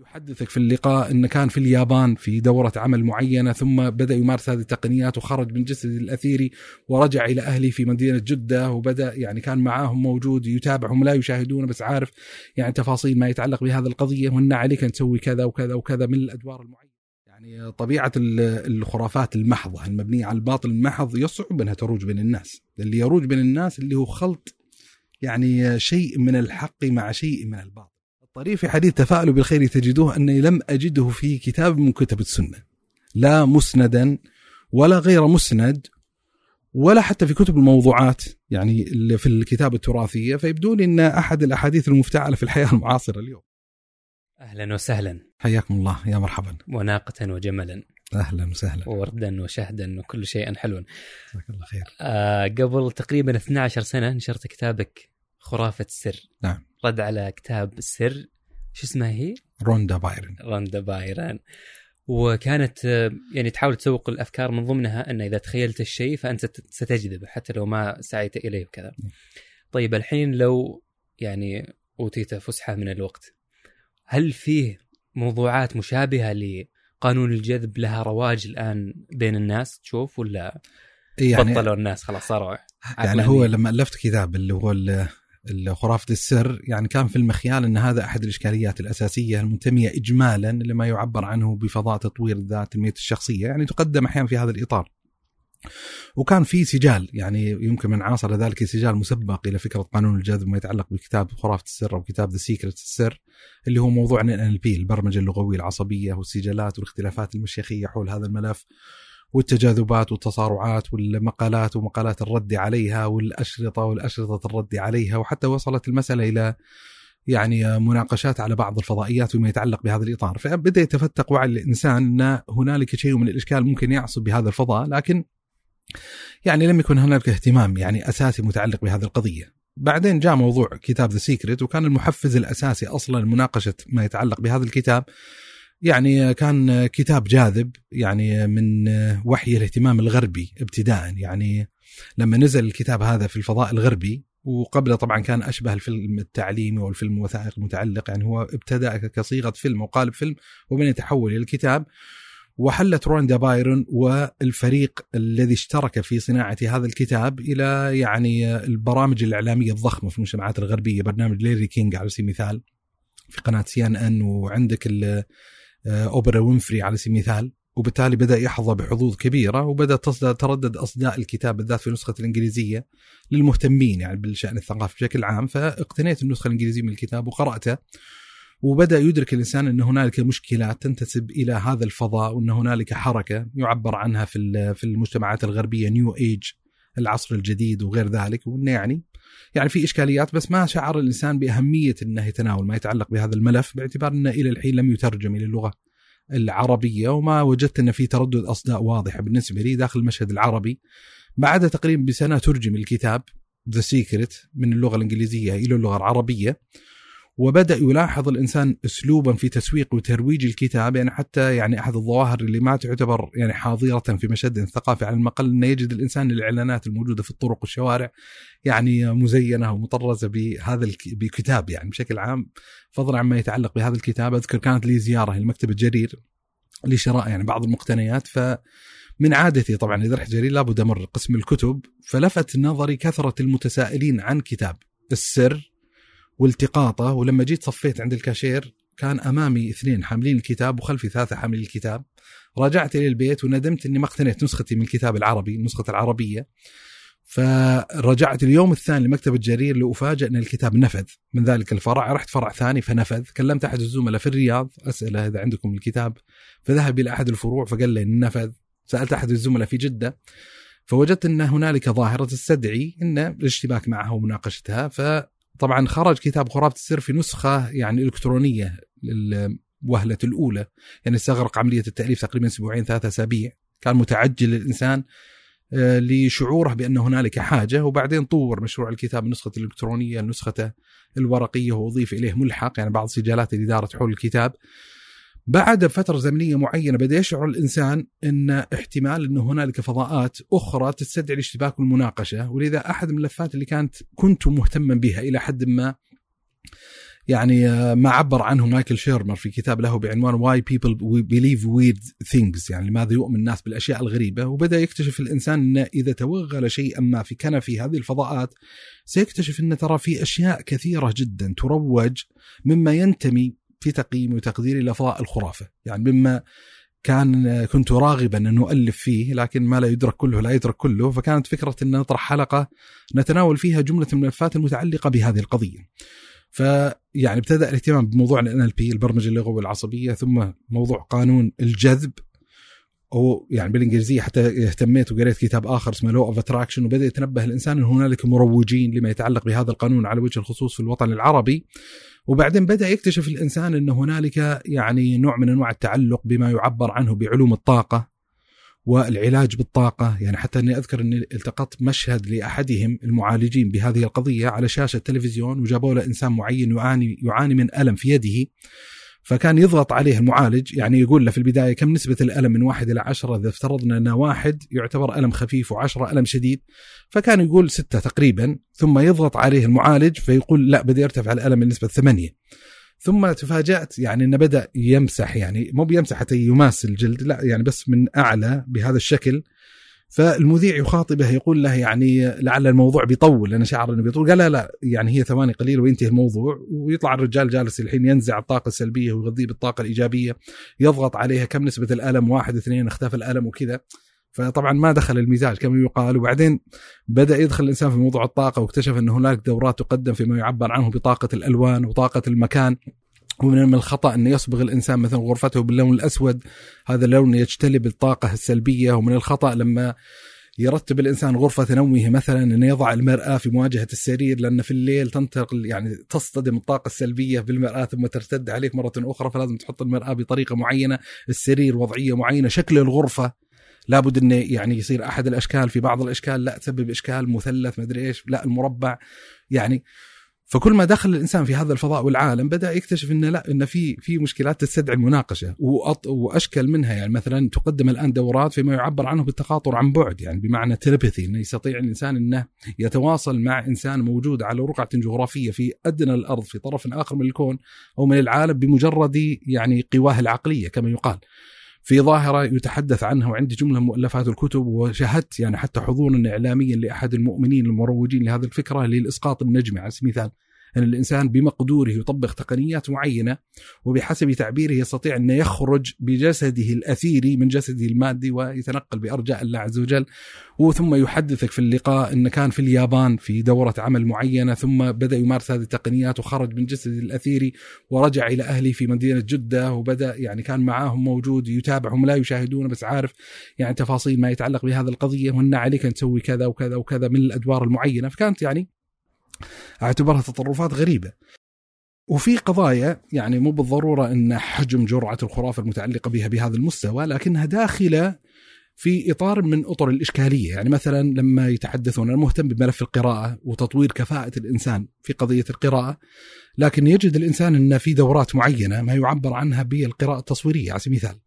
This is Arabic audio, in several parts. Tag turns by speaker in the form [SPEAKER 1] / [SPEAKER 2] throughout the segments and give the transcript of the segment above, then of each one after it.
[SPEAKER 1] يحدثك في اللقاء أنه كان في اليابان في دورة عمل معينة، ثم بدأ يمارس هذه التقنيات وخرج من جسد الأثيري ورجع إلى أهله في مدينة جدة، وبدأ يعني كان معاهم موجود يتابعهم لا يشاهدونه بس عارف يعني تفاصيل ما يتعلق بهذه القضية، وأن عليك أن تسوي كذا وكذا وكذا من الأدوار المعينة. يعني طبيعة الخرافات المحضة المبنية على الباطل المحض يصعب أنها تروج بين الناس. اللي يروج بين الناس اللي هو خلط يعني شيء من الحق مع شيء من الباطل. الطريف في حديث تفاءلوا بالخير تجدوه أني لم أجده في كتاب من كتب السنة، لا مسندا ولا غير مسند ولا حتى في كتب الموضوعات يعني اللي في الكتاب التراثية، فيبدو لي أن أحد الأحاديث المفتعلة في الحياة المعاصرة اليوم.
[SPEAKER 2] أهلا وسهلا،
[SPEAKER 1] حياكم الله، يا مرحبا.
[SPEAKER 2] وناقة وجملا،
[SPEAKER 1] أهلا وسهلا،
[SPEAKER 2] ووردا وشهدا وكل شيء حلو.
[SPEAKER 1] جزاك الله خير.
[SPEAKER 2] قبل تقريبا 12 سنة نشرت كتابك خرافة السر.
[SPEAKER 1] نعم.
[SPEAKER 2] رد على كتاب السر، شو اسمها هي؟
[SPEAKER 1] روندا بايرن.
[SPEAKER 2] وكانت يعني تحاول تسوق الأفكار من ضمنها أن إذا تخيلت الشيء فأنت ستجذبه حتى لو ما سعيت إليه وكذا. طيب الحين لو يعني أوتيت فسحة من الوقت، هل فيه موضوعات مشابهة لقانون الجذب لها رواج الآن بين الناس تشوف، ولا يعني بطلوا الناس خلاص صاروا
[SPEAKER 1] يعني هو لما ألفت كتاب اللي هو خرافة السر يعني كان في المخيال أن هذا أحد الإشكاليات الأساسية المنتمية إجمالا لما يعبر عنه بفضاء تطوير الذات تنمية الشخصية، يعني تقدم أحيانا في هذا الإطار. وكان في سجال يعني يمكن من عاصر ذلك سجال مسبق إلى فكرة قانون الجذب ما يتعلق بكتاب خرافة السر أو كتاب The Secret السر، اللي هو موضوع عن NLP البرمجة اللغوية العصبية والسجالات والاختلافات المشيخية حول هذا الملف، والتجاذبات والتصارعات والمقالات ومقالات الرد عليها والأشرطة الرد عليها، وحتى وصلت المسألة إلى يعني مناقشات على بعض الفضائيات وما يتعلق بهذا الإطار. فبدأ يتفتق وعي الإنسان أن هنالك شيء من الإشكال ممكن يعصب بهذا الفضاء، لكن يعني لم يكن هنالك اهتمام يعني أساسي متعلق بهذه القضية. بعدين جاء موضوع كتاب The Secret، وكان المحفز الأساسي أصلا مناقشة ما يتعلق بهذا الكتاب. يعني كان كتاب جاذب يعني من وحي الاهتمام الغربي ابتداء، يعني لما نزل الكتاب هذا في الفضاء الغربي، وقبله طبعا كان أشبه الفيلم التعليمي والفيلم الوثائقي المتعلق، يعني هو ابتدأ كصيغة فيلم وقالب فيلم وبين يتحول إلى الكتاب. وحلت روندا بايرن والفريق الذي اشترك في صناعة هذا الكتاب إلى يعني البرامج الإعلامية الضخمة في المجتمعات الغربية، برنامج ليري كينج على سبيل المثال في قناة CNN، وعندك أوبرا وينفري على سبيل المثال. وبالتالي بدأ يحظى بحظوظ كبيرة، وبدأ تردد أصداء الكتاب بالذات في النسخة الإنجليزية للمهتمين يعني بالشأن الثقافي بشكل عام. فاقتنيت النسخة الإنجليزية من الكتاب وقرأته، وبدأ يدرك الإنسان أن هنالك مشكلات تنتسب إلى هذا الفضاء، وأن هنالك حركة يعبر عنها في المجتمعات الغربية نيو ايج، العصر الجديد وغير ذلك، وأنه يعني في إشكاليات، بس ما شعر الإنسان بأهمية أنه يتناول ما يتعلق بهذا الملف، باعتبار أنه إلى الحين لم يترجم إلى اللغة العربية، وما وجدت أن في تردد أصداء واضحة بالنسبة لي داخل المشهد العربي. بعد تقريبا بسنة ترجم الكتاب The Secret من اللغة الإنجليزية إلى اللغة العربية، وبدأ يلاحظ الإنسان أسلوبا في تسويق وترويج الكتاب، يعني حتى يعني أحد الظواهر اللي ما تعتبر يعني حاضرة في مشهد الثقافي على المقل، أن يجد الإنسان الإعلانات الموجودة في الطرق والشوارع يعني مزينة ومطرزة بكتاب يعني بشكل عام، فضلا عما يتعلق بهذا الكتاب. أذكر كانت لي زيارة لمكتبة جرير لشراء يعني بعض المقتنيات، فمن عادتي طبعا إذا رحت جرير لابد أمر قسم الكتب، فلفت نظري كثرة المتسائلين عن كتاب السر والتقاطه. ولما جيت صفيت عند الكاشير كان أمامي 2 حاملين الكتاب وخلفي 3 حاملين الكتاب. رجعت إلى البيت وندمت أني ما اقتنيت نسختي من الكتاب العربي، النسخة العربية. فرجعت اليوم الثاني لمكتبة جرير لأفاجأ أن الكتاب نفذ من ذلك الفرع. رحت فرع ثاني فنفذ. كلمت أحد الزملاء في الرياض أسأله إذا عندكم الكتاب، فذهب إلى أحد الفروع فقال لي إن نفذ. سألت أحد الزملاء في جدة فوجدت أن هنالك ظاهرة تستدعي أن الاشتباك معها ومناقشتها. فطبعا خرج كتاب خرافة السر في نسخة يعني إلكترونية للوهلة الأولى، يعني استغرق عملية التأليف تقريبا 2-3 أسابيع. كان متعجل الإنسان لشعوره بأن هنالك حاجة، وبعدين طور مشروع الكتاب من نسخة الإلكترونية لنسخة الورقية، وأضيف إليه ملحق يعني بعض سجالات اللي دارت حول الكتاب. بعد فترة زمنية معينة بدأ يشعر الإنسان أن احتمال أن هنالك فضاءات أخرى تستدعي الاشتباك والمناقشة، ولذا أحد من الملفات اللي كنت مهتما بها إلى حد ما يعني ما عبر عنه مايكل شيرمر في كتاب له بعنوان Why People Believe Weird Things، يعني لماذا يؤمن الناس بالأشياء الغريبة. وبدأ يكتشف الإنسان أن إذا توغل شيئا ما في كنف هذه الفضاءات سيكتشف أن ترى في أشياء كثيرة جدا تروج مما ينتمي في تقييمي وتقديري لفضاء الخرافة، يعني مما كنت راغبا أن نؤلف فيه، لكن ما لا يدرك كله لا يدرك كله. فكانت فكرة أن نطرح حلقة نتناول فيها جملة من الملفات المتعلقة بهذه القضية. فيعني ابتدأ الاهتمام بموضوع ال NLP البرمجة اللغوية والعصبية، ثم موضوع قانون الجذب، أو يعني بالإنجليزية حتى اهتميت وقريت كتاب آخر اسمه Law of Attraction، وبدأ يتنبه الإنسان أن هنالك مروجين لما يتعلق بهذا القانون على وجه الخصوص في الوطن العربي. وبعدين بدأ يكتشف الإنسان أن هنالك يعني نوع من أنواع التعلق بما يعبر عنه بعلوم الطاقة والعلاج بالطاقة. يعني حتى أني أذكر أني التقطت مشهد لأحدهم المعالجين بهذه القضية على شاشة تلفزيون، وجابوا له إنسان معين يعاني من ألم في يده، فكان يضغط عليه المعالج، يعني يقول له في البداية كم نسبة الألم من 1 إلى 10، إذا افترضنا أن 1 يعتبر ألم خفيف و10 ألم شديد، فكان يقول 6 تقريبا، ثم يضغط عليه المعالج فيقول لا بدي يرتفع الألم من نسبة 8. ثم تفاجأت يعني أنه بدأ يمسح، يعني مو بيمسح حتى يماس الجلد، لا يعني بس من أعلى بهذا الشكل. فالمذيع يخاطبه يقول له يعني لعل الموضوع بيطول، أنا شعر أنه بيطول. قال لا يعني هي ثواني قليل وينتهي الموضوع. ويطلع الرجال جالس الحين ينزع الطاقة السلبية ويغذيه بالطاقة الإيجابية، يضغط عليها كم نسبة الألم 1 2 اختفى الألم وكذا. فطبعا ما دخل المزاج كما يقال. وبعدين بدأ يدخل الإنسان في موضوع الطاقة، واكتشف أن هناك دورات تقدم فيما يعبر عنه بطاقة الألوان وطاقة المكان. ومن الخطأ أن يصبغ الإنسان مثلا غرفته باللون الأسود، هذا اللون يجتلب الطاقة السلبية. ومن الخطأ لما يرتب الإنسان غرفة نومه مثلا أن يضع المرآة في مواجهة السرير، لأن في الليل تنتقل يعني تصطدم الطاقة السلبية بالمرآة ثم ترتد عليك مرة أخرى، فلازم تحط المرآة بطريقة معينة، السرير وضعية معينة، شكل الغرفة لابد أنه يعني يصير أحد الأشكال، في بعض الأشكال لا تسبب إشكال مثلث مدري إيش، لا المربع يعني. فكل ما دخل الإنسان في هذا الفضاء والعالم بدأ يكتشف إنه لا، إنه في مشكلات تستدعي المناقشة وأشكل منها. يعني مثلا تقدم الآن دورات فيما يعبر عنه بالتقاطر عن بعد، يعني بمعنى تيليباثي، إنه يستطيع الإنسان إنه يتواصل مع إنسان موجود على رقعة جغرافية في أدنى الأرض في طرف آخر من الكون أو من العالم بمجرد يعني قواه العقلية كما يقال، في ظاهرة يتحدث عنها. وعندي جملة مؤلفات الكتب، وشاهدت يعني حتى حضورا إعلاميا لأحد المؤمنين المروجين لهذه الفكرة للإسقاط النجمي على سبيل المثال، أن الإنسان بمقدوره يطبق تقنيات معينة وبحسب تعبيره يستطيع أن يخرج بجسده الأثيري من جسده المادي ويتنقل بأرجاء الله عز وجل. وثم يحدثك في اللقاء أن كان في اليابان في دورة عمل معينة، ثم بدأ يمارس هذه التقنيات وخرج من جسده الأثيري ورجع إلى أهله في مدينة جدة، وبدأ يعني كان معاهم موجود يتابعهم لا يشاهدون بس عارف يعني تفاصيل ما يتعلق بهذه القضية، وأن عليك أن تسوي كذا وكذا وكذا من الأدوار المعينة. فكانت يعني اعتبرها تطرفات غريبة. وفي قضايا يعني مو بالضرورة أن حجم جرعة الخرافة المتعلقة بها بهذا المستوى، لكنها داخلة في إطار من أطر الإشكالية. يعني مثلا لما يتحدثون، أنا مهتم بملف القراءة وتطوير كفاءة الإنسان في قضية القراءة، لكن يجد الإنسان أن في دورات معينة ما يعبر عنها بالقراءة التصويرية على سبيل المثال،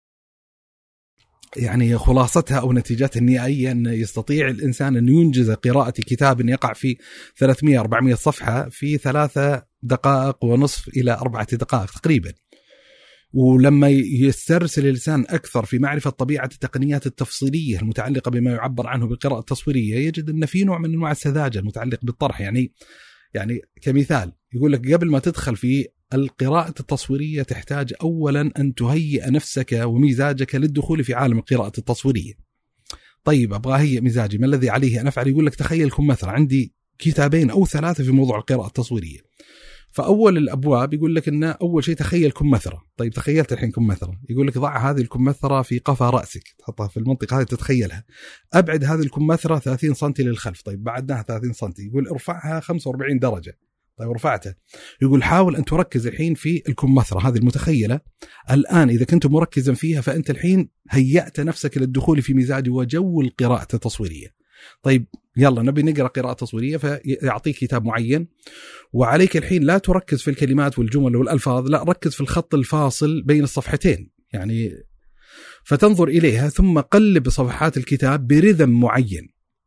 [SPEAKER 1] يعني خلاصتها أو نتيجتها النهائية أن يستطيع الإنسان أن ينجز قراءة كتاب يقع في 300-400 صفحة في 3 دقائق ونصف إلى 4 دقائق تقريبا. ولما يسترسل الإنسان أكثر في معرفة طبيعة التقنيات التفصيلية المتعلقة بما يعبر عنه بالقراءة التصويرية، يجد أن في نوع من أنواع السذاجة المتعلق بالطرح. يعني كمثال يقول لك قبل ما تدخل في القراءة التصويرية تحتاج أولا أن تهيئ نفسك ومزاجك للدخول في عالم القراءة التصويرية. طيب أبغى هيئ مزاجي، ما الذي عليه أن أفعل؟ يقول لك تخيلكم مثلا عندي 2 أو 3 في موضوع القراءة التصويرية. فأول الأبواب يقول لك إن أول شيء تخيل كمثرة. طيب تخيلت الحين كمثرة، يقول لك ضع هذه الكمثرة في قفا رأسك، تحطها في المنطقة هذه تتخيلها. أبعد هذه الكمثرة 30 سنتي للخلف. طيب بعدناها 30 سنتي، يقول ارفعها 45 درجة. طيب رفعته، يقول حاول أن تركز الحين في الكمثرة هذه المتخيلة. الآن إذا كنت مركزا فيها فأنت الحين هيأت نفسك للدخول في مزاج وجو القراءة التصويرية. طيب يلا نبي نقرأ قراءة تصويرية، فيعطيك كتاب معين، وعليك الحين لا تركز في الكلمات والجمل والألفاظ، لا ركز في الخط الفاصل بين الصفحتين يعني، فتنظر إليها ثم قلب صفحات الكتاب برذم معين.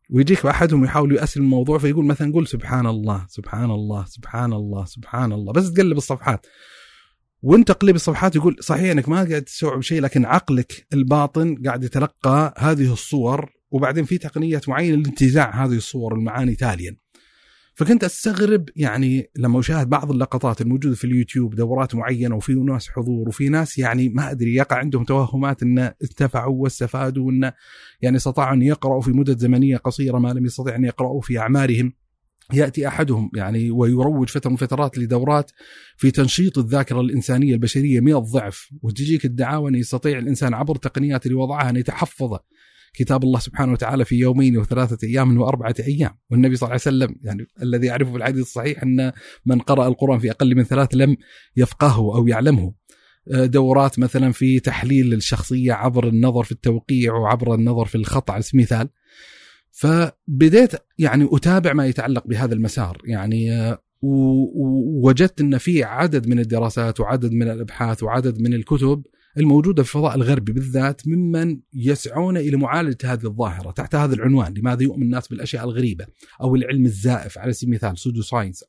[SPEAKER 1] ويجيك أحدهم يحاول يأسر الموضوع فيقول مثلا قول سبحان الله سبحان الله سبحان الله سبحان الله، بس تقلب الصفحات وانت تقلب الصفحات يقول صحيح انك ما قاعد تستوعب شيء، لكن عقلك الباطن قاعد يتلقى هذه الصور، وبعدين في تقنيات معينة لانتزاع هذه الصور والمعاني تاليا. فكنت أستغرب يعني لما أشاهد بعض اللقطات الموجودة في اليوتيوب، دورات معينة وفي ناس حضور وفي ناس يعني ما أدري يقع عندهم توهمات أن انتفعوا واستفادوا وأن يعني استطاعوا أن يقرأوا في مدة زمنية قصيرة ما لم يستطيع أن يقرأوا في أعمارهم. يأتي أحدهم يعني ويروج فترة من فترات لدورات في تنشيط الذاكرة الإنسانية البشرية 100 ضعف، وتجيك الدعاوى أن يستطيع الإنسان عبر التقنيات اللي وضعها أن يتحفظ كتاب الله سبحانه وتعالى في 2 و3 أيام و4 أيام. والنبي صلى الله عليه وسلم يعني الذي يعرفه في الحديث الصحيح أن من قرأ القرآن في أقل من 3 لم يفقهه أو يعلمه. دورات مثلا في تحليل الشخصية عبر النظر في التوقيع وعبر النظر في الخط على سبيل المثال. فبديت يعني أتابع ما يتعلق بهذا المسار يعني، ووجدت أن في عدد من الدراسات وعدد من الأبحاث وعدد من الكتب الموجودة في الفضاء الغربي بالذات ممن يسعون إلى معالجة هذه الظاهرة تحت هذا العنوان: لماذا يؤمن الناس بالأشياء الغريبة أو العلم الزائف على سبيل المثال سودو ساينس،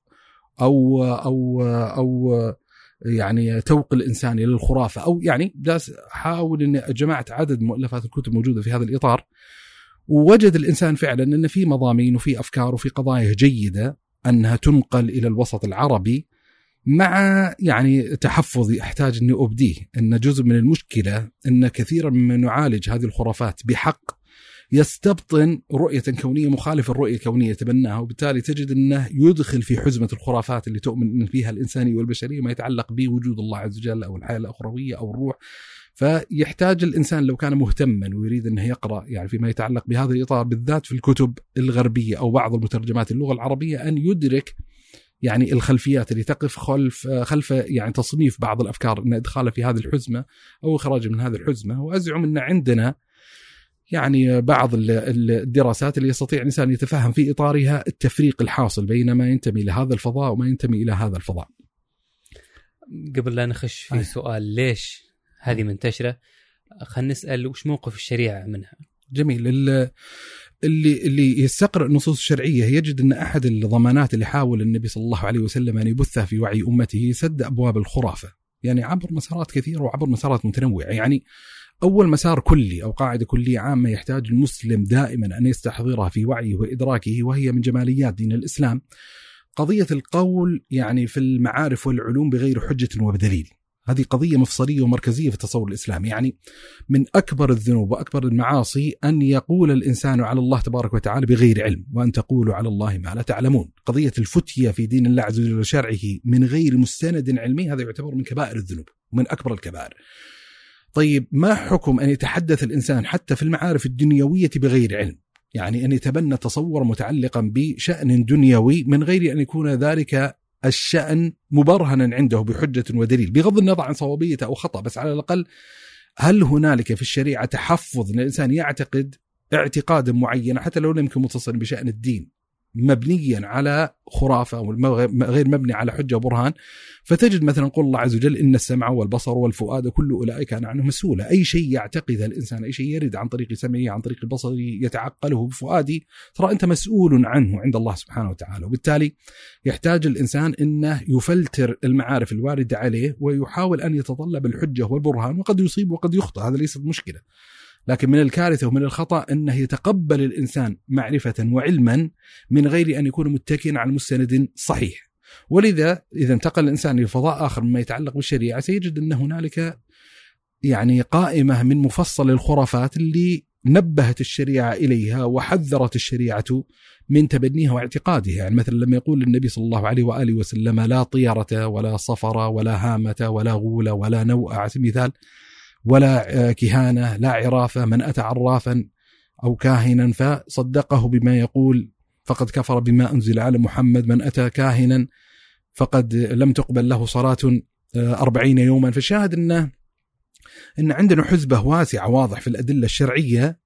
[SPEAKER 1] أو يعني توق الإنسان إلى الخرافة، أو يعني حاول أن جمعت عدد مؤلفات الكتب موجودة في هذا الإطار. ووجد الإنسان فعلا أن في مضامين وفي أفكار وفي قضايا جيدة أنها تنقل إلى الوسط العربي، مع يعني تحفظي أحتاج أني أبديه أن جزء من المشكلة أن كثيرا من نعالج هذه الخرافات بحق يستبطن رؤية كونية مخالفة الرؤية الكونية يتبناها، وبالتالي تجد أنه يدخل في حزمة الخرافات اللي تؤمن أن فيها الإنسانية والبشرية ما يتعلق بوجود الله عز وجل أو الحياة الأخروية أو الروح. فيحتاج الإنسان لو كان مهتما ويريد أنه يقرأ يعني فيما يتعلق بهذا الإطار بالذات في الكتب الغربية أو بعض المترجمات اللغة العربية أن يدرك يعني الخلفيات اللي تقف خلف يعني تصنيف بعض الأفكار، أن إدخالها في هذه الحزمة أو إخراج من هذه الحزمة. وأزعم أن عندنا يعني بعض الدراسات اللي يستطيع الإنسان يتفهم في إطارها التفريق الحاصل بين ما ينتمي لهذا الفضاء وما ينتمي إلى هذا الفضاء.
[SPEAKER 2] قبل لا نخش في سؤال ليش هذه منتشرة، خلينا نسأل وش موقف الشريعة منها.
[SPEAKER 1] جميل. اللي يستقرأ النصوص الشرعية يجد أن أحد الضمانات اللي حاول النبي صلى الله عليه وسلم أن يبثها في وعي أمته سد أبواب الخرافة، يعني عبر مسارات كثيرة وعبر مسارات متنوعة. يعني أول مسار كلي أو قاعدة كلية عامة يحتاج المسلم دائما أن يستحضرها في وعيه وإدراكه، وهي من جماليات دين الإسلام، قضية القول يعني في المعارف والعلوم بغير حجة وبدليل. هذه قضية مفصلية ومركزية في التصور الإسلامي. يعني من أكبر الذنوب وأكبر المعاصي أن يقول الإنسان على الله تبارك وتعالى بغير علم، وأن تقولوا على الله ما لا تعلمون. قضية الفتية في دين الله عز وجل وشرعه من غير مستند علمي هذا يعتبر من كبائر الذنوب ومن أكبر الكبائر. طيب ما حكم أن يتحدث الإنسان حتى في المعارف الدنيوية بغير علم؟ يعني أن يتبنى تصور متعلقا بشأن دنيوي من غير أن يكون ذلك الشأن مبرهنا عنده بحجة ودليل، بغض النظر عن صوابيته أو خطأ، بس على الأقل هل هنالك في الشريعة تحفظ أن الإنسان يعتقد اعتقادا معينا حتى لو لم يكن متصلا بشأن الدين مبنيا على خرافة أو غير مبني على حجة وبرهان؟ فتجد مثلا قول الله عز وجل إن السمع والبصر والفؤاد كل أولئك كان عنه مسؤولا. أي شيء يعتقده الإنسان، أي شيء يرد عن طريق سمعه عن طريق بصره يتعقله بفؤاده، ترى أنت مسؤول عنه عند الله سبحانه وتعالى. وبالتالي يحتاج الإنسان إنه يفلتر المعارف الواردة عليه ويحاول أن يتطلب الحجة والبرهان، وقد يصيب وقد يخطئ، هذا ليست مشكلة. لكن من الكارثة ومن الخطأ أنه يتقبل الإنسان معرفة وعلما من غير أن يكون متكئا على مستند صحيح. ولذا إذا انتقل الإنسان إلى فضاء آخر مما يتعلق بالشريعة سيجد أن هنالك يعني قائمة من مفصل الخرافات اللي نبهت الشريعة إليها وحذرت الشريعة من تبنيها واعتقادها. يعني مثلا لما يقول النبي صلى الله عليه وآله وسلم لا طيرة ولا صفر ولا هامة ولا غول ولا نوء على سبيل المثال ولا كهانة لا عرافة، من أتى عرافا أو كاهنا فصدقه بما يقول فقد كفر بما أنزل على محمد، من أتى كاهنا فقد لم تقبل له صلاة 40 يوما. فالشاهد إن عندنا حزبة واسعة واضح في الأدلة الشرعية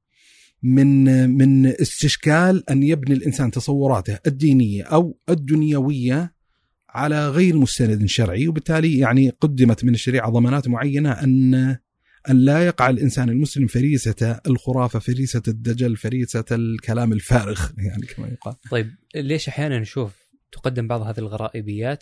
[SPEAKER 1] من استشكال أن يبني الإنسان تصوراته الدينية أو الدنيوية على غير مستند شرعي. وبالتالي يعني قدمت من الشريعة ضمانات معينة أن لا يقع الإنسان المسلم فريسة الخرافة، فريسة الدجل، فريسة الكلام الفارغ يعني كما يقال.
[SPEAKER 2] طيب ليش أحيانا نشوف تقدم بعض هذه الغرائبيات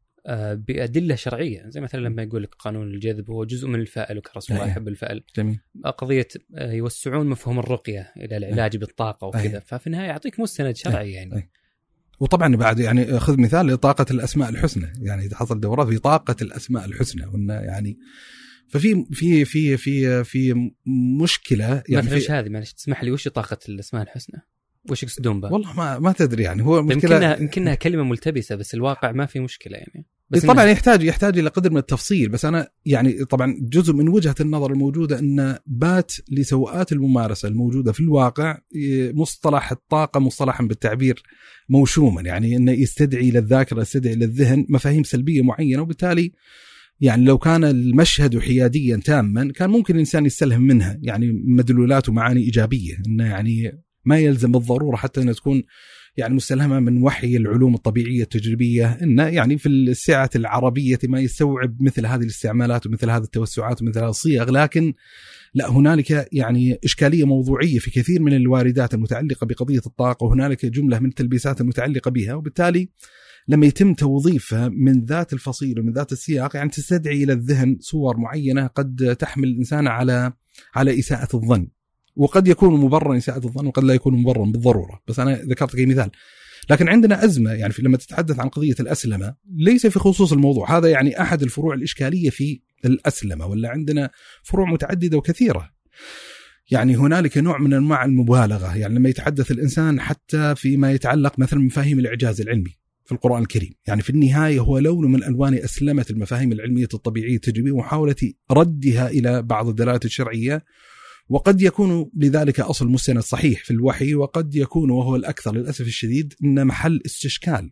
[SPEAKER 2] بأدلة شرعية، زي مثلا لما يقول لك قانون الجذب هو جزء من الفأل وكرسول الله يحب الفأل.
[SPEAKER 1] جميل.
[SPEAKER 2] قضية يوسعون مفهوم الرقية إلى العلاج بالطاقة وكذا، ففي النهاية يعطيك مستند شرعي يعني.
[SPEAKER 1] وطبعا بعد يعني خذ مثال لطاقة الأسماء الحسنى، يعني إذا حصل دورات في طاقة الأسماء الحسنى يعني ففي في في في في مشكلة يعني.
[SPEAKER 2] مثلا ايش هذه؟ معلش تسمح لي، وش طاقة الأسماء الحسنى؟ وش يقصدون بها؟
[SPEAKER 1] والله ما تدري يعني. هو مشكلة
[SPEAKER 2] يمكنها كلمة ملتبسة، بس الواقع ما في مشكلة يعني. بس
[SPEAKER 1] طبعا يحتاج إلى قدر من التفصيل، بس أنا يعني طبعا جزء من وجهة النظر الموجودة أن بات لسوءات الممارسة الموجودة في الواقع مصطلح الطاقة مصطلحا بالتعبير موشوما، يعني أنه يستدعي للذاكرة، يستدعي للذهن مفاهيم سلبية معينة، وبالتالي يعني لو كان المشهد حياديا تاما كان ممكن الإنسان يستلهم منها يعني مدلولات ومعاني إيجابية، أنه يعني ما يلزم بالضرورة حتى أن تكون يعني مستلهمة من وحي العلوم الطبيعية التجريبية، إن يعني في السعة العربية ما يستوعب مثل هذه الاستعمالات ومثل هذه التوسعات ومثل هذه الصيغ. لكن لا، هنالك يعني إشكالية موضوعية في كثير من الواردات المتعلقة بقضية الطاقة، وهنالك جملة من التلبيسات المتعلقة بها، وبالتالي لما يتم توظيفها من ذات الفصيل ومن ذات السياق يعني تستدعي إلى الذهن صور معينة قد تحمل الإنسان على إساءة الظن، وقد يكون مبررا إساءة الظن وقد لا يكون مبررا بالضرورة، بس أنا ذكرت كمثال. لكن عندنا أزمة يعني لما تتحدث عن قضية الأسلمة ليس في خصوص الموضوع هذا، يعني أحد الفروع الإشكالية في الأسلمة، ولا عندنا فروع متعددة وكثيرة. يعني هنالك نوع من أنواع المبالغة يعني لما يتحدث الإنسان حتى فيما يتعلق مثلا بمفاهيم الإعجاز العلمي في القرآن الكريم، يعني في النهاية هو لون من ألوان أسلمة المفاهيم العلمية الطبيعية التجريبية ومحاولة ردها إلى بعض الدلالات الشرعية، وقد يكون لذلك أصل مستند صحيح في الوحي، وقد يكون وهو الأكثر للأسف الشديد إن محل استشكال،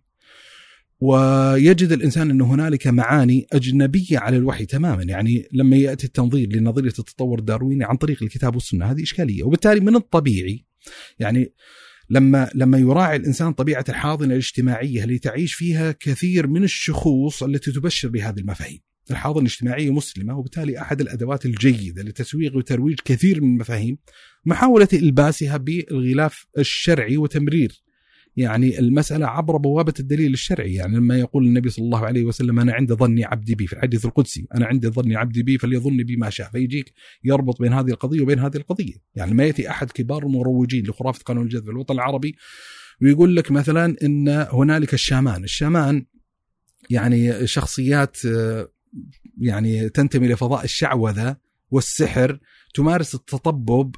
[SPEAKER 1] ويجد الإنسان أن هنالك معاني أجنبية على الوحي تماما. يعني لما يأتي التنظير لنظرية التطور الدارويني عن طريق الكتاب والسنة هذه إشكالية، وبالتالي من الطبيعي يعني لما يراعي الإنسان طبيعة الحاضنة الاجتماعية اللي تعيش فيها كثير من الشخوص التي تبشر بهذه المفاهيم. الحاضنة الاجتماعية مسلمة، وبالتالي أحد الأدوات الجيدة لتسويق وترويج كثير من المفاهيم محاولة إلباسها بالغلاف الشرعي وتمرير يعني المسألة عبر بوابة الدليل الشرعي. يعني لما يقول النبي صلى الله عليه وسلم أنا عند ظني عبدي بي في الحديث القدسي، أنا عند ظني عبدي بي فليظن بي ما شاء، فيجيك يربط بين هذه القضية وبين هذه القضية. يعني ما يأتي أحد كبار المروجين لخرافة قانون الجذب في الوطن العربي ويقول لك مثلا إن هنالك الشامان يعني شخصيات يعني تنتمي لفضاء الشعوذة والسحر، تمارس التطبب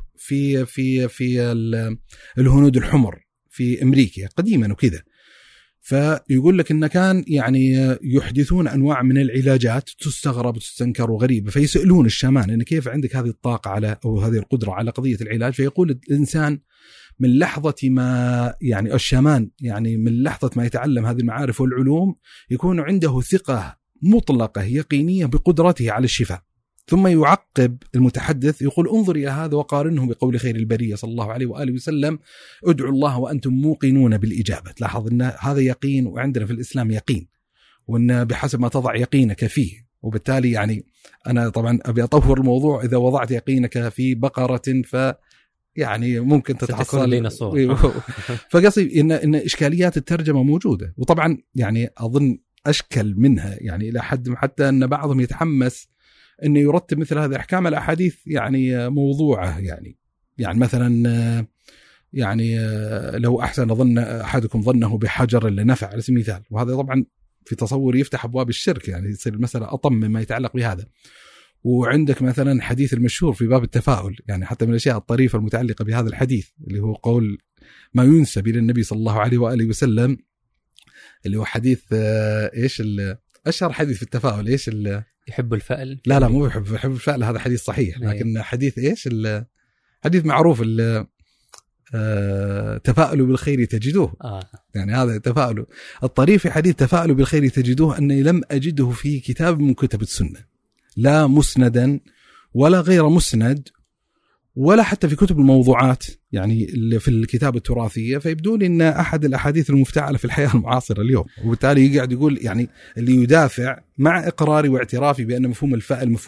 [SPEAKER 1] في الهنود الحمر في أمريكا قديما وكذا. فيقول لك إن كان يعني يحدثون أنواع من العلاجات تستغرب وتستنكر وغريبة، فيسألون الشامان إن كيف عندك هذه الطاقة على أو هذه القدرة على قضية العلاج، فيقول الإنسان من لحظة ما يعني الشامان يعني من لحظة ما يتعلم هذه المعارف والعلوم يكون عنده ثقة مطلقة يقينية بقدرته على الشفاء، ثم يعقب المتحدث يقول انظر إلى هذا وقارنه بقول خير البرية صلى الله عليه وآله وسلم ادعوا الله وأنتم موقنون بالإجابة. تلاحظ أن هذا يقين، وعندنا في الإسلام يقين، وأن بحسب ما تضع يقينك فيه. وبالتالي يعني أنا طبعا أبي أطور الموضوع، إذا وضعت يقينك في بقرة يعني ممكن تتحصل فقصي إن إشكاليات الترجمة موجودة. وطبعا يعني أظن أشكل منها يعني إلى حد حتى أن بعضهم يتحمس أنه يرتب مثل هذه الأحكام الأحاديث يعني موضوعة، يعني مثلا يعني لو أحسن ظن أحدكم ظنه بحجر لنفع على سبيل المثال، وهذا طبعا في تصور يفتح أبواب الشرك، يعني يصير المسألة أطم مما يتعلق بهذا. وعندك مثلا حديث المشهور في باب التفاؤل، يعني حتى من الأشياء الطريفة المتعلقة بهذا الحديث اللي هو قول ما ينسب إلى النبي صلى الله عليه وآله وسلم، اللي هو حديث إيش أشهر حديث في التفاؤل، إيش
[SPEAKER 2] يحب الفأل؟
[SPEAKER 1] لا مو يحب الفأل، هذا حديث صحيح، لكن حديث إيش حديث معروف تفاؤلوا بالخير تجدوه. يعني هذا تفاؤلوا. الطريف في حديث تفاؤلوا بالخير تجدوه أني لم أجده في كتاب من كتب السنة، لا مسندا ولا غير مسند ولا حتى في كتب الموضوعات يعني اللي في الكتاب التراثية. فيبدو لي أن أحد الأحاديث المفتعلة في الحياة المعاصرة اليوم، وبالتالي يقعد يقول يعني اللي يدافع مع إقراري واعترافي بأن مفهوم الفأل مفهوم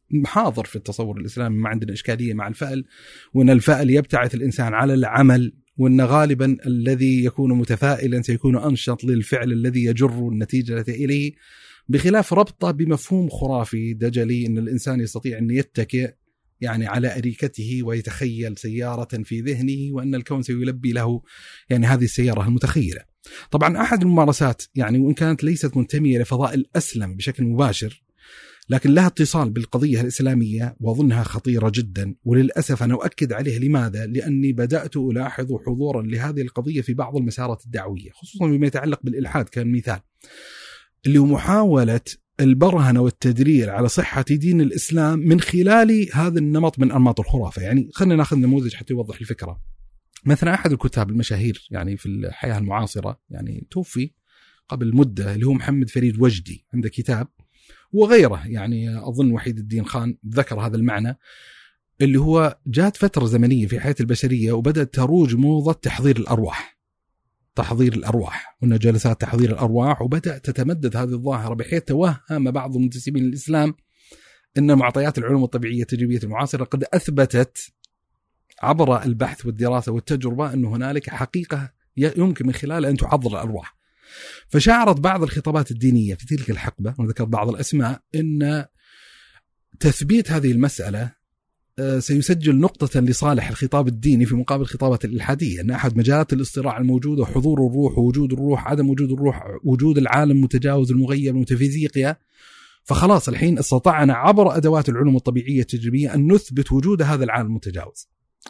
[SPEAKER 1] حاضر في التصور الإسلامي. ما عندنا إشكالية مع الفأل، وأن الفأل يبتعث الإنسان على العمل، وأن غالبا الذي يكون متفائلا سيكون أنشط للفعل الذي يجر النتيجة إليه، بخلاف ربطه بمفهوم خرافي دجلي أن الإنسان يستطيع أن يتكئ يعني على أريكته ويتخيل سيارة في ذهنه وأن الكون سيلبي له يعني هذه السيارة المتخيلة. طبعا أحد الممارسات يعني وإن كانت ليست منتمية لفضاء الأسلم بشكل مباشر، لكن لها اتصال بالقضية الإسلامية وأظنها خطيرة جدا، وللأسف أنا أؤكد عليه. لماذا؟ لأني بدأت ألاحظ حضورا لهذه القضية في بعض المسارات الدعوية، خصوصا بما يتعلق بالإلحاد كان مثال، اللي هو محاولة البرهنة والتدليل على صحة دين الإسلام من خلال هذا النمط من أنماط الخرافة. يعني خلينا نأخذ نموذج حتى يوضح الفكرة. مثلا أحد الكتاب المشاهير يعني في الحياة المعاصرة يعني توفي قبل مدة، اللي هو محمد فريد وجدي، عنده كتاب وغيره، يعني أظن وحيد الدين خان ذكر هذا المعنى، اللي هو جاءت فترة زمنية في حياة البشرية وبدأت تروج موضة تحضير الأرواح، هنا جلسات تحضير الأرواح، وبدأت تتمدد هذه الظاهرة بحيث توهم بعض المنتسبين للإسلام أن معطيات العلوم الطبيعية التجريبية المعاصرة قد أثبتت عبر البحث والدراسة والتجربة أن هنالك حقيقة يمكن من خلالها أن تحضر الأرواح. فشعرت بعض الخطابات الدينية في تلك الحقبة، وذكرت بعض الأسماء، أن تثبيت هذه المسألة سيسجل نقطة لصالح الخطاب الديني في مقابل الخطابات الإلحادية، أن أحد مجالات الاصطراع الموجودة حضور الروح ووجود الروح، عدم وجود الروح، وجود العالم متجاوز المغيب الميتافيزيقيا. فخلاص الحين استطعنا عبر أدوات العلوم الطبيعية التجريبية أن نثبت وجود هذا العالم المتجاوز.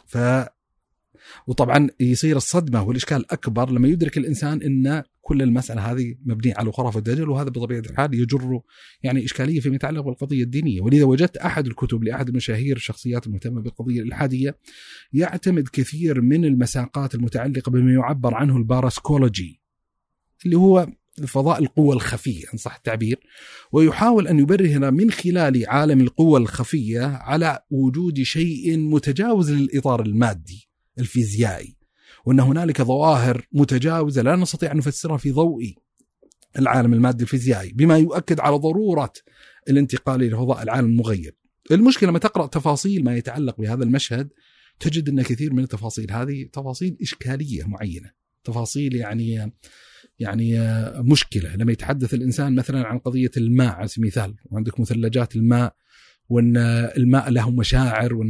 [SPEAKER 1] وطبعا يصير الصدمة والإشكال الأكبر لما يدرك الإنسان أن كل المسألة هذه مبنية على خرافة الدجل، وهذا بطبيعة الحال يجر يعني إشكالية فيما يتعلق بالقضية الدينية. ولذا وجدت أحد الكتب لأحد المشاهير الشخصيات المهتمة بالقضية الإلحادية يعتمد كثير من المساقات المتعلقة بما يعبر عنه الباراسكولوجي، اللي هو الفضاء القوة الخفية إن صح التعبير، ويحاول أن يبرهن من خلال عالم القوة الخفية على وجود شيء متجاوز للإطار المادي الفيزيائي، وأن هنالك ظواهر متجاوزة لا نستطيع أن نفسرها في ضوء العالم المادي الفيزيائي، بما يؤكد على ضرورة الانتقال إلى فضاء العالم المغيب. المشكلة لما تقرأ تفاصيل ما يتعلق بهذا المشهد تجد أن كثير من التفاصيل هذه تفاصيل إشكالية معينة، تفاصيل يعني مشكلة. لما يتحدث الإنسان مثلا عن قضية الماء على سبيل المثال، وعندك مثلجات الماء، وأن الماء له مشاعر، وأن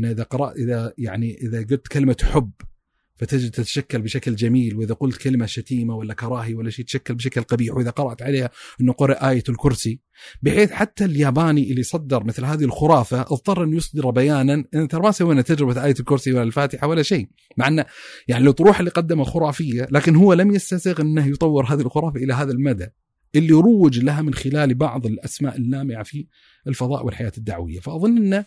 [SPEAKER 1] إذا قلت كلمة حب فتجد تتشكل بشكل جميل، وإذا قلت كلمة شتيمة ولا كراهي ولا شيء تشكل بشكل قبيح، وإذا قرأت عليها أنه قرأ آية الكرسي، بحيث حتى الياباني اللي صدر مثل هذه الخرافة اضطر أن يصدر بيانا أن ترى ما سوينا تجربة آية الكرسي ولا الفاتحة ولا شيء، مع أن يعني لو تروح اللي قدمه خرافية، لكن هو لم يستسغ أنه يطور هذه الخرافة إلى هذا المدى اللي روج لها من خلال بعض الأسماء اللامعة في الفضاء والحياة الدعوية. فأظن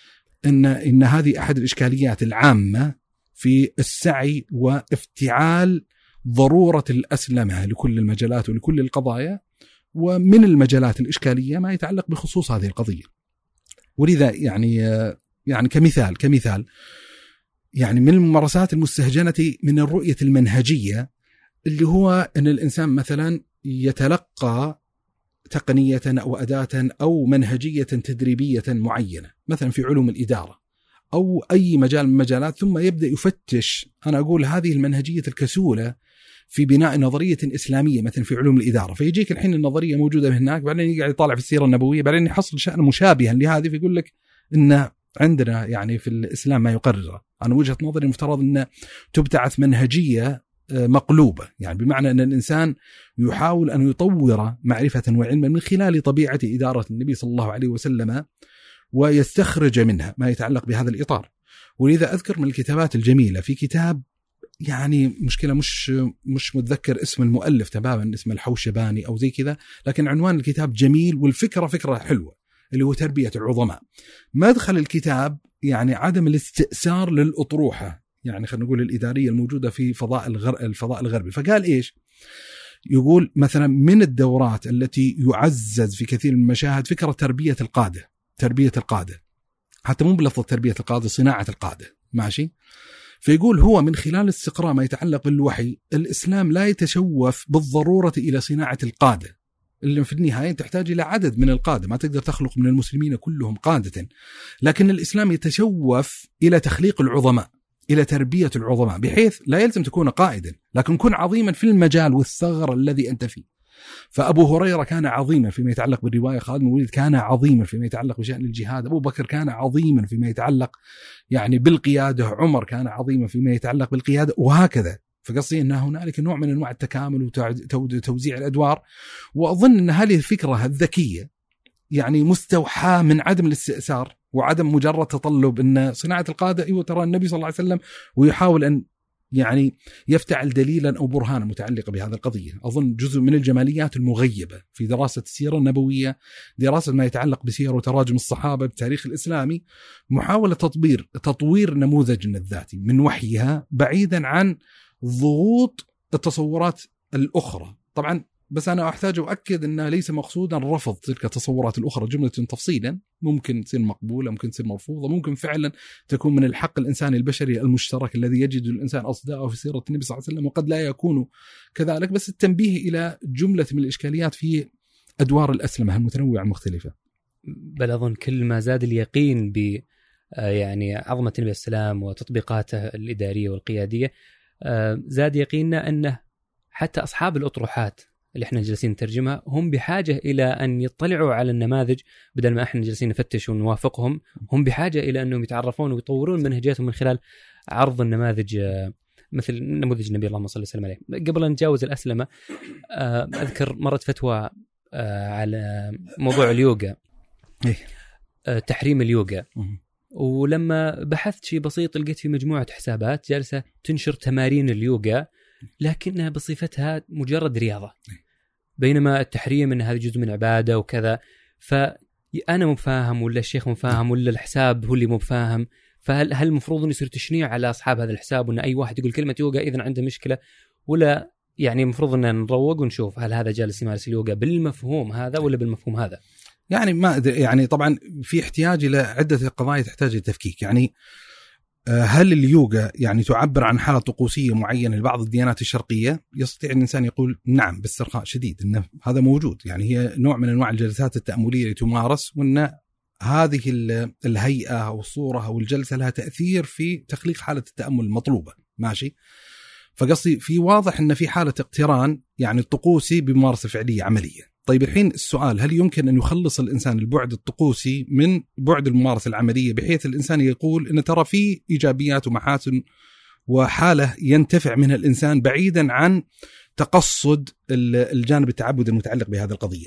[SPEAKER 1] إن هذه أحد الإشكاليات العامة في السعي وافتعال ضرورة الأسلمة لكل المجالات ولكل القضايا، ومن المجالات الإشكالية ما يتعلق بخصوص هذه القضية. ولذا يعني كمثال يعني من الممارسات المستهجنة من الرؤية المنهجية، اللي هو أن الإنسان مثلا يتلقى تقنية أو أداة أو منهجية تدريبية معينة مثلا في علوم الإدارة أو أي مجال من المجالات، ثم يبدأ يفتش، أنا أقول هذه المنهجية الكسولة في بناء نظرية إسلامية مثلا في علوم الإدارة، فيجيك الحين النظرية موجودة هناك، بعدين يقعد يطالع في السيرة النبوية، بعدين يحصل شأن مشابها لهذه، فيقول لك إن عندنا يعني في الإسلام ما يقرره. أنا وجهة نظري المفترض أن تبتعث منهجية مقلوبة، يعني بمعنى أن الإنسان يحاول أن يطور معرفة وعلما من خلال طبيعة إدارة النبي صلى الله عليه وسلم، ويستخرج منها ما يتعلق بهذا الإطار. ولذا أذكر من الكتابات الجميلة في كتاب، يعني مشكلة مش متذكر اسم المؤلف تماما، اسم الحوشباني أو زي كذا، لكن عنوان الكتاب جميل والفكرة فكرة حلوة، اللي هو تربية العظماء. مدخل الكتاب يعني عدم الاستئثار للأطروحة، يعني خلينا نقول الإدارية الموجودة في الفضاء الغربي. فقال إيش؟ يقول مثلا من الدورات التي يعزز في كثير من المشاهد فكرة تربية القادة، حتى مو بلفظ تربية القادة، صناعة القادة، ماشي. فيقول هو من خلال استقراء ما يتعلق بالوحي، الإسلام لا يتشوف بالضرورة إلى صناعة القادة، اللي في النهاية تحتاج إلى عدد من القادة، ما تقدر تخلق من المسلمين كلهم قادة. لكن الإسلام يتشوف إلى تخليق العظماء، إلى تربية العظماء، بحيث لا يلزم تكون قائدا، لكن كن عظيما في المجال والثغر الذي أنت فيه. فأبو هريرة كان عظيما فيما يتعلق بالرواية، خالد بن الوليد كان عظيما فيما يتعلق بشأن الجهاد، أبو بكر كان عظيما فيما يتعلق يعني بالقيادة، عمر كان عظيما فيما يتعلق بالقيادة، وهكذا. فقصدي أن هنالك نوع من أنواع التكامل وتوزيع الأدوار. وأظن أن هذه الفكرة الذكية يعني مستوحاة من عدم الاستئثار وعدم مجرد تطلب أن صناعة القادة. أيوة ترى النبي صلى الله عليه وسلم، ويحاول أن يعني يفتعل دليلا أو برهانا متعلقة بهذه القضية. أظن جزء من الجماليات المغيبة في دراسة السيرة النبوية، دراسة ما يتعلق بسير وتراجم الصحابة بالتاريخ الإسلامي، محاولة تطوير نموذجنا الذاتي من وحيها بعيدا عن ضغوط التصورات الأخرى. طبعا بس أنا أحتاج أؤكد أنه ليس مقصودا رفض تلك التصورات الأخرى جملة تفصيلا، ممكن تصير مقبولة، ممكن تصير مرفوضة، ممكن فعلا تكون من الحق الإنساني البشري المشترك الذي يجد الإنسان أصداءه في سيرة النبي صلى الله عليه وسلم، وقد لا يكون كذلك. بس التنبيه إلى جملة من الإشكاليات في أدوار الأسلمة المتنوعة المختلفة.
[SPEAKER 2] بل أظن كل ما زاد اليقين ب يعني عظمة النبي السلام وتطبيقاته الإدارية والقيادية، زاد يقيننا أنه حتى أصحاب الأطروحات اللي احنا جالسين نترجمها هم بحاجة إلى أن يطلعوا على النماذج، بدل ما احنا جالسين نفتش ونوافقهم، هم بحاجة إلى أنهم يتعرفون ويطورون منهجاتهم من خلال عرض النماذج مثل نموذج النبي اللهم صل وسلم عليه. قبل أن نتجاوز الأسلمة، أذكر مرت فتوى على موضوع اليوغا، تحريم اليوغا، ولما بحثت شيء بسيط لقيت في مجموعة حسابات جالسة تنشر تمارين اليوغا لكنها بصفتها مجرد رياضة، بينما التحريم أن هذا جزء من عبادة وكذا. فأنا مفاهم ولا الشيخ مفاهم ولا الحساب هو اللي مفاهم؟ فهل المفروض أن يصير تشنيع على أصحاب هذا الحساب وأن أي واحد يقول كلمة يوغا إذن عنده مشكلة، ولا يعني المفروض أن نروق ونشوف هل هذا جالس يمارس اليوغا بالمفهوم هذا ولا بالمفهوم هذا؟
[SPEAKER 1] يعني ما يعني طبعا في احتياج إلى عدة قضايا تحتاج للتفكيك. يعني هل اليوغا يعني تعبر عن حالة طقوسية معينة لبعض الديانات الشرقية؟ يستطيع الإنسان يقول نعم باسترخاء شديد أن هذا موجود، يعني هي نوع من أنواع الجلسات التأملية اللي تمارس، وأن هذه الهيئة أو الصورة أو الجلسة لها تأثير في تخليق حالة التأمل المطلوبة، ماشي. فقصدي في واضح أن في حالة اقتران يعني الطقوسي بممارسة فعلية عملية. طيب الحين السؤال، هل يمكن أن يخلص الإنسان البعد الطقوسي من بعد الممارسة العملية، بحيث الإنسان يقول أن ترى فيه إيجابيات ومحاسن وحالة ينتفع منها الإنسان بعيدا عن تقصد الجانب التعبد المتعلق بهذه القضية؟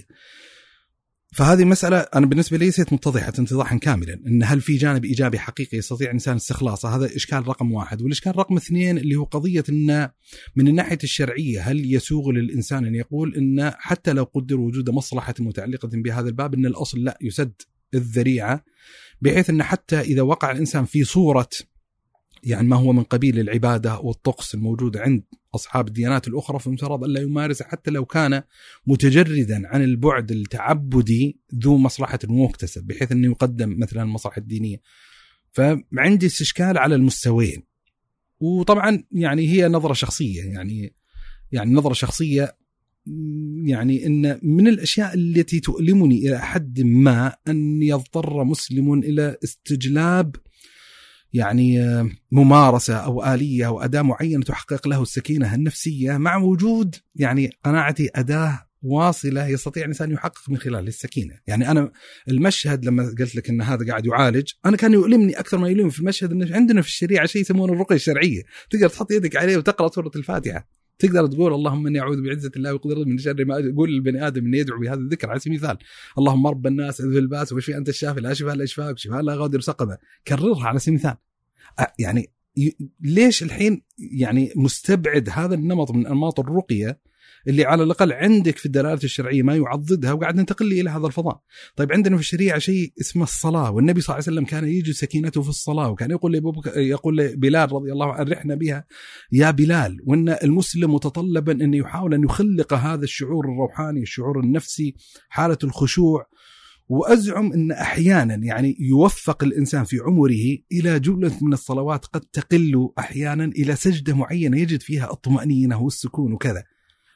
[SPEAKER 1] فهذه مسألة أنا بالنسبة لي ليست متضحة انتضاحا كاملا، إن هل في جانب إيجابي حقيقي يستطيع الإنسان استخلاصه؟ هذا إشكال رقم واحد. والإشكال رقم اثنين اللي هو قضية إن من الناحية الشرعية هل يسوغ للإنسان أن يقول إن حتى لو قدر وجود مصلحة متعلقة بهذا الباب إن الأصل لا يسد الذريعة، بحيث إن حتى إذا وقع الإنسان في صورة يعني ما هو من قبيل العبادة والطقس الموجود عند أصحاب الديانات الأخرى، فمفترض ألا يمارس حتى لو كان متجردا عن البعد التعبدي ذو مصلحة مكتسب، بحيث أنه يقدم مثلا المصلحة الدينية. فعندي استشكال على المستويين. وطبعا يعني هي نظرة شخصية، يعني نظرة شخصية، يعني إن من الأشياء التي تؤلمني إلى حد ما أن يضطر مسلم إلى استجلاب يعني ممارسة أو آلية أو أداة معينة تحقق له السكينة النفسية، مع وجود يعني قناعتي أداة واصلة يستطيع الإنسان يحقق من خلال السكينة. يعني أنا المشهد لما قلت لك أن هذا قاعد يعالج، أنا كان يؤلمني أكثر ما يؤلمني في المشهد أن عندنا في الشريعة شيء يسمونه الرقية الشرعية، تقدر تحط يدك عليه وتقرأ سورة الفاتحة، تقدر تقول اللهم اني اعوذ بعزه الله وقدرته من شر ما اقول للبني ادم ان يدعو بهذا الذكر على سبيل المثال، اللهم رب الناس اذهب الباس واشفي انت الشافي لا شفاء الا شفاءك شفاء لا يغادر سقما، كررها على سبيل المثال. يعني ليش الحين يعني مستبعد هذا النمط من انماط الرقيه اللي على الاقل عندك في الدلالات الشرعيه ما يعضدها، وقاعد ننتقل لي الى هذا الفضاء؟ طيب عندنا في الشريعه شيء اسمه الصلاه، والنبي صلى الله عليه وسلم كان يجد سكينته في الصلاه، وكان يقول لبلال رضي الله عنه ارحنا بها يا بلال. وان المسلم متطلبا ان يحاول ان يخلق هذا الشعور الروحاني، الشعور النفسي، حاله الخشوع. وأزعم أن أحيانا يعني يوفق الإنسان في عمره إلى جملة من الصلوات قد تقل أحيانا إلى سجدة معينة يجد فيها الطمأنينة والسكون وكذا،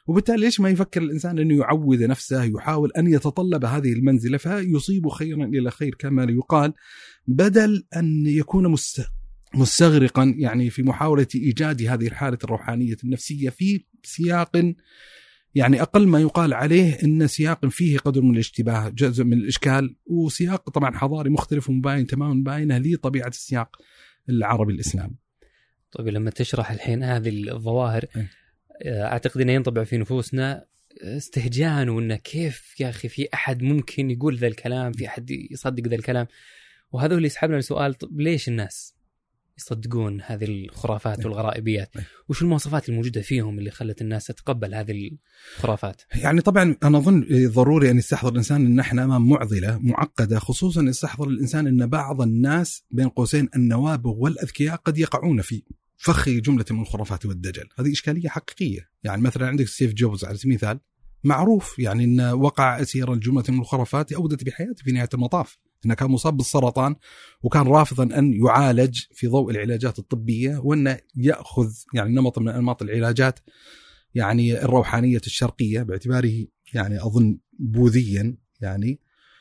[SPEAKER 1] وبالتالي ليش ما يفكر الإنسان أنه يعود نفسه، يحاول أن يتطلب هذه المنزلة فيصيب خيرا إلى خير كما يقال، بدل أن يكون مستغرقا يعني في محاولة إيجاد هذه الحالة الروحانية النفسية في سياق يعني أقل ما يقال عليه إن سياق فيه قدر من الاشتباه، جزء من الإشكال، وسياق طبعا حضاري مختلف ومباين تماما باينة لطبيعة السياق العربي الإسلامي.
[SPEAKER 2] طيب لما تشرح الحين هذه الظواهر أعتقد أنه ينطبع في نفوسنا استهجان، وأنه كيف يا أخي في أحد ممكن يقول ذا الكلام، في أحد يصدق ذا الكلام، وهذا اللي يسحبنا لسؤال طب ليش الناس يصدقون هذه الخرافات والغرائبيات؟ وش المواصفات الموجودة فيهم اللي خلت الناس تتقبل هذه الخرافات؟
[SPEAKER 1] يعني طبعا أنا أظن ضروري أن يستحضر الإنسان أن احنا أمام معضلة معقدة، خصوصا يستحضر الإنسان أن بعض الناس بين قوسين النوابغ والأذكياء قد يقعون في فخ جملة من الخرافات والدجل. هذه إشكالية حقيقية. يعني مثلا عندك ستيف جوبز على سبيل المثال، معروف يعني أن وقع أسيرا جملة من الخرافات أودت بحياته في نهاية المطاف، أنه كان مصاب بالسرطان وكان رافضا أن يعالج في ضوء العلاجات الطبية، وأنه يأخذ يعني نمط من أنماط العلاجات يعني الروحانية الشرقية باعتباره يعني أظن بوذيا يعني.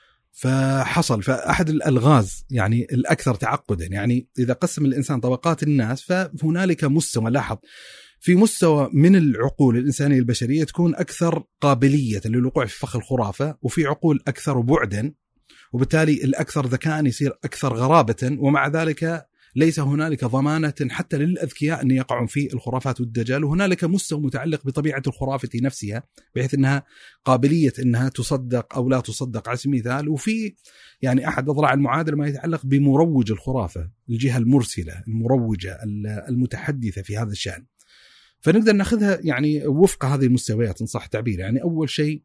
[SPEAKER 1] فحصل فأحد الألغاز يعني الأكثر تعقدا، يعني إذا قسم الإنسان طبقات الناس فهنالك مستوى، لاحظ في مستوى من العقول الإنسانية البشرية تكون أكثر قابلية للوقوع في فخ الخرافة، وفي عقول أكثر بعدا، وبالتالي الأكثر ذكاء يصير أكثر غرابة، ومع ذلك ليس هنالك ضمانة حتى للأذكياء أن يقعون في الخرافات والدجال. وهنالك مستوى متعلق بطبيعة الخرافة نفسها بحيث أنها قابلية أنها تصدق أو لا تصدق على سبيل المثال. وفي يعني أحد أضلاع المعادلة ما يتعلق بمروج الخرافة، الجهة المرسلة المروجة المتحدثة في هذا الشأن. فنقدر نأخذها يعني وفق هذه المستويات إن صح التعبير. يعني أول شيء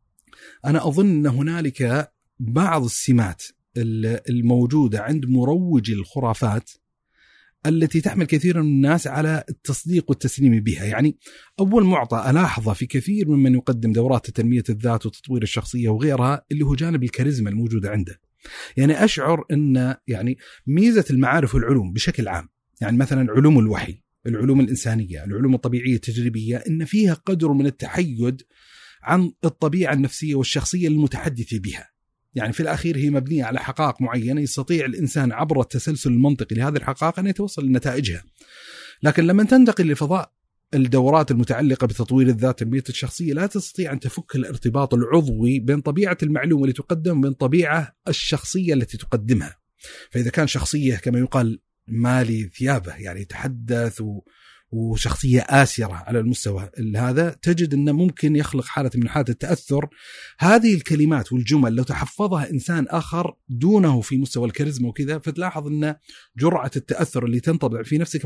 [SPEAKER 1] أنا أظن أن هنالك بعض السمات الموجودة عند مروج الخرافات التي تحمل كثير من الناس على التصديق والتسليم بها. يعني أول معطى ألاحظه في كثير ممن يقدم دورات تنمية الذات وتطوير الشخصية وغيرها اللي هو جانب الكاريزما الموجودة عنده. يعني أشعر أن يعني ميزة المعارف والعلوم بشكل عام، يعني مثلا علوم الوحي، العلوم الإنسانية، العلوم الطبيعية التجريبية، إن فيها قدر من التحيد عن الطبيعة النفسية والشخصية المتحدث بها. يعني في الأخير هي مبنية على حقائق معينة يستطيع الإنسان عبر التسلسل المنطقي لهذه الحقائق أن يتوصل لنتائجها. لكن لما تنتقل لفضاء الدورات المتعلقة بتطوير الذات تنمية الشخصية لا تستطيع أن تفك الارتباط العضوي بين طبيعة المعلومة اللي تقدم وبين طبيعة الشخصية التي تقدمها. فإذا كان شخصية كما يقال مالي ثيابه، يعني يتحدث وشخصية آسرة على المستوى هذا، تجد أنه ممكن يخلق حالة من حالة التأثر. هذه الكلمات والجمل لو تحفظها إنسان آخر دونه في مستوى الكاريزما وكذا، فتلاحظ أن جرعة التأثر اللي تنطبع في نفسك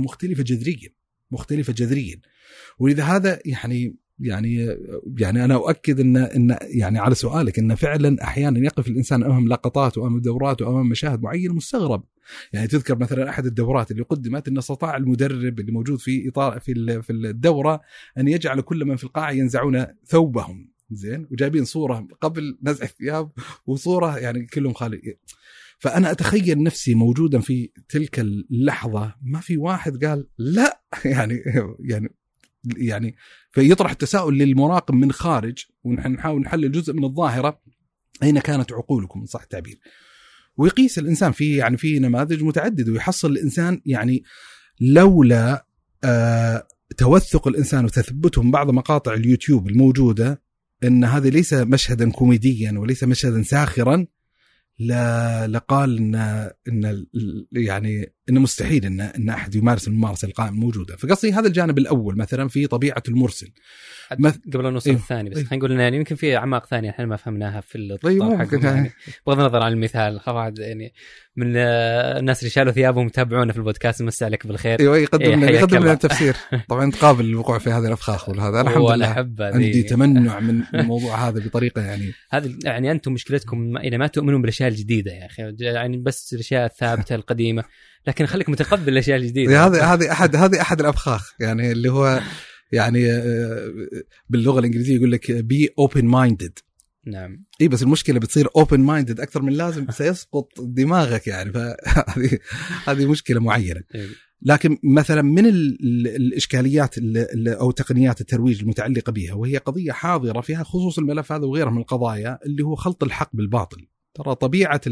[SPEAKER 1] مختلفة جذريا. ولذا هذا يعني أنا أؤكد إن يعني على سؤالك إن فعلا أحيانا يقف الإنسان أمام لقطات وأمام دورات وأمام مشاهد معينة مستغرب. يعني تذكر مثلا أحد الدورات اللي قدمت إن استطاع المدرب اللي موجود في إطار في الدورة أن يجعل كل من في القاعة ينزعون ثوبهم، زين، وجايبين صورة قبل نزع الثياب وصورة يعني كلهم خالي. فأنا أتخيل نفسي موجودا في تلك اللحظة، ما في واحد قال لا يعني فيطرح التساؤل للمراقب من خارج، ونحن نحاول نحلل جزء من الظاهرة أين كانت عقولكم إن صح التعبير. ويقيس الإنسان في نماذج متعددة، ويحصل الإنسان يعني لولا توثق الإنسان وتثبته من بعض مقاطع اليوتيوب الموجودة أن هذا ليس مشهدا كوميديا وليس مشهدا ساخرا، لقال إن يعني إنه مستحيل إن أحد يمارس الممارسة القائمة الموجودة. فقصدي هذا الجانب الأول مثلا في طبيعة المرسل.
[SPEAKER 2] قبل أن نوصل الثاني بس خلينا نقول إن يعني يمكن في أعماق ثانية إحنا ما فهمناها في
[SPEAKER 1] الطرح
[SPEAKER 2] يعني بغض النظر عن المثال. خواعد يعني من الناس اللي شالوا ثيابهم يتابعونا في البودكاست، مسا عليك بالخير.
[SPEAKER 1] أيوة يقدم لنا التفسير. طبعا تقابل الوقوع في هذه الأفخاخ وهذا أنا الحمد لله عندي تمنع من الموضوع هذا بطريقة يعني
[SPEAKER 2] هذا يعني أنتم مشكلتكم إذا ما تؤمنون بالأشياء الجديدة يا أخي، يعني بس الأشياء الثابتة القديمة، لكن خليك متقبل الأشياء الجديدة.
[SPEAKER 1] هذه أحد الأفخاخ يعني اللي هو يعني باللغة الإنجليزية يقول لك be open minded.
[SPEAKER 2] نعم.
[SPEAKER 1] إيه بس المشكلة بتصير open minded أكثر من لازم سيسقط دماغك يعني، فهذه مشكلة معينة. لكن مثلا من الإشكاليات أو تقنيات الترويج المتعلقة بها، وهي قضية حاضرة فيها خصوص الملف هذا وغيرها من القضايا، اللي هو خلط الحق بالباطل. ترى طبيعة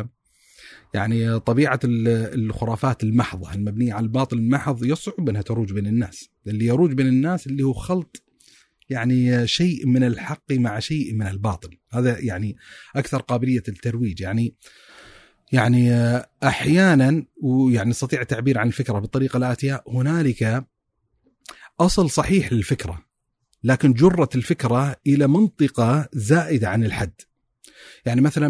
[SPEAKER 1] الخرافات المحضة المبنية على الباطل المحض يصعب أنها تروج بين الناس. اللي يروج بين الناس اللي هو خلط يعني شيء من الحق مع شيء من الباطل، هذا يعني أكثر قابلية الترويج. يعني أحيانا ويعني نستطيع التعبير عن الفكرة بالطريقة الآتية: هنالك أصل صحيح للفكرة، لكن جرت الفكرة إلى منطقة زائدة عن الحد. يعني مثلا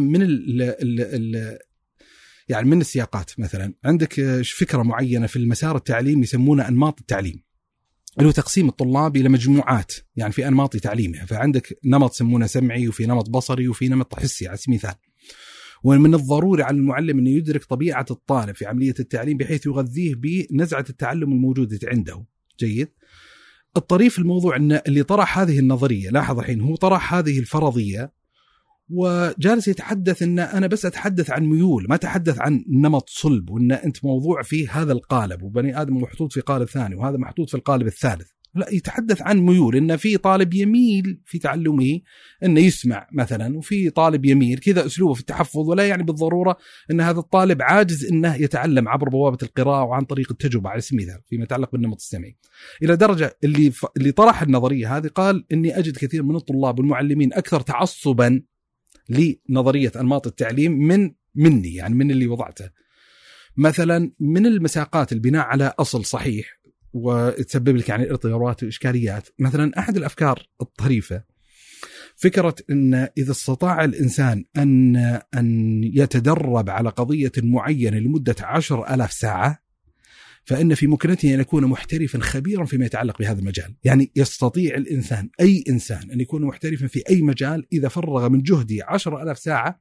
[SPEAKER 1] من السياقات، مثلا عندك فكرة معينة في المسار التعليم يسمونه أنماط التعليم، اللي هو تقسيم الطلاب إلى مجموعات يعني في أنماط تعليمها. فعندك نمط يسمونه سمعي، وفي نمط بصري، وفي نمط حسي على سبيل المثال. ومن الضروري على المعلم أن يدرك طبيعة الطالب في عملية التعليم بحيث يغذيه بنزعة التعلم الموجودة عنده. جيد. الطريف في الموضوع أن اللي طرح هذه النظرية، لاحظ الحين، هو طرح هذه الفرضية وجالس يتحدث أن أنا بس أتحدث عن ميول، ما تحدث عن نمط صلب، وأن أنت موضوع في هذا القالب وبني آدم محطوط في قالب ثاني وهذا محطوط في القالب الثالث. لا، يتحدث عن ميول، إن في طالب يميل في تعلمه إنه يسمع مثلا، وفي طالب يميل كذا أسلوبه في التحفظ، ولا يعني بالضرورة إن هذا الطالب عاجز إنه يتعلم عبر بوابة القراءة وعن طريق التجربة على سبيل المثال فيما يتعلق بالنمط السمعي. إلى درجة اللي طرح النظرية هذه قال إني أجد كثير من الطلاب والمعلمين أكثر تعصبا لنظرية أنماط التعليم مني، يعني من اللي وضعته. مثلا من المساقات البناء على أصل صحيح وتسبب لك يعني ارتباطات وإشكاليات. مثلا أحد الأفكار الطريفة فكرة أن إذا استطاع الإنسان أن يتدرب على قضية معينة لمدة 10,000 ساعة، فإن في ممكنته أن يكون محترفا خبيرا فيما يتعلق بهذا المجال. يعني يستطيع الإنسان، أي إنسان، أن يكون محترفا في أي مجال إذا فرغ من جهده 10,000 ساعة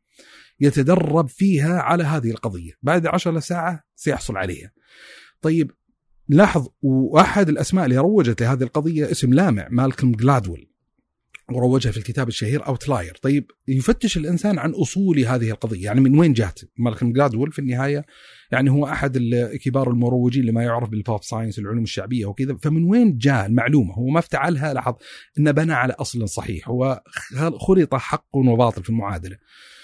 [SPEAKER 1] يتدرب فيها على هذه القضية. بعد 10,000 ساعة سيحصل عليها. طيب لاحظ، وأحد الأسماء اللي روجت لهذه القضية اسم لامع، مالكوم جلادويل، وروجها في الكتاب الشهير أوتلاير. طيب يفتش الإنسان عن أصول هذه القضية، يعني من وين جات. مالكوم جلادويل في النهاية يعني هو أحد كبار المروجين لما يعرف بالبوب ساينس، العلوم الشعبية وكذا. فمن وين جاء المعلومة؟ هو ما افتعلها، لاحظ إنه بنى على أصل صحيح، هو خلط حق وباطل في المعادلة.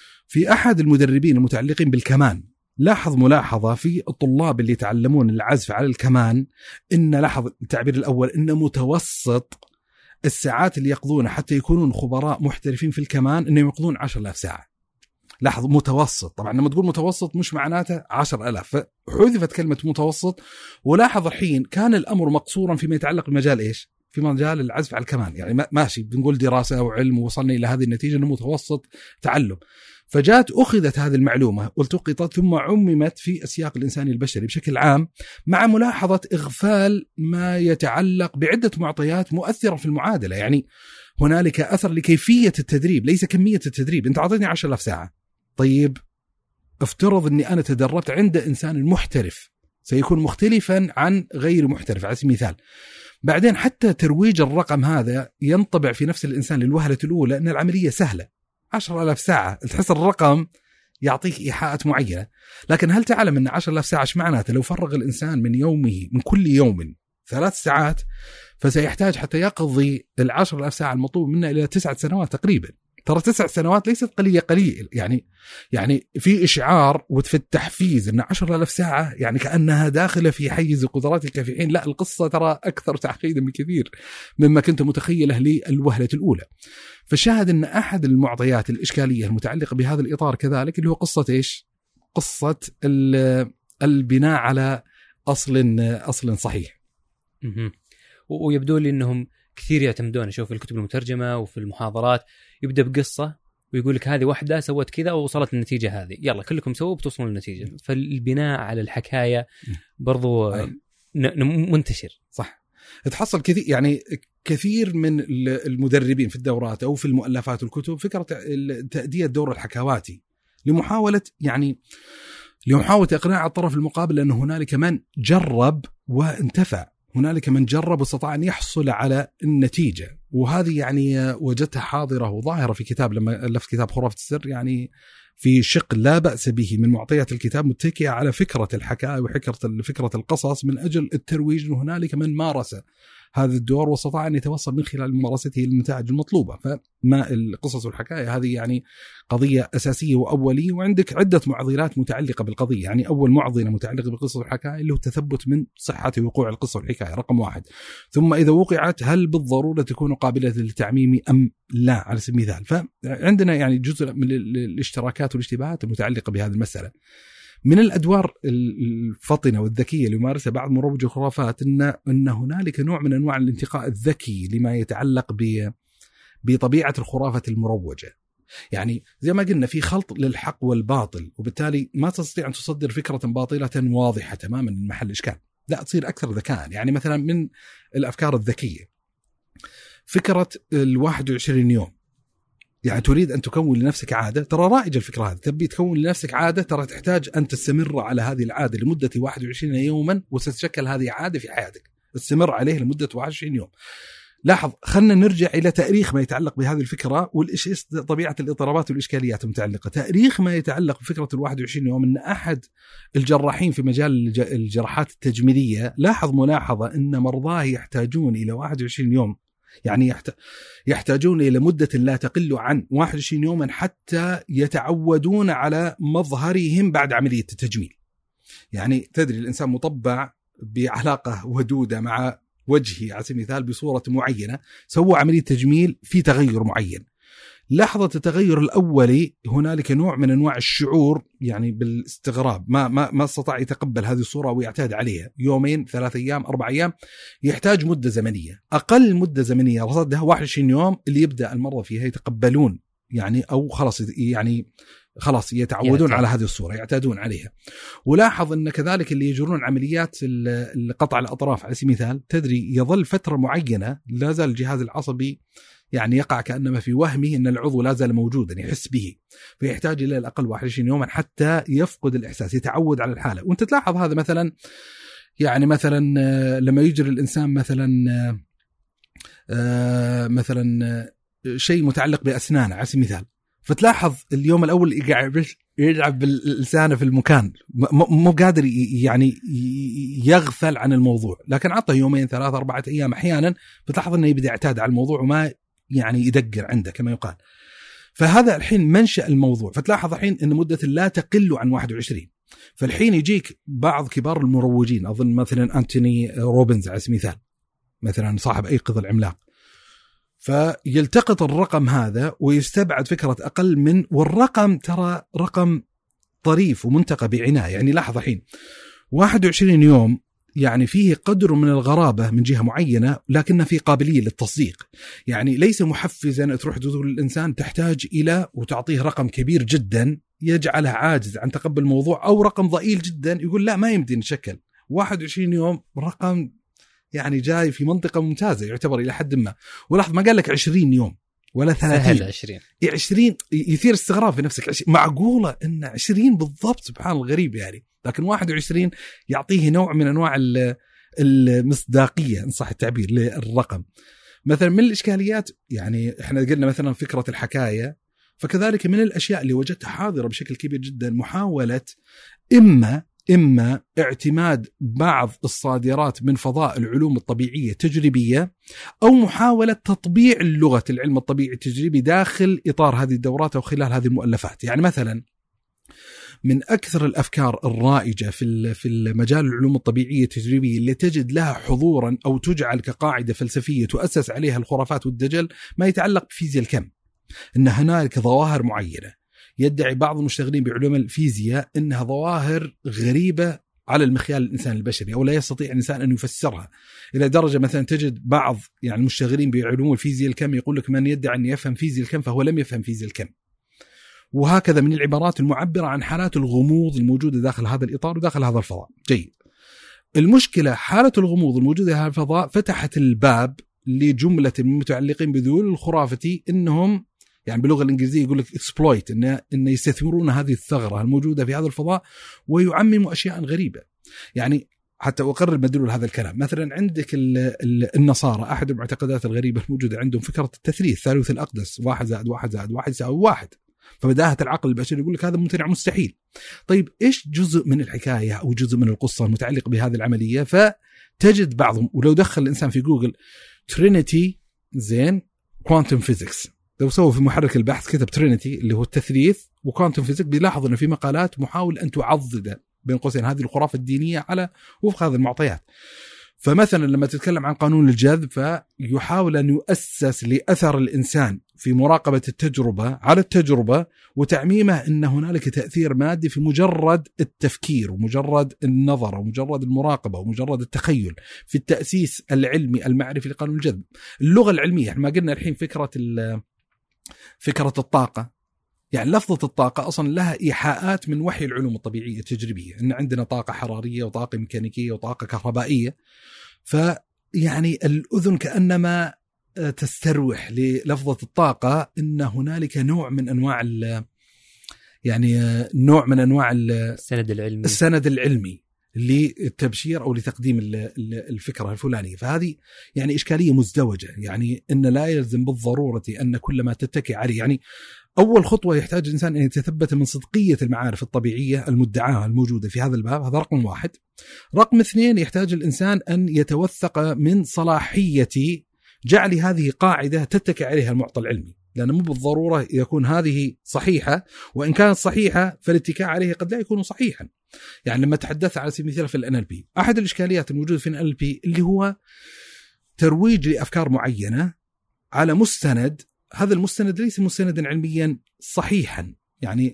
[SPEAKER 1] في أحد المدربين المتعلقين بالكمان لاحظ ملاحظة في الطلاب اللي يتعلمون العزف على الكمان، إن لاحظ التعبير الأول، إن متوسط الساعات اللي يقضون حتى يكونون خبراء محترفين في الكمان إنهم يقضون 10,000 ساعة. لاحظ متوسط، طبعا لما تقول متوسط مش معناته 10,000، فحذفت كلمة متوسط. ولاحظ الحين كان الأمر مقصورا فيما يتعلق بمجال إيش؟ في مجال العزف على الكمان. يعني ماشي بنقول دراسة أو علم ووصلنا إلى هذه النتيجة إنه متوسط تعلم. فجاءت أخذت هذه المعلومة والتقطت ثم عممت في السياق الإنساني البشري بشكل عام، مع ملاحظة إغفال ما يتعلق بعدة معطيات مؤثرة في المعادلة. يعني هنالك أثر لكيفية التدريب ليس كمية التدريب. أنت أعطيتني 10,000 ساعة، طيب افترض أني أنا تدربت عند إنسان محترف، سيكون مختلفا عن غير محترف على سبيل المثال. بعدين حتى ترويج الرقم هذا ينطبع في نفس الإنسان للوهلة الأولى أن العملية سهلة. 10,000 ساعة تحس الرقم يعطيك إيحاءات معينة، لكن هل تعلم أن 10,000 ساعة إيش معناته؟ لو فرغ الإنسان من يومه من كل يوم 3 ساعات فسيحتاج حتى يقضي 10,000 ساعة المطلوب منه إلى 9 سنوات تقريبا. ترى 9 سنوات ليست قليل. يعني في إشعار وفي التحفيز أن 10,000 ساعة يعني كأنها داخلة في حيز قدراتك، في حين لا، القصة ترى أكثر تعقيدا بكثير مما كنت متخيله للوهلة الأولى. فشاهد أن أحد المعطيات الإشكالية المتعلقة بهذا الإطار كذلك اللي هو قصة إيش؟ قصة البناء على أصل صحيح.
[SPEAKER 2] ويبدو لي أنهم كثير يعتمدون، أشوف في الكتب المترجمة وفي المحاضرات يبدأ بقصة ويقول لك هذه واحدة سوت كذا ووصلت النتيجة هذه، يلا كلكم سووا بتوصلوا للنتيجة. فالبناء على الحكاية برضو منتشر.
[SPEAKER 1] صح. تحصل كثير، يعني كثير من المدربين في الدورات أو في المؤلفات والكتب فكرة تأدية دور الحكواتي لمحاولة إقناع الطرف المقابل أن هنالك من جرب وانتفع، هنالك من جرب واستطاع أن يحصل على النتيجة. وهذه يعني وجدتها حاضرة وظاهرة في كتاب، لما ألفت كتاب خرافة السر، يعني في شق لا بأس به من معطيات الكتاب متكئة على فكرة الحكاية وفكرة القصص من أجل الترويج، وهنالك من مارس هذا الدور واستطاع أن يتوصل من خلال ممارسته النتائج المطلوبة. فما القصص والحكاية هذه يعني قضية أساسية وأولية، وعندك عدة معضلات متعلقة بالقضية. يعني أول معضلة متعلقة بالقصص والحكاية اللي هو التثبت من صحة وقوع القصة والحكاية رقم 1. ثم إذا وقعت هل بالضرورة تكون قابلة للتعميم أم لا على سبيل المثال. فعندنا يعني جزء من الاشتراكات والاشتباهات المتعلقة بهذه المسألة. من الأدوار الفطنة والذكية اللي يمارسها بعض مروجي الخرافات أن هنالك نوع من أنواع الانتقاء الذكي لما يتعلق بطبيعة الخرافة المروجة. يعني زي ما قلنا في خلط للحق والباطل، وبالتالي ما تستطيع أن تصدر فكرة باطلة واضحة تماما من محل إشكال، لا تصير أكثر ذكاء. يعني مثلا من الأفكار الذكية فكرة 21 يوم. يعني تريد أن تكون لنفسك عادة، ترى رائجة الفكرة هذه، تبي تكون لنفسك عادة، ترى تحتاج أن تستمر على هذه العادة لمدة 21 يوما، وستتشكل هذه عادة في حياتك، استمر عليه لمدة 21 يوم. لاحظ، خلنا نرجع إلى تاريخ ما يتعلق بهذه الفكرة والإيش طبيعة الاضطرابات والإشكاليات المتعلقة. تاريخ ما يتعلق بفكرة 21 يوم أن أحد الجراحين في مجال الجراحات التجميلية لاحظ ملاحظة أن مرضاه يحتاجون إلى 21 يوم، يعني يحتاجون إلى مدة لا تقل عن 21 يوما حتى يتعودون على مظهرهم بعد عملية التجميل. يعني تدري الإنسان مطبع بعلاقة ودودة مع وجهه على سبيل المثال بصورة معينة، سووا عملية تجميل في تغير معين. لحظة التغير الأولي هنالك نوع من أنواع الشعور يعني بالاستغراب، ما استطاع يتقبل هذه الصورة ويعتاد عليها. 2 3 أيام 4 أيام، يحتاج مدة زمنية، أقل مدة زمنية رصدها 21 يوم اللي يبدأ المرضى فيها يتقبلون يعني أو خلاص يتعودون على هذه الصورة، يعتادون عليها. ولاحظ أن كذلك اللي يجرون عمليات قطع الأطراف على سبيل المثال، تدري يظل فترة معينة لا زال الجهاز العصبي يعني يقع كأنما في وهمه أن العضو لا زال موجودا، يحس به، فيحتاج إلى الأقل 21 يوما حتى يفقد الإحساس، يتعود على الحالة. وأنت تلاحظ هذا مثلا، يعني مثلا لما يجري الإنسان مثلا شيء متعلق بأسنانه على سبيل المثال، فتلاحظ اليوم الأول يلعب باللسانه في المكان، مو قادر يعني يغفل عن الموضوع، لكن عطه 2 3 4 أيام أحيانا فتلاحظ أنه يبدأ يعتاد على الموضوع وما يعني يدقر عنده كما يقال. فهذا الحين منشأ الموضوع. فتلاحظ الحين أن مدة لا تقل عن 21. فالحين يجيك بعض كبار المروجين، أظن مثلا أنتوني روبنز على سبيل المثال، مثلا صاحب أيقظ العملاق، فيلتقط الرقم هذا ويستبعد فكرة أقل من، والرقم ترى رقم طريف ومنتقى بعناية. يعني لاحظ الحين 21 يوم يعني فيه قدر من الغرابة من جهة معينة، لكن فيه قابلية للتصديق. يعني ليس محفزا تروح تقول للإنسان تحتاج إلى وتعطيه رقم كبير جدا يجعله عاجز عن تقبل الموضوع، أو رقم ضئيل جدا يقول لا ما يمدي نشكل. 21 يوم رقم يعني جاي في منطقة ممتازة يعتبر إلى حد ما. ولاحظ ما قال لك 20 يوم ولا 30. 20 يثير استغراب في نفسك. معقولة إن 20 بالضبط؟ سبحان الله غريب يعني. لكن 21 يعطيه نوع من أنواع المصداقية إن صح التعبير للرقم. مثلا من الإشكاليات، يعني إحنا قلنا مثلا فكرة الحكاية، فكذلك من الأشياء اللي وجدتها حاضرة بشكل كبير جدا محاولة إما اعتماد بعض الصادرات من فضاء العلوم الطبيعية تجريبية، أو محاولة تطبيع اللغة العلم الطبيعي التجريبي داخل إطار هذه الدورات أو خلال هذه المؤلفات. يعني مثلا من أكثر الأفكار الرائجة في المجال العلوم الطبيعية التجريبية اللي تجد لها حضورا أو تجعل كقاعدة فلسفية تؤسس عليها الخرافات والدجل ما يتعلق بفيزياء الكم. إن هنالك ظواهر معينة يدعي بعض المشتغلين بعلوم الفيزياء إنها ظواهر غريبة على المخيال الإنسان البشري، أو لا يستطيع الإنسان أن يفسرها، إلى درجة مثلا تجد بعض يعني المشتغلين بعلوم الفيزياء الكم يقول لك من يدعي أن يفهم فيزياء الكم فهو لم يفهم فيزياء الكم. وهكذا من العبارات المعبرة عن حالات الغموض الموجودة داخل هذا الإطار وداخل هذا الفضاء. جيد. المشكلة حالة الغموض الموجودة في هذا الفضاء فتحت الباب لجملة من المتعلقين بذول الخرافة إنهم يعني باللغة الإنجليزية يقول لك exploit، إن يستثمرون هذه الثغرة الموجودة في هذا الفضاء ويعمموا أشياء غريبة. يعني حتى أقرر مدلول هذا الكلام، مثلا عندك النصارى أحد المعتقدات الغريبة الموجودة عندهم فكرة التثليث، ثالوث الأقدس، 1+1=1=1. فبداهة العقل البشري يقول لك هذا ممتنع مستحيل. طيب إيش جزء من الحكاية أو جزء من القصة المتعلق بهذه العملية؟ فتجد بعضهم، ولو دخل الإنسان في جوجل ترينيتي زين كوانتم فيزيكس، لو سووا في محرك البحث كتب ترينيتي اللي هو التثليث وكوانتم فيزيكس، بيلاحظ أنه في مقالات محاول أن تعضد بين قوسين هذه الخرافة الدينية على وفق هذه المعطيات. فمثلا لما تتكلم عن قانون الجذب فيحاول أن يؤسس لأثر الإنسان في مراقبة التجربة على التجربة وتعميمه أن هنالك تأثير مادي في مجرد التفكير ومجرد النظر ومجرد المراقبة ومجرد التخيل في التأسيس العلمي المعرفي لقانون الجذب. اللغة العلمية احنا ما قلنا الحين فكرة الطاقة، يعني لفظة الطاقة أصلا لها إيحاءات من وحي العلوم الطبيعية التجريبية، إن عندنا طاقة حرارية وطاقة ميكانيكية وطاقة كهربائية. فيعني الأذن كأنما تستروح للفظة الطاقة إن هنالك نوع من أنواع السند العلمي للتبشير أو لتقديم الفكرة الفلانية. فهذه يعني إشكالية مزدوجة، يعني إن لا يلزم بالضرورة أن كل ما تتكي عليه، يعني أول خطوة يحتاج الإنسان أن يتثبت من صدقية المعارف الطبيعية المدعاة الموجودة في هذا الباب، هذا رقم واحد. رقم اثنين، يحتاج الإنسان أن يتوثق من صلاحية جعل هذه قاعدة تتكي عليها المعطى العلمي، لأنه مو بالضرورة يكون هذه صحيحة، وإن كانت صحيحة فالاتكاء عليه قد لا يكون صحيحا. يعني لما تحدث على سبيل المثال في الNLP، أحد الإشكاليات الموجودة في الNLP اللي هو ترويج لأفكار معينة على مستند، هذا المستند ليس مستندا علميا صحيحا. يعني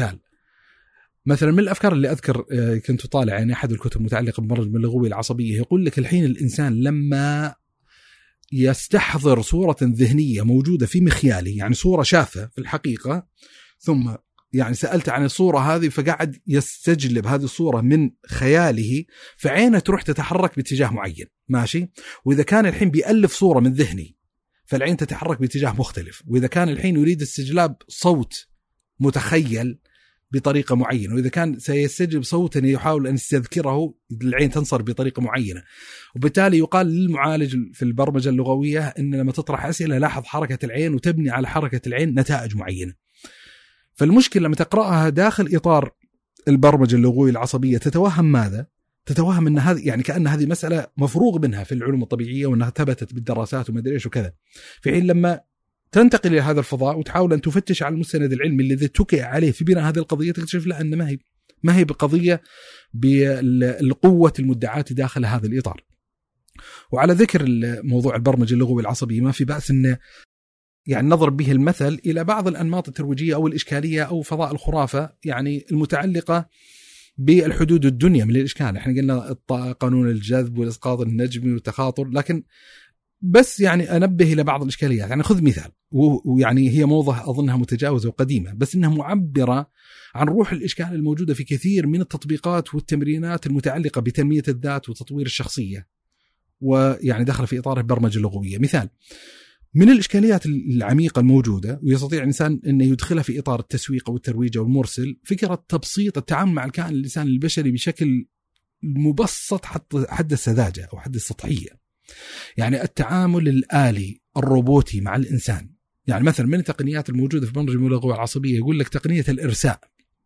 [SPEAKER 1] مثلا من الأفكار اللي أذكر كنت طالع يعني أحد الكتب متعلقة بمرض اللغوية العصبية، يقول لك الحين الإنسان لما يستحضر صورة ذهنية موجودة في مخياله، يعني صورة شافة في الحقيقة، ثم يعني سألت عن الصورة هذه فقاعد يستجلب هذه الصورة من خياله، فعينه تروح تتحرك باتجاه معين ماشي. وإذا كان الحين بيألف صورة من ذهني فالعين تتحرك باتجاه مختلف، وإذا كان الحين يريد استجلاب صوت متخيل بطريقة معينة، وإذا كان سيستجلب صوتا يحاول أن يستذكره العين تنصر بطريقة معينة. وبالتالي يقال للمعالج في البرمجة اللغوية أن لما تطرح أسئلة لاحظ حركة العين وتبني على حركة العين نتائج معينة. فالمشكلة لما تقرأها داخل إطار البرمجة اللغوية العصبية تتوهم ماذا؟ تتوهم أن هذه يعني كأن هذه مسألة مفروغ منها في العلوم الطبيعية وأنها ثبتت بالدراسات وما أدري إيش وكذا. في حين لما تنتقل إلى هذا الفضاء وتحاول أن تفتش على المستند العلمي الذي اتكئ عليه في بناء هذه القضية، تكتشف لا أن ما هي بقضية بالقوة المدعاة داخل هذا الإطار. وعلى ذكر موضوع البرمجة اللغوية العصبية، ما في بأس أن يعني نضرب به المثل إلى بعض الأنماط الترويجية أو الإشكالية أو فضاء الخرافة يعني المتعلقة بالحدود الدنيا من الإشكال. احنا قلنا قانون الجذب والإسقاط النجمي والتخاطر، لكن بس يعني أنبه إلى بعض الإشكاليات. يعني خذ مثال، ويعني هي موضة أظنها متجاوزة وقديمة، بس إنها معبرة عن روح الإشكال الموجودة في كثير من التطبيقات والتمرينات المتعلقة بتنمية الذات وتطوير الشخصية، ويعني دخل في إطار البرمجة اللغوية. مثال من الإشكاليات العميقة الموجودة ويستطيع الإنسان أن يدخلها في إطار التسويق والترويج والمرسل، فكرة تبسيط التعامل مع الكائن الإنسان البشري بشكل مبسط حد السذاجة أو حد السطحية. يعني التعامل الآلي الروبوتي مع الإنسان. يعني مثلا من التقنيات الموجودة في برمجة اللغوية العصبية يقول لك تقنية الإرساء.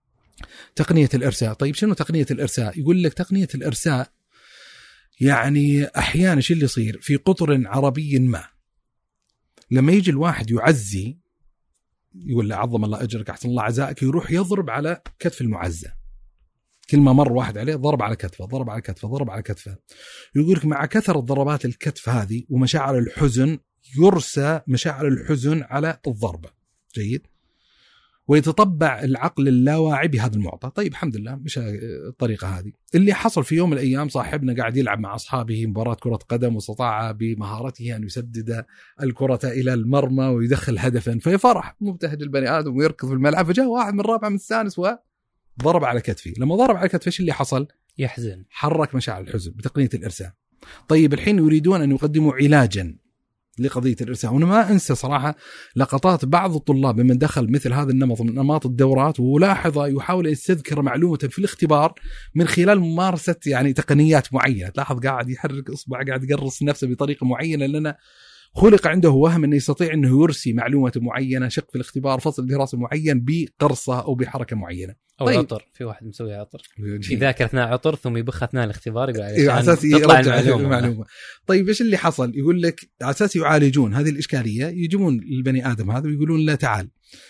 [SPEAKER 1] طيب شنو تقنية الإرساء؟ يقول لك تقنية الإرساء يعني أحيانا شو اللي يصير في قطر عربي ما، لما يجي الواحد يعزي يقول له عظم الله أجرك أحسن الله عزائك، يروح يضرب على كتف المعزى. كل ما مر واحد عليه ضرب على كتفه. يقول لك مع كثرة ضربات الكتف هذه ومشاعر الحزن يرسى مشاعر الحزن على الضربة. جيد. ويتطبع العقل اللاواعي بهذا المعطى. طيب الحمد لله مش الطريقة هذه. اللي حصل في يوم من الأيام صاحبنا قاعد يلعب مع أصحابه مباراة كرة قدم، واستطاع بمهارته أن يسدد الكرة إلى المرمى ويدخل هدفا، فيفرح مبتهج البني آدم ويركض في الملعب، فجاء واحد من الرابع من السادس وضرب على كتفه. لما ضرب على كتفه ايش اللي حصل؟
[SPEAKER 2] يحزن،
[SPEAKER 1] حرك مشاعر الحزن بتقنية الإرساء. طيب الحين يريدون أن يقدموا علاجا لقضية الإرساء. وأنا ما أنسى صراحة لقطات بعض الطلاب من دخل مثل هذا النمط من نمط الدورات، ولاحظ يحاول أن يستذكر معلومة في الاختبار من خلال ممارسة يعني تقنيات معينة. تلاحظ قاعد يحرك إصبع، قاعد يقرص نفسه بطريقة معينة، لأنه خلق عنده وهم أنه يستطيع أنه يرسي معلومة معينة، شق في الاختبار، فصل دراسي معين بقرصة أو بحركة معينة.
[SPEAKER 2] أو
[SPEAKER 1] طيب.
[SPEAKER 2] عطر، في واحد مسوي عطر يذاكر أثناء عطر ثم يبخ أثناء الاختبار يقول
[SPEAKER 1] على أساس
[SPEAKER 2] تطلع المعلومة.
[SPEAKER 1] طيب إيش اللي حصل؟ يقول لك على أساس يعالجون هذه الإشكالية يجيبون البني آدم هذا ويقولون لا تعال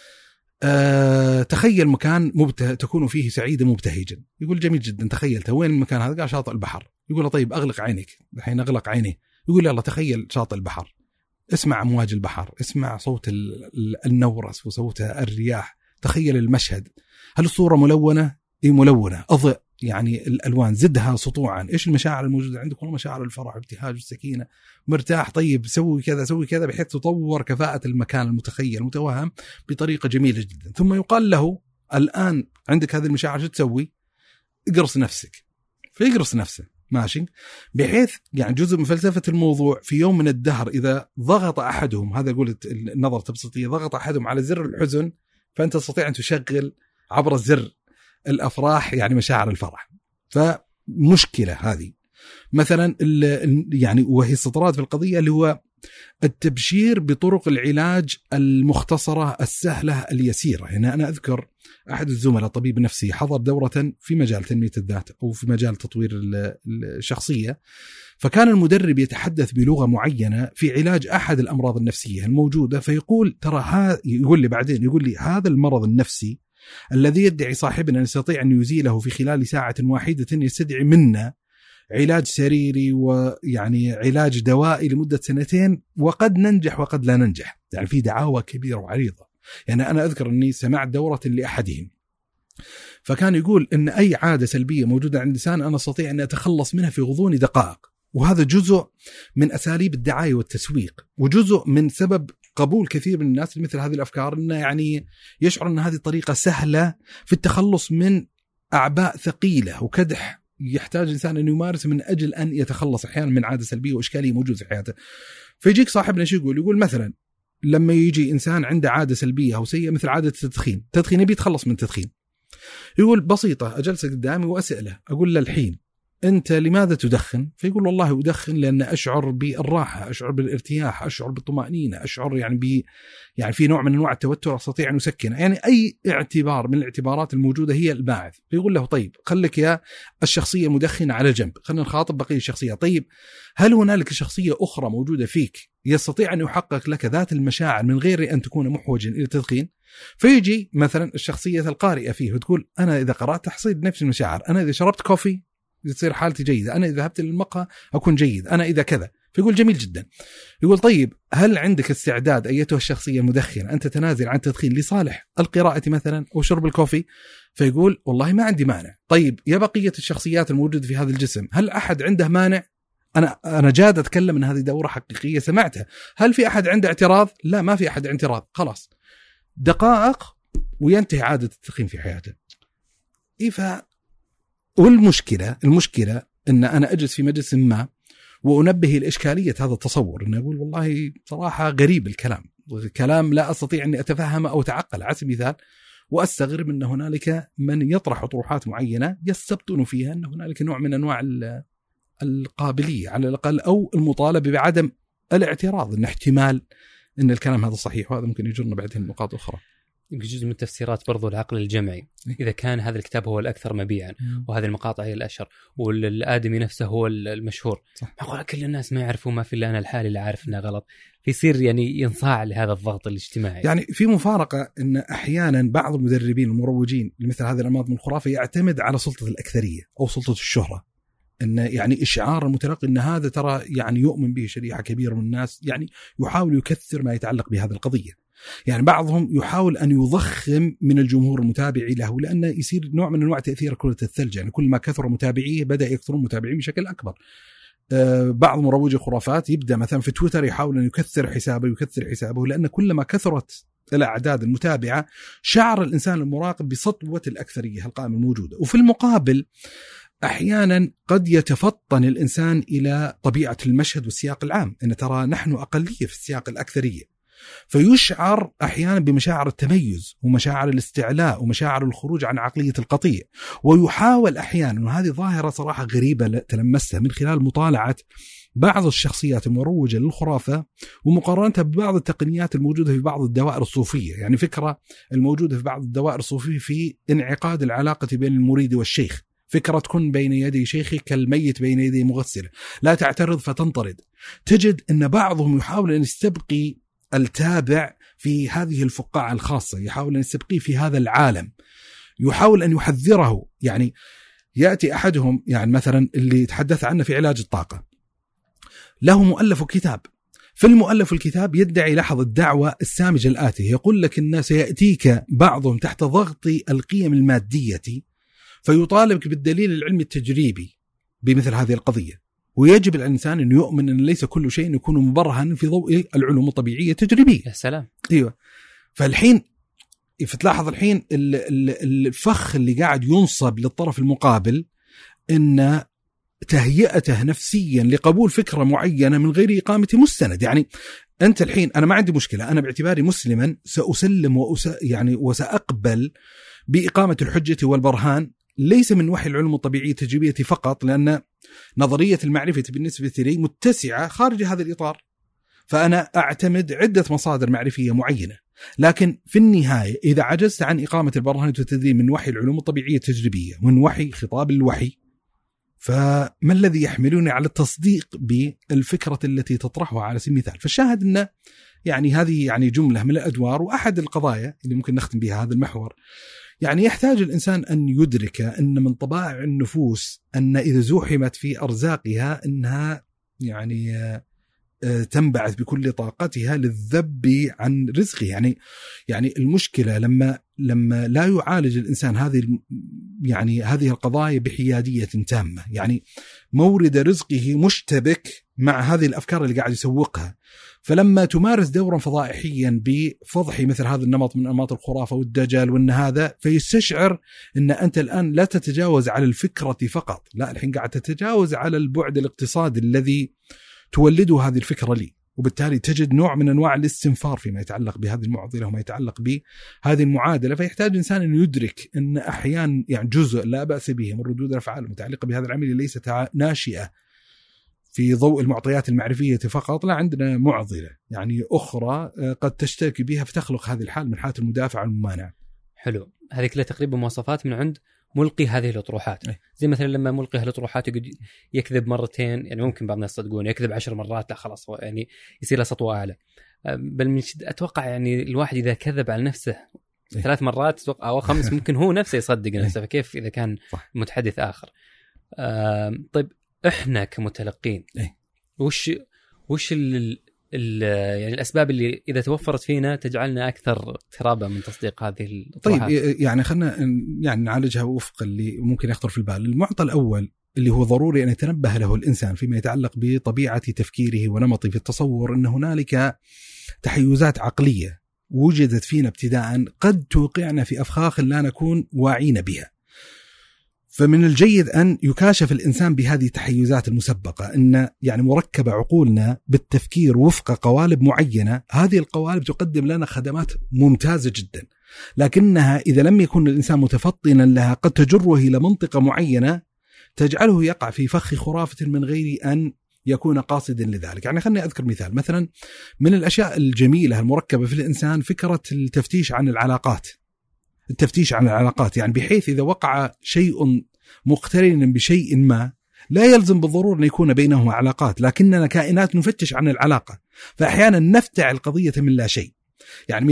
[SPEAKER 1] تخيل مكان تكون فيه سعيدا مبتهجا. يقول جميل جدا، تخيلته وين المكان هذا؟ قال شاطئ البحر. يقول طيب أغلق عينك. الحين أغلق عينه. يقول يلا تخيل شاطئ البحر، اسمع أمواج البحر، اسمع صوت النورس وصوت الرياح، تخيل المشهد. هل الصورة ملونة؟ إيه ملونة، أضئ يعني الألوان، زدها سطوعا. إيش المشاعر الموجودة عندك؟ والله مشاعر الفرح والابتهاج والسكينة، مرتاح. طيب سوي كذا سوي كذا، بحيث تطور كفاءة المكان المتخيل المتوهم بطريقة جميلة جدا. ثم يقال له الآن عندك هذه المشاعر، شو تسوي؟ اقرص نفسك. فيقرص نفسه ماشي، بحيث يعني جزء من فلسفة الموضوع في يوم من الدهر إذا ضغط أحدهم، هذا قلت النظرة تبسيطية، ضغط أحدهم على زر الحزن، فأنت تستطيع أن تشغل عبر الزر الأفراح يعني مشاعر الفرح. فمشكلة هذه مثلا يعني، وهي سطرات في القضية اللي هو التبشير بطرق العلاج المختصرة السهلة اليسيرة. هنا أنا أذكر أحد الزملاء طبيب نفسي حضر دورة في مجال تنمية الذات أو في مجال تطوير الشخصية، فكان المدرب يتحدث بلغة معينة في علاج أحد الأمراض النفسية الموجودة، فيقول ترى يقول لي بعدين، يقول لي هذا المرض النفسي الذي يدعي صاحبنا أن يستطيع أن يزيله في خلال ساعة واحدة يستدعي منا علاج سريري ويعني علاج دوائي لمدة 2 وقد ننجح وقد لا ننجح. يعني في دعاوى كبيرة وعريضة. يعني أنا أذكر أني سمعت دورة لأحدهم، فكان يقول أن أي عادة سلبية موجودة عند الإنسان أنا أستطيع أن أتخلص منها في غضون دقائق. وهذا جزء من أساليب الدعاية والتسويق، وجزء من سبب قبول كثير من الناس لمثل هذه الأفكار، أنه يعني يشعر أن هذه طريقة سهلة في التخلص من أعباء ثقيلة وكدح يحتاج الإنسان أن يمارس من أجل أن يتخلص أحيانا من عادة سلبية وإشكالية موجودة في حياته. فيجيك صاحبنا شو يقول مثلا لما يجي إنسان عنده عادة سلبية أو سيئة مثل عادة التدخين يبي يتخلص من التدخين، يقول بسيطة، أجلس قدامي وأسأله أقول له الحين أنت لماذا تدخن؟ فيقول والله أدخن لأن أشعر بالراحة، أشعر بالارتياح، أشعر بالطمأنينة، أشعر يعني في نوع من أنواع التوتر أستطيع أن أسكنه. يعني أي اعتبار من الاعتبارات الموجودة هي الباعث. فيقول له طيب خلك يا الشخصية المدخنة على جنب، خلينا نخاطب بقية الشخصية. طيب هل هنالك شخصية أخرى موجودة فيك يستطيع أن يحقق لك ذات المشاعر من غير أن تكون محوجا إلى التدخين؟ فيجي مثلا الشخصية القارئة فيه وتقول أنا إذا قرأت تحصيل نفس المشاعر، أنا إذا شربت كوفي تصير حالتي جيدة، أنا إذا ذهبت للمقهى أكون جيد، أنا إذا كذا. فيقول جميل جدا. يقول طيب هل عندك استعداد أيتها الشخصية المدخنة أن تتنازل عن التدخين لصالح القراءة مثلا أو شرب الكوفي؟ فيقول والله ما عندي مانع. طيب يا بقية الشخصيات الموجودة في هذا الجسم هل أحد عنده مانع؟ أنا جاد أتكلم من هذه دورة حقيقية سمعتها. هل في أحد عنده اعتراض؟ لا، ما في أحد اعتراض. خلاص دقائق وينتهي عادة التدخين في حياته. والمشكلة أن أنا أجلس في مجلس ما وأنبه الإشكالية هذا التصور، أن أقول والله صراحة غريب الكلام لا أستطيع أن أتفهم أو أتعقل على سبيل المثال، وأستغرب أن هنالك من يطرح طروحات معينة يستبطن فيها أن هنالك نوع من أنواع القابلية على الأقل أو المطالبة بعدم الاعتراض، أن احتمال أن الكلام هذا صحيح، وهذا ممكن يجرنا بعدين نقاط أخرى.
[SPEAKER 2] يمكن جزء من تفسيرات برضو العقل الجمعي، إذا كان هذا الكتاب هو الأكثر مبيعا وهذه المقاطع هي الأشهر والآدمي نفسه هو المشهور، معقول كل الناس ما يعرفوا ما في إلا أنا الحالي اللي عارف إنه غلط، فيصير يعني ينصاع لهذا الضغط الاجتماعي.
[SPEAKER 1] يعني في مفارقة أن أحيانا بعض المدربين المروجين لمثل هذه الأنماط من الخرافة يعتمد على سلطة الأكثرية أو سلطة الشهرة، أن يعني إشعار المتلقي أن هذا ترى يعني يؤمن به شريحة كبيرة من الناس، يعني يحاول يكثر ما يتعلق بهذه القضية. يعني بعضهم يحاول أن يضخم من الجمهور المتابع له، لأنه يصير نوع من أنواع تأثير كرة الثلج، يعني كل ما كثر متابعيه بدأ يكثرون متابعين بشكل أكبر. بعض مروجي الخرافات يبدأ مثلا في تويتر يحاول أن يكثر حسابه، لأن كلما كثرت الأعداد المتابعة شعر الإنسان المراقب بسطوة الأكثرية القائمة الموجودة. وفي المقابل أحيانا قد يتفطن الإنسان إلى طبيعة المشهد والسياق العام، أن ترى نحن أقلية في السياق الأكثرية، فيشعر أحيانا بمشاعر التميز ومشاعر الاستعلاء ومشاعر الخروج عن عقلية القطيع، ويحاول أحيانا، وهذه ظاهرة صراحة غريبة تلمسها من خلال مطالعة بعض الشخصيات المروجة للخرافة ومقارنتها ببعض التقنيات الموجودة في بعض الدوائر الصوفية. يعني فكرة الموجودة في بعض الدوائر الصوفية في انعقاد العلاقة بين المريد والشيخ، فكرة كن بين يدي شيخي كالميت بين يدي مغسله، لا تعترض فتنطرد. تجد أن بعضهم يحاول أن يستبقي التابع في هذه الفقاعة الخاصة، يحاول أن يستبقيه في هذا العالم، يحاول أن يحذره. يعني يأتي أحدهم، يعني مثلا اللي تحدث عنه في علاج الطاقة، له مؤلف كتاب، في المؤلف الكتاب يدعي لحظ الدعوة السامجة الآتية، يقول لك الناس يأتيك بعضهم تحت ضغط القيم المادية فيطالبك بالدليل العلمي التجريبي بمثل هذه القضية، ويجب الإنسان أن يؤمن أن ليس كل شيء يكون مبرهن في ضوء العلوم الطبيعية التجريبية.
[SPEAKER 2] يا سلام.
[SPEAKER 1] أيوة. فالحين فتلاحظ الحين الفخ اللي قاعد ينصب للطرف المقابل إن تهيئته نفسيا لقبول فكرة معينة من غير إقامة مستند. يعني أنت الحين، أنا ما عندي مشكلة، أنا باعتباري مسلما سأسلم وسأقبل بإقامة الحجة والبرهان ليس من وحي العلوم الطبيعية التجريبية فقط، لأن نظرية المعرفة بالنسبة لي متسعة خارج هذا الإطار، فأنا أعتمد عدة مصادر معرفية معينة. لكن في النهاية إذا عجزت عن إقامة البرهان والتدليل من وحي العلوم الطبيعية التجريبية، من وحي خطاب الوحي، فما الذي يحملني على التصديق بالفكرة التي تطرحها على سبيل المثال؟ فالشاهد أن يعني هذه يعني جملة من الأدوار. وأحد القضايا اللي ممكن نختم بها هذا المحور، يعني يحتاج الإنسان أن يدرك أن من طبائع النفوس أن إذا زوحمت في أرزاقها أنها يعني تنبعث بكل طاقتها للذب عن رزقه. يعني المشكلة لما لا يعالج الإنسان هذه القضايا بحيادية تامة، يعني مورد رزقه مشتبك مع هذه الأفكار اللي قاعد يسوقها، فلما تمارس دورا فضائحيا بفضح مثل هذا النمط من أنماط الخرافة والدجال وأن هذا، فيستشعر أن أنت الآن لا تتجاوز على الفكرة فقط، لا، الحين قاعد تتجاوز على البعد الاقتصادي الذي تولده هذه الفكرة لي، وبالتالي تجد نوع من أنواع الاستنفار فيما يتعلق بهذه المعضلة وما يتعلق بهذه المعادلة. فيحتاج الإنسان أن يدرك أن أحيانا يعني جزء لا بأس به من ردود الأفعال المتعلقة بهذا العمل ليست ناشئة في ضوء المعطيات المعرفية فقط، لا، عندنا معضلة يعني أخرى قد تشترك بها فتخلق هذه الحال من حالة المدافع والممانع.
[SPEAKER 2] حلو. هذه كلها تقريبا مواصفات من عند ملقي هذه الأطروحات. زي مثلا لما ملقي هذه الأطروحات يكذب مرتين، يعني ممكن بعض الناس يصدقون، يكذب 10 مرات لا خلاص يعني يصير له سطوة أعلى. بل من أتوقع يعني الواحد إذا كذب على نفسه 3 مرات أو 5 ممكن هو نفسه يصدق نفسه، فكيف إذا كان متحدث آخر؟ طيب إحنا كمتلقين وش يعني الأسباب اللي إذا توفرت فينا تجعلنا أكثر اضطرابا من تصديق هذه الطروحات؟
[SPEAKER 1] طيب يعني خلنا يعني نعالجها وفق اللي ممكن يخطر في البال. المعطى الأول اللي هو ضروري أن يتنبه له الإنسان فيما يتعلق بطبيعة تفكيره ونمطه في التصور، أن هنالك تحيزات عقلية وجدت فينا ابتداء قد توقعنا في أفخاخ لا نكون واعين بها. فمن الجيد أن يكاشف الإنسان بهذه التحيزات المسبقة، أن يعني مركب عقولنا بالتفكير وفق قوالب معينة، هذه القوالب تقدم لنا خدمات ممتازة جدا، لكنها إذا لم يكن الإنسان متفطنا لها قد تجره إلى منطقة معينة تجعله يقع في فخ خرافة من غير أن يكون قاصدا لذلك. يعني خلني أذكر مثال. مثلا من الأشياء الجميلة المركبة في الإنسان فكرة التفتيش عن العلاقات. التفتيش عن العلاقات يعني بحيث إذا وقع شيء مقترن بشيء ما لا يلزم بالضرورة أن يكون بينهما علاقات، لكننا كائنات نفتش عن العلاقة، فأحيانا نفتعل قضية من لا شيء. يعني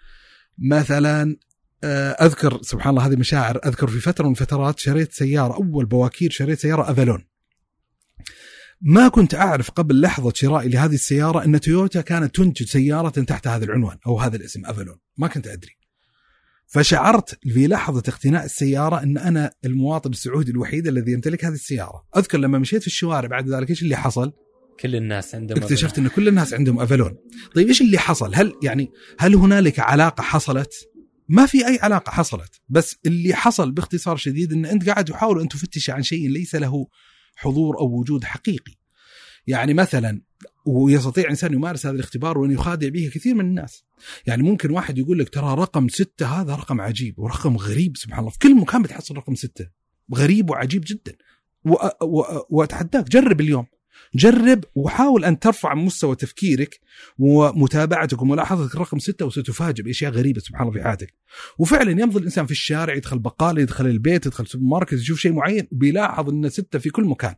[SPEAKER 1] مثلا أذكر سبحان الله هذه مشاعر، أذكر في فترة من فترات شريت سيارة، أول بواكير شريت سيارة أفالون. ما كنت أعرف قبل لحظة شرائي لهذه السيارة أن تويوتا كانت تنتج سيارة تحت هذا العنوان أو هذا الاسم أفالون، ما كنت أدري. فشعرت في لحظة اقتناء السيارة أن أنا المواطن السعودي الوحيد الذي يمتلك هذه السيارة. أذكر لما مشيت في الشوارع بعد ذلك إيش اللي حصل؟
[SPEAKER 2] كل الناس عندهم،
[SPEAKER 1] اكتشفت أن كل الناس عندهم أفالون. طيب إيش اللي حصل؟ هل هنالك علاقة حصلت؟ ما في أي علاقة حصلت، بس اللي حصل باختصار شديد أن أنت قاعد تحاول أن تفتش عن شيء ليس له حضور أو وجود حقيقي. يعني مثلا ويستطيع إنسان يمارس هذا الاختبار وأن يخادع به كثير من الناس. يعني ممكن واحد يقول لك ترى رقم 6 هذا رقم عجيب ورقم غريب، سبحان الله في كل مكان بتحصل رقم 6 غريب وعجيب جدا. وأتحداك جرب اليوم، جرب وحاول أن ترفع مستوى تفكيرك ومتابعتك وملاحظتك الرقم 6 وستفاجئ بأشياء غريبة سبحان الله في حياتك. وفعلا يمضي الإنسان في الشارع، يدخل بقالة، يدخل البيت، يدخل سوبر ماركت، يشوف شيء معين بيلاحظ أن 6 في كل مكان.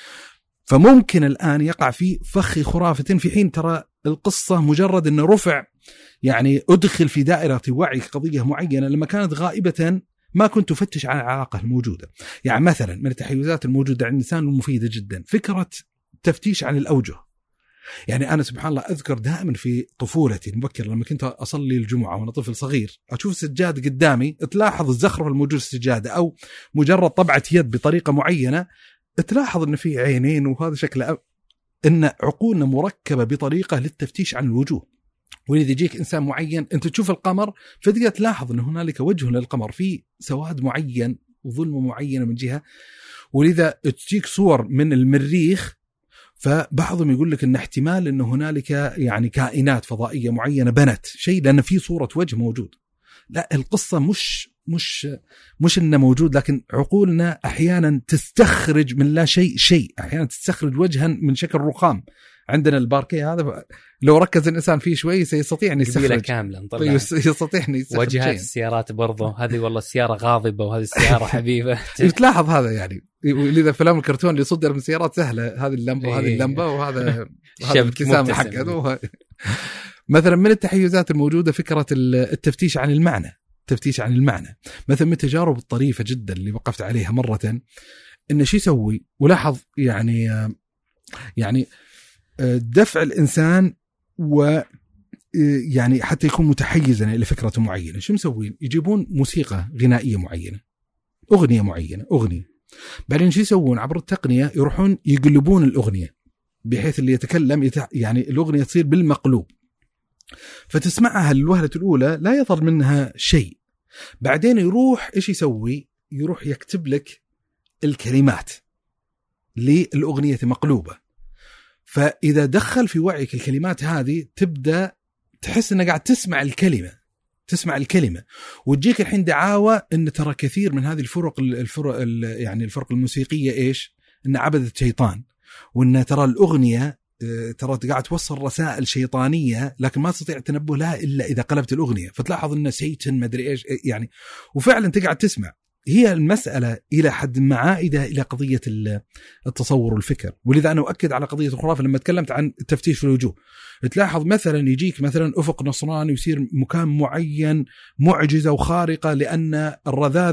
[SPEAKER 1] فممكن الآن يقع في فخ خرافة، في حين ترى القصة مجرد أنه رفع يعني أدخل في دائرة وعي قضية معينة لما كانت غائبة ما كنت أفتش على العلاقة الموجودة. يعني مثلا من التحيزات الموجودة عند الإنسان المفيدة جدا فكرة تفتيش عن الأوجه. يعني أنا سبحان الله أذكر دائما في طفولتي المبكرة لما كنت أصلي الجمعة وأنا طفل صغير أشوف السجادة قدامي، تلاحظ الزخرف الموجود في السجادة أو مجرد طبعة يد بطريقة معينة، تلاحظ أن في عينين وهذا شكله، إن عقولنا مركبة بطريقة للتفتيش عن الوجوه. وإذا يجيك إنسان معين أنت تشوف القمر فتقدر تلاحظ أن هنالك وجه للقمر في سواد معين وظلمة معينة من جهة. ولذا تجيك صور من المريخ فبعضهم يقول لك أن احتمال أن هنالك يعني كائنات فضائية معينة بنت شيء لأن في صورة وجه موجود. لا، القصة مش إنه موجود، لكن عقولنا أحيانا تستخرج من لا شيء، أحيانا تستخرج وجها من شكل رخام. عندنا الباركيه هذا لو ركز الإنسان فيه شوي سيستطيع أن يستخرج
[SPEAKER 2] كاملا.
[SPEAKER 1] يستطيع أن يستخرج
[SPEAKER 2] وجهات السيارات برضه، هذه والله السيارة غاضبة وهذه السيارة حبيبة.
[SPEAKER 1] تلاحظ هذا يعني، لذا فيلم الكرتون اللي صدر من سيارات سهلة، هذه اللمبة وهذه اللمبة وهذا الابتسامة حقه. مثلا من التحيزات الموجودة فكرة التفتيش عن المعنى. تفتيش عن المعنى مثلا من التجارب الطريفة جدا اللي وقفت عليها مرة، إن شو يسوي ولاحظ يعني دفع الإنسان ويعني حتى يكون متحيزا إلى فكرة معينة. شو مسوين؟ يجيبون موسيقى غنائية معينة، أغنية معينة، بعدين شو يسوون عبر التقنية؟ يروحون يقلبون الأغنية بحيث اللي يتكلم يعني الأغنية تصير بالمقلوب، فتسمعها الوهلة الأولى لا يظهر منها شيء. بعدين يروح إيش يسوي؟ يروح يكتب لك الكلمات للأغنية مقلوبة. فإذا دخل في وعيك الكلمات هذه تبدأ تحس أنك قاعد تسمع الكلمة وتجيك الحين دعاوى أن ترى كثير من هذه الفرق الموسيقية إيش؟ أن عبدة شيطان، وأن ترى الأغنية ترى قاعد توصل رسائل شيطانية لكن ما تستطيع التنبه لها إلا إذا قلبت الأغنية، فتلاحظ أن سيتن ما أدري إيش يعني، وفعلا تقعد تسمع. هي المسألة إلى حد ما عائدة إلى قضية التصور والفكر. ولذا أنا أؤكد على قضية الخرافة لما تكلمت عن التفتيش في الوجوه. تلاحظ مثلا يجيك مثلا أفق نصراني ويصير مكان معين معجزة وخارقة لأن الرذاذ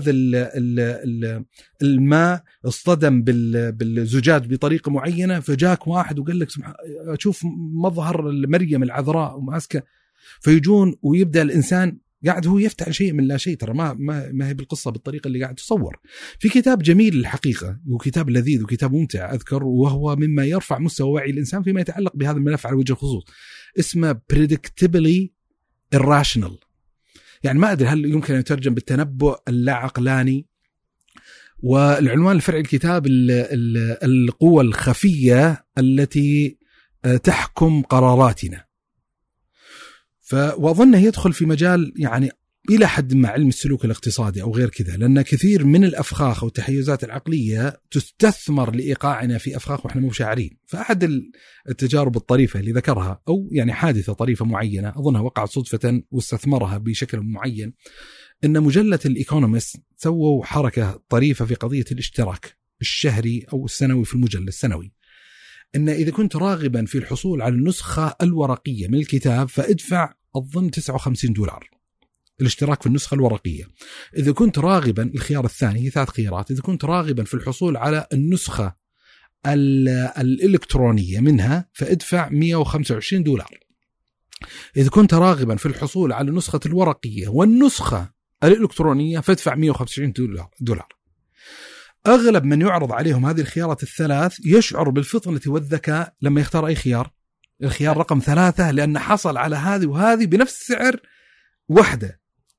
[SPEAKER 1] الماء اصطدم بالزجاج بطريقة معينة، فجاك واحد وقال لك أشوف مظهر مريم العذراء وماسكة، فيجون ويبدأ الإنسان قاعد هو يفتح شيء من لا شيء. ترى ما هي بالقصة بالطريقة اللي قاعد تصور. في كتاب جميل الحقيقة وكتاب لذيذ وكتاب ممتع أذكر، وهو مما يرفع مستوى وعي الإنسان فيما يتعلق بهذا الملف على وجه الخصوص، اسمه Predictably Irrational. يعني ما أدري هل يمكن أن يترجم بالتنبؤ اللا عقلاني. والعنوان الفرعي الكتاب القوى الخفية التي تحكم قراراتنا. وأظنه يدخل في مجال يعني إلى حد ما علم السلوك الاقتصادي أو غير كذا، لأن كثير من الأفخاخ والتحيزات العقلية تستثمر لإيقاعنا في أفخاخ وإحنا مو شاعرين. فأحد التجارب الطريفة اللي ذكرها أو يعني حادثة طريفة معينة أظنها وقعت صدفة واستثمرها بشكل معين، إن مجلة الإيكونومست سووا حركة طريفة في قضية الاشتراك الشهري أو السنوي في المجلة السنوي، إن إذا كنت راغبا في الحصول على النسخة الورقية من الكتاب فادفع أظن $59 الاشتراك في النسخة الورقية. إذا كنت راغبا، الخيار الثاني 3 خيارات، إذا كنت راغبا في الحصول على النسخة الإلكترونية منها فادفع $125. إذا كنت راغبا في الحصول على النسخة الورقية والنسخة الإلكترونية فادفع $125. أغلب من يعرض عليهم هذه الخيارات الثلاث يشعر بالفطنة والذكاء لما يختار أي خيار، الخيار رقم 3، لأن حصل على هذه وهذه بنفس سعر واحدة.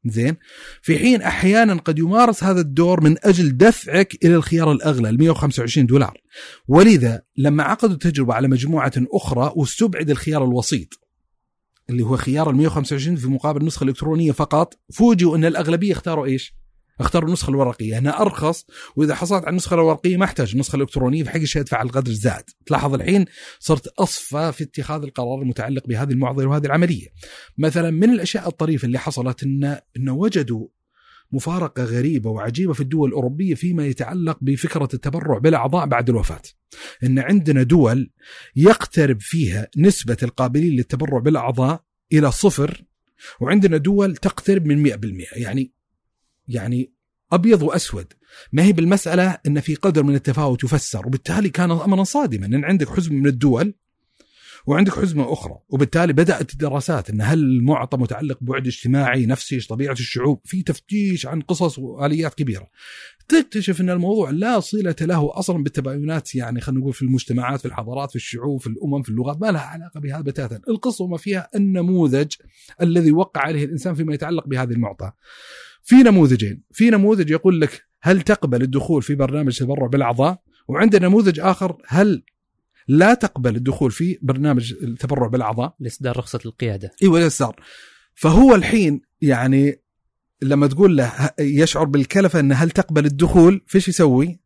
[SPEAKER 1] زين، في حين أحيانا قد يمارس هذا الدور من أجل دفعك إلى الخيار الأغلى $125. ولذا لما عقدوا تجربة على مجموعة أخرى واستبعد الخيار الوسيط اللي هو خيار $125 في مقابل النسخة الإلكترونية فقط، فوجئوا أن الأغلبية اختاروا إيش؟ اختاروا النسخة الورقية. هنا أرخص، وإذا حصلت على النسخة الورقية ما احتاج النسخة الإلكترونية، في حق الشيء يدفع القدر الزائد. تلاحظ الحين صرت أصفى في اتخاذ القرار المتعلق بهذه المعضلة وهذه العملية. مثلا من الأشياء الطريفة اللي حصلت إن وجدوا مفارقة غريبة وعجيبة في الدول الأوروبية فيما يتعلق بفكرة التبرع بالأعضاء بعد الوفاة. إن عندنا دول يقترب فيها نسبة القابلين للتبرع بالأعضاء إلى 0، وعندنا دول تقترب من 100%. يعني أبيض وأسود، ما هي بالمسألة أن في قدر من التفاوت يفسر، وبالتالي كان أمرا صادما أن عندك حزمة من الدول وعندك حزمة أخرى. وبالتالي بدأت الدراسات أن هل المعطى متعلق ببعد اجتماعي نفسي، طبيعة الشعوب، في تفتيش عن قصص وآليات كبيرة. تكتشف أن الموضوع لا صلة له أصلا بالتباينات، يعني خلينا نقول في المجتمعات، في الحضارات، في الشعوب، في الأمم، في اللغات، ما لها علاقة بهذا بتاتا. القصة وما فيها النموذج الذي وقع عليه الإنسان فيما يتعلق بهذه المعطى. في نموذجين، في نموذج يقول لك هل تقبل الدخول في برنامج تبرع بالأعضاء، وعندنا نموذج آخر هل لا تقبل الدخول في برنامج التبرع بالأعضاء
[SPEAKER 2] لإصدار رخصة القيادة.
[SPEAKER 1] إيوه لإصدار. فهو الحين يعني لما تقول له يشعر بالكلفة أن هل تقبل الدخول، فيش يسوي؟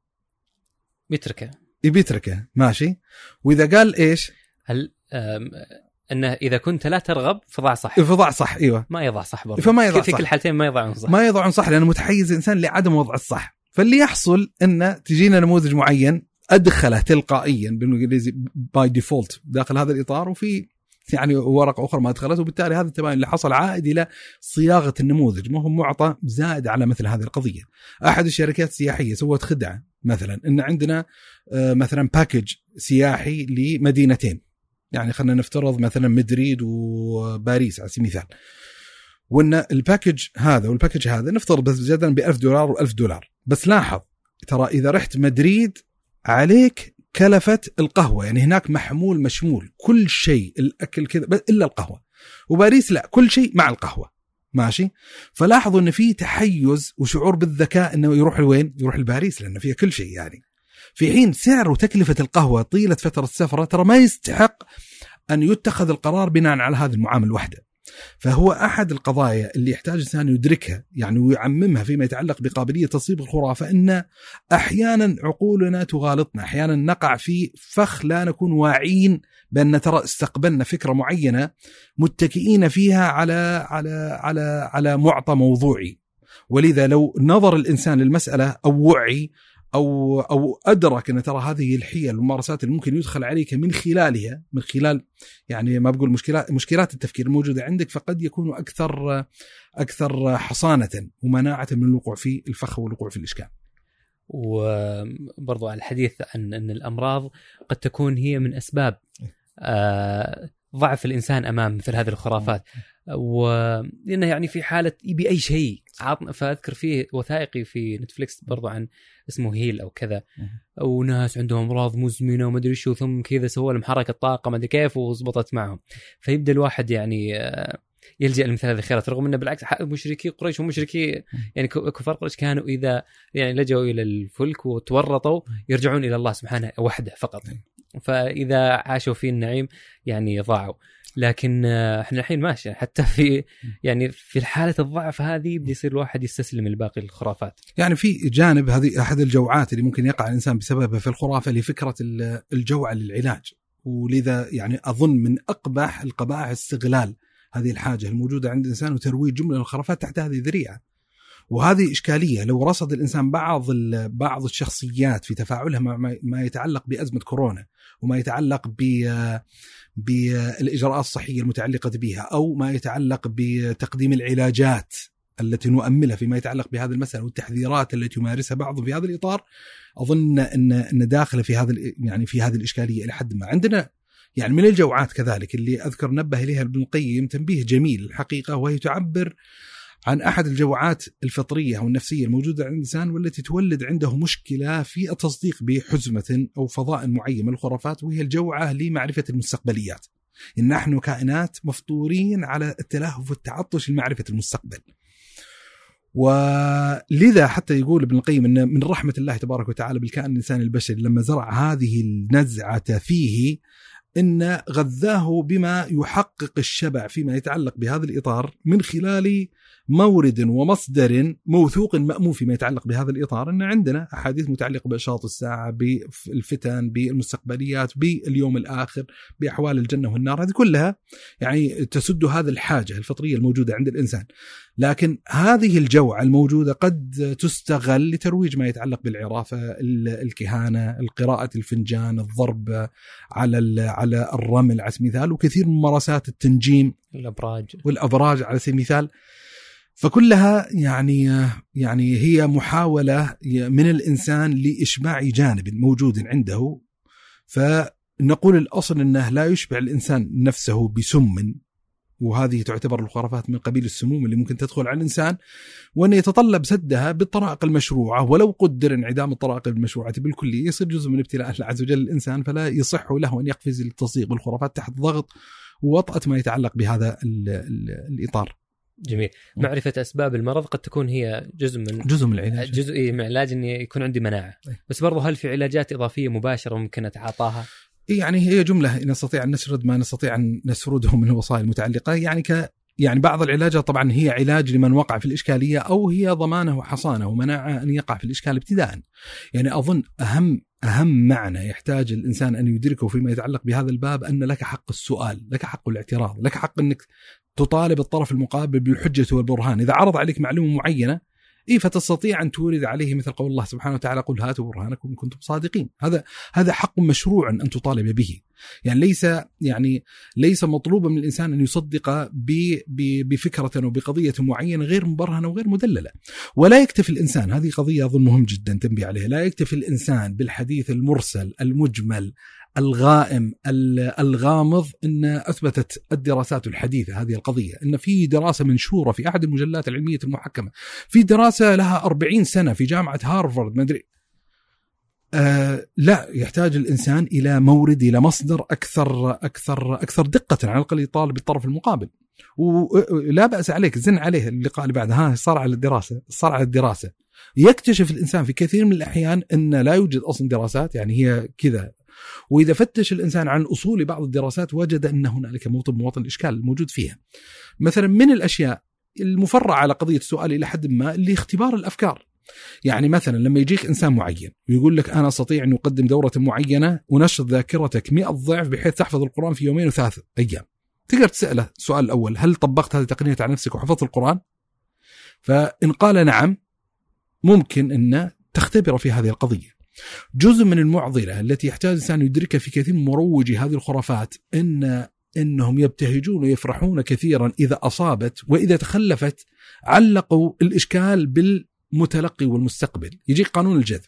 [SPEAKER 1] بيتركه ماشي. وإذا قال إيش؟
[SPEAKER 2] هل أنه إذا كنت لا ترغب فضع صح.
[SPEAKER 1] أيوة
[SPEAKER 2] ما يضع صح برضه.
[SPEAKER 1] فما يضع
[SPEAKER 2] في
[SPEAKER 1] صح.
[SPEAKER 2] كل حالتين ما يضعون صح.
[SPEAKER 1] ما يضعون صح لأنه متحيز إنسان لعدم وضع الصح. فاللي يحصل أنه تجينا نموذج معين أدخله تلقائيا بالإنجليزي باي ديفولت داخل هذا الإطار، وفي يعني ورقة أخرى ما أدخلت، وبالتالي هذا التباين اللي حصل عائد إلى صياغة النموذج، ما هو معطى زائد على مثل هذه القضية. أحد الشركات السياحية سوت خدعة مثلا إن عندنا مثلا باكج سياحي لمدينتين، يعني خلينا نفترض مثلا مدريد وباريس على سبيل المثال، وإن الباكج هذا والباكج هذا نفترض بس جدا $1000 و$1000. بس لاحظ ترى إذا رحت مدريد عليك كلفة القهوة، يعني هناك محمول مشمول كل شيء، الأكل كذا إلا القهوة. وباريس لا، كل شيء مع القهوة ماشي. فلاحظوا أن في تحيز وشعور بالذكاء أنه يروح لوين؟ يروح لباريس لأنه فيها كل شيء يعني. في حين سعر وتكلفة القهوة طيلة فترة السفرة ترى ما يستحق أن يتخذ القرار بناء على هذه المعامل الوحدة. فهو أحد القضايا اللي يحتاج الإنسان يدركها يعني ويعممها فيما يتعلق بقابلية تصيب الخرافة، إن أحيانا عقولنا تغالطنا، أحيانا نقع في فخ لا نكون واعين بأن ترى استقبلنا فكرة معينة متكئين فيها على معطى موضوعي. ولذا لو نظر الإنسان للمسألة أو وعي أو أدرك أن ترى هذه الحيل والممارسات اللي ممكن يدخل عليك من خلال يعني ما بقول مشكلات التفكير الموجودة عندك، فقد يكون أكثر حصانة ومناعة من الوقوع في الفخ والوقوع في الإشكال.
[SPEAKER 2] وبرضو على الحديث عن أن الأمراض قد تكون هي من أسباب ضعف الإنسان أمام مثل هذه الخرافات، ولأنه يعني في حالة يبي أي شيء. فأذكر فيه وثائقي في نتفليكس برضو عن اسمه هيل أو كذا، أو ناس عندهم أمراض مزمنة وما أدري شو، ثم كذا سووا لهم حركة طاقة ما أدري كيف وزبطت معهم. فيبدأ الواحد يعني يلجأ لمثل هذه الخيارات، رغم أنه بالعكس مشركي قريش ومشركي يعني كفار قريش كانوا إذا يعني لجأوا إلى الفلك وتورطوا يرجعون إلى الله سبحانه وحده فقط، فإذا عاشوا في النعيم يعني ضاعوا. لكن احنا الحين ماشي حتى في يعني في حالة الضعف هذه بدي يصير الواحد يستسلم لباقي الخرافات.
[SPEAKER 1] يعني في جانب هذه أحد الجوعات اللي ممكن يقع الإنسان بسببها في الخرافة لفكرة الجوع للعلاج، ولذا يعني أظن من أقبح القبائح استغلال هذه الحاجة الموجودة عند الإنسان وترويج جملة من الخرافات تحت هذه الذريعة. وهذه إشكالية لو رصد الإنسان بعض الشخصيات في تفاعلها ما يتعلق بأزمة كورونا وما يتعلق بالإجراءات الصحية المتعلقة بها، أو ما يتعلق بتقديم العلاجات التي نؤملها فيما يتعلق بهذه المسألة والتحذيرات التي يمارسها بعض في هذا الإطار، أظن أن داخل في هذه الإشكالية إلى حد ما. عندنا يعني من الجوعات كذلك اللي أذكر نبه إليها ابن القيم تنبيه جميل الحقيقة، وهي تعبر عن أحد الجوعات الفطرية أو النفسية الموجودة عند الإنسان والتي تولد عنده مشكلة في التصديق بحزمة أو فضاء معين من الخرافات، وهي الجوعة لمعرفة المستقبليات. إن نحن كائنات مفطورين على التلهف والتعطش لمعرفة المستقبل. ولذا حتى يقول ابن القيم أن من رحمة الله تبارك وتعالى بالكائن الإنساني البشري لما زرع هذه النزعة فيه إن غذاه بما يحقق الشبع فيما يتعلق بهذا الإطار من خلال مورد ومصدر موثوق مأمون فيما يتعلق بهذا الإطار. إن عندنا أحاديث متعلقة بأشراط الساعة، بالفتن، بالمستقبليات، باليوم الآخر، بأحوال الجنة والنار، هذه كلها يعني تسد هذا الحاجة الفطرية الموجودة عند الإنسان. لكن هذه الجوعة الموجودة قد تستغل لترويج ما يتعلق بالعرافة، الكهانة، القراءة، الفنجان، الضرب على الرمل على سبيل المثال، وكثير من ممارسات التنجيم والأبراج على سبيل المثال. فكلها يعني هي محاولة من الإنسان لإشباع جانب موجود عنده. فنقول الأصل أنه لا يشبع الإنسان نفسه بسم، وهذه تعتبر الخرافات من قبيل السموم اللي ممكن تدخل على الإنسان، وأن يتطلب سدها بالطرائق المشروعة. ولو قدر انعدام الطرائق المشروعة بالكلية يصير جزء من ابتلاء الله عز وجل الإنسان، فلا يصح له أن يقفز للتصديق بالخرافات تحت ضغط ووطأة ما يتعلق بهذا الإطار.
[SPEAKER 2] جميل. معرفة أسباب المرض قد تكون هي جزء من العلاج، جزء من العلاج أن يكون عندي مناعة. بس برضو هل في علاجات إضافية مباشرة ممكن أتعاطاها؟
[SPEAKER 1] يعني هي جملة نستطيع أن نسرد ما نستطيع أن نسرده من الوصايا المتعلقة. يعني بعض العلاجات طبعا هي علاج لمن وقع في الإشكالية، أو هي ضمانه وحصانه ومناعة أن يقع في الإشكال ابتداء. يعني أظن أهم معنى يحتاج الإنسان أن يدركه فيما يتعلق بهذا الباب أن لك حق السؤال، لك حق الاعتراض، لك حق أنك تطالب الطرف المقابل بالحجة والبرهان. إذا عرض عليك معلومة معينة فتستطيع أن تورد عليه مثل قول الله سبحانه وتعالى: قل هاتوا برهانكم إن كنتم صادقين. هذا حق مشروع أن تطالب به. يعني ليس مطلوبا من الإنسان أن يصدق بفكرة وبقضية معينة غير مبرهنة وغير مدللة. ولا يكتفي الإنسان، هذه قضية أظن مهم جدا تنبيه عليها، لا يكتفي الإنسان بالحديث المرسل المجمل الغائم الغامض. إن أثبتت الدراسات الحديثة هذه القضية، إن في دراسة منشورة في أحد المجلات العلمية المحكمة، في دراسة لها 40 سنة في جامعة هارفارد ما أدري. لا، يحتاج الإنسان إلى مورد، إلى مصدر أكثر دقة، على الأقل يطالب بالطرف المقابل. ولا بأس عليك زن عليه اللقاء اللي بعد صار على الدراسة. يكتشف الإنسان في كثير من الأحيان أن لا يوجد أصلا دراسات، يعني هي كذا. وإذا فتش الإنسان عن أصول بعض الدراسات وجد أن هنالك مواطن الإشكال الموجود فيها. مثلا من الأشياء المفرعة على قضية السؤال إلى حد ما اللي اختبار الأفكار. يعني مثلا لما يجيك إنسان معين ويقول لك أنا أستطيع أن أقدم دورة معينة ونشط ذاكرتك 100 ضعف بحيث تحفظ القرآن في 2 و3 أيام، تقدر تسأله السؤال الأول: هل طبقت هذه التقنية على نفسك وحفظت القرآن؟ فإن قال نعم ممكن أن تختبر في هذه القضية. جزء من المعضلة التي يحتاج الإنسان يدركها في كثير من مروجي هذه الخرافات إنهم يبتهجون ويفرحون كثيرا إذا أصابت، وإذا تخلفت علقوا الإشكال بالمتلقي والمستقبل. يجيك قانون الجذب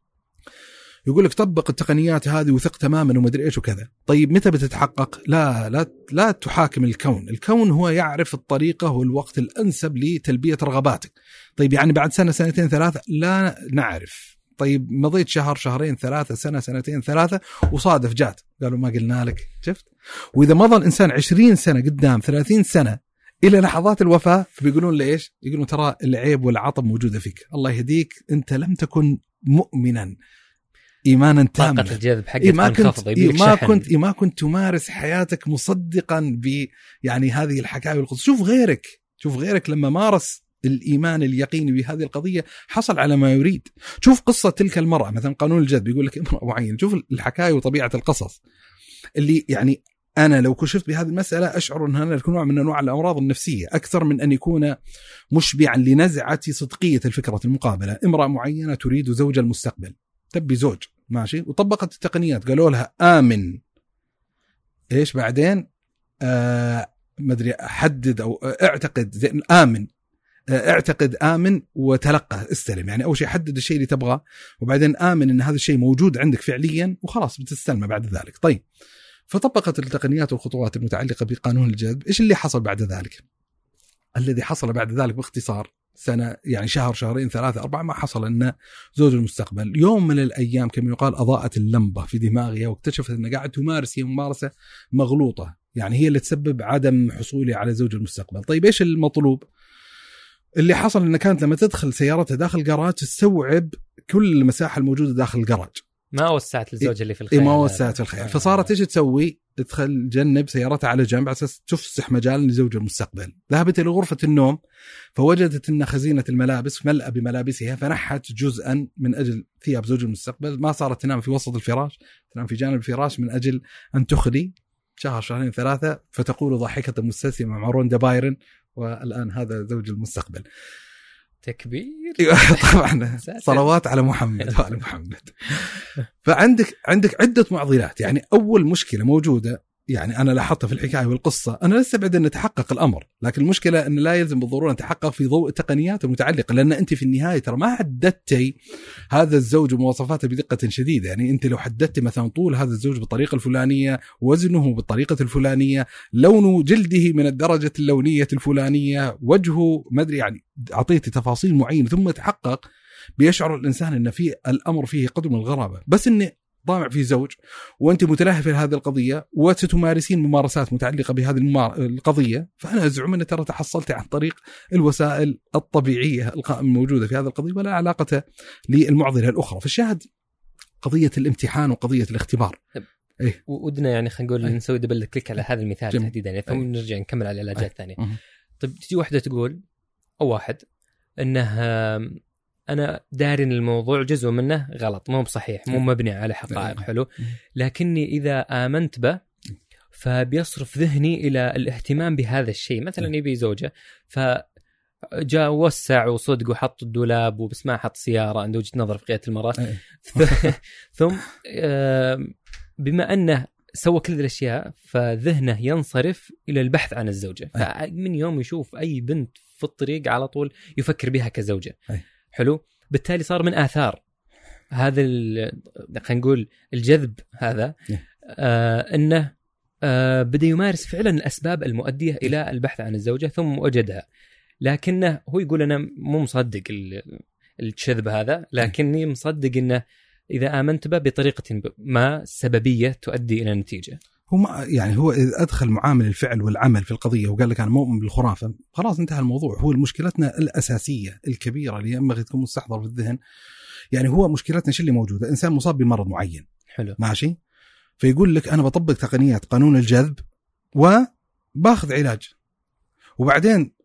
[SPEAKER 1] يقول لك طبق التقنيات هذه وثق تماما وما ادري ايش وكذا. طيب متى بتتحقق؟ لا تحاكم الكون هو يعرف الطريقة والوقت الأنسب لتلبية رغباتك. طيب يعني بعد سنة 2 3 لا نعرف. طيب مضيت شهر 2 3 سنة 2 3 وصادف جات قالوا ما قلنا لك، شفت؟ وإذا مضى الإنسان 20 سنة قدام 30 سنة إلى لحظات الوفاة فبيقولون ليش؟ يقولون ترى العيب والعطب موجودة فيك، الله يهديك، أنت لم تكن مؤمنا إيمانا تاما،
[SPEAKER 2] طاقة الجذب حقك منخفضة،
[SPEAKER 1] ما كنت تمارس حياتك مصدقا يعني هذه الحكاية والقصص. شوف غيرك لما مارس الإيمان اليقيني بهذه القضية حصل على ما يريد. شوف قصة تلك المرأة مثلا، قانون الجذب يقول لك امرأة معينة، شوف الحكاية وطبيعة القصص اللي يعني أنا لو كشفت بهذه المسألة أشعر أن هذا يكون نوع من أنواع الأمراض النفسية أكثر من أن يكون مشبعا لنزعة صدقية الفكرة المقابلة. امرأة معينة تريد زوج المستقبل، تبي زوج ماشي، وطبقت التقنيات، قالوا لها آمن إيش بعدين ما أدري حدد أو اعتقد اعتقد آمن وتلقى استلم. يعني أول شيء حدد الشيء اللي تبغاه وبعدين آمن أن هذا الشيء موجود عندك فعليا وخلاص بتستلمه بعد ذلك. طيب فطبقت التقنيات والخطوات المتعلقة بقانون الجذب. إيش اللي حصل بعد ذلك؟ الذي حصل بعد ذلك باختصار سنة يعني شهر 2 3 4 ما حصل أن زوج المستقبل يوم من الأيام كما يقال أضاءت اللمبة في دماغها واكتشفت أنها قاعدة تمارس ممارسة مغلوطة، يعني هي اللي تسبب عدم حصولها على زوج المستقبل. طيب إيش المطلوب؟ اللي حصل أنها كانت لما تدخل سيارتها داخل جراج تستوعب كل المساحة الموجودة داخل الجراج،
[SPEAKER 2] ما وسعت الزوجة اللي في الخيال.
[SPEAKER 1] ما وسعت في الخيال. فصارت ايش تسوي؟ تدخل جنب سيارتها على جنب على اساس تفسح مجال لزوج المستقبل. ذهبت الى غرفة النوم فوجدت ان خزينة الملابس ملأة بملابسها، فنحت جزءا من اجل ثياب زوج المستقبل. ما صارت تنام في وسط الفراش، تنام في جانب الفراش من اجل ان تخلي شهر شهرين ثلاثة، فتقول ضاحكة مستسلمة مع روندا بايرن والآن هذا زوج المستقبل.
[SPEAKER 2] تكبير.
[SPEAKER 1] طبعا صلوات على محمد وعلى محمد. فعندك عدة معضلات. يعني أول مشكلة موجودة، يعني أنا لاحظتها في الحكاية والقصة، أنا لا أستبعد أن يتحقق الأمر، لكن المشكلة أن لا يلزم بالضرورة أن يتحقق في ضوء التقنيات المتعلقة، لأن أنت في النهاية ترى ما حددتي هذا الزوج ومواصفاته بدقة شديدة. يعني أنت لو حددت مثلا طول هذا الزوج بالطريقة الفلانية، وزنه بالطريقة الفلانية، لون جلده من الدرجة اللونية الفلانية، وجهه ما أدري، يعني أعطيتي تفاصيل معينة ثم تحقق، بيشعر الإنسان أن في الأمر فيه قدر من الغرابة. بس أنه ضامع في زوج وأنت متلهفة لهذه القضية وستمارسين ممارسات متعلقة بهذه القضية، فأنا أزعم أن ترى تحصلت عن طريق الوسائل الطبيعية القائمة الموجودة في هذه القضية ولا علاقة للمعضلة الأخرى. فالشاهد قضية الامتحان وقضية الاختبار.
[SPEAKER 2] إيه؟ ودنا يعني خلينا نقول نسوي دبل كليك على هذا المثال تحديدا، يعني ثم نرجع نكمل على العلاجات الثانية. طيب تجي واحدة تقول أو واحد أنها أنا داري إن الموضوع جزء منه غلط، مو بصحيح، مو مبني على حقائق، حلو، لكني إذا آمنت به فبيصرف ذهني إلى الاهتمام بهذا الشيء. مثلا يبي زوجة فجاء وسع وصدق وحط الدولاب، وبس ما حط سيارة، عنده وجهة نظر في قيادة المرات. ثم بما أنه سوى كل الأشياء فذهنه ينصرف إلى البحث عن الزوجة، فمن يوم يشوف أي بنت في الطريق على طول يفكر بها كزوجة. حلو، بالتالي صار من آثار هذا خلينا نقول الجذب هذا أنه بدأ يمارس فعلا الأسباب المؤدية إلى البحث عن الزوجة ثم وجدها، لكنه هو يقول أنا مو مصدق الجذب هذا، لكني مصدق أنه إذا آمنت به بطريقة ما سببية تؤدي إلى نتيجة.
[SPEAKER 1] هو إذا أدخل معامل الفعل والعمل في القضية وقال لك أنا مؤمن بالخرافة، خلاص انتهى الموضوع. هو مشكلتنا الأساسية الكبيرة اللي ينبغي تكون مستحضر في الذهن، يعني هو مشكلتنا شو اللي موجودة؟ إنسان مصاب بمرض معين،
[SPEAKER 2] حلو،
[SPEAKER 1] ماشي، فيقول لك أنا بطبق تقنيات قانون الجذب وباخذ علاج، وبعدين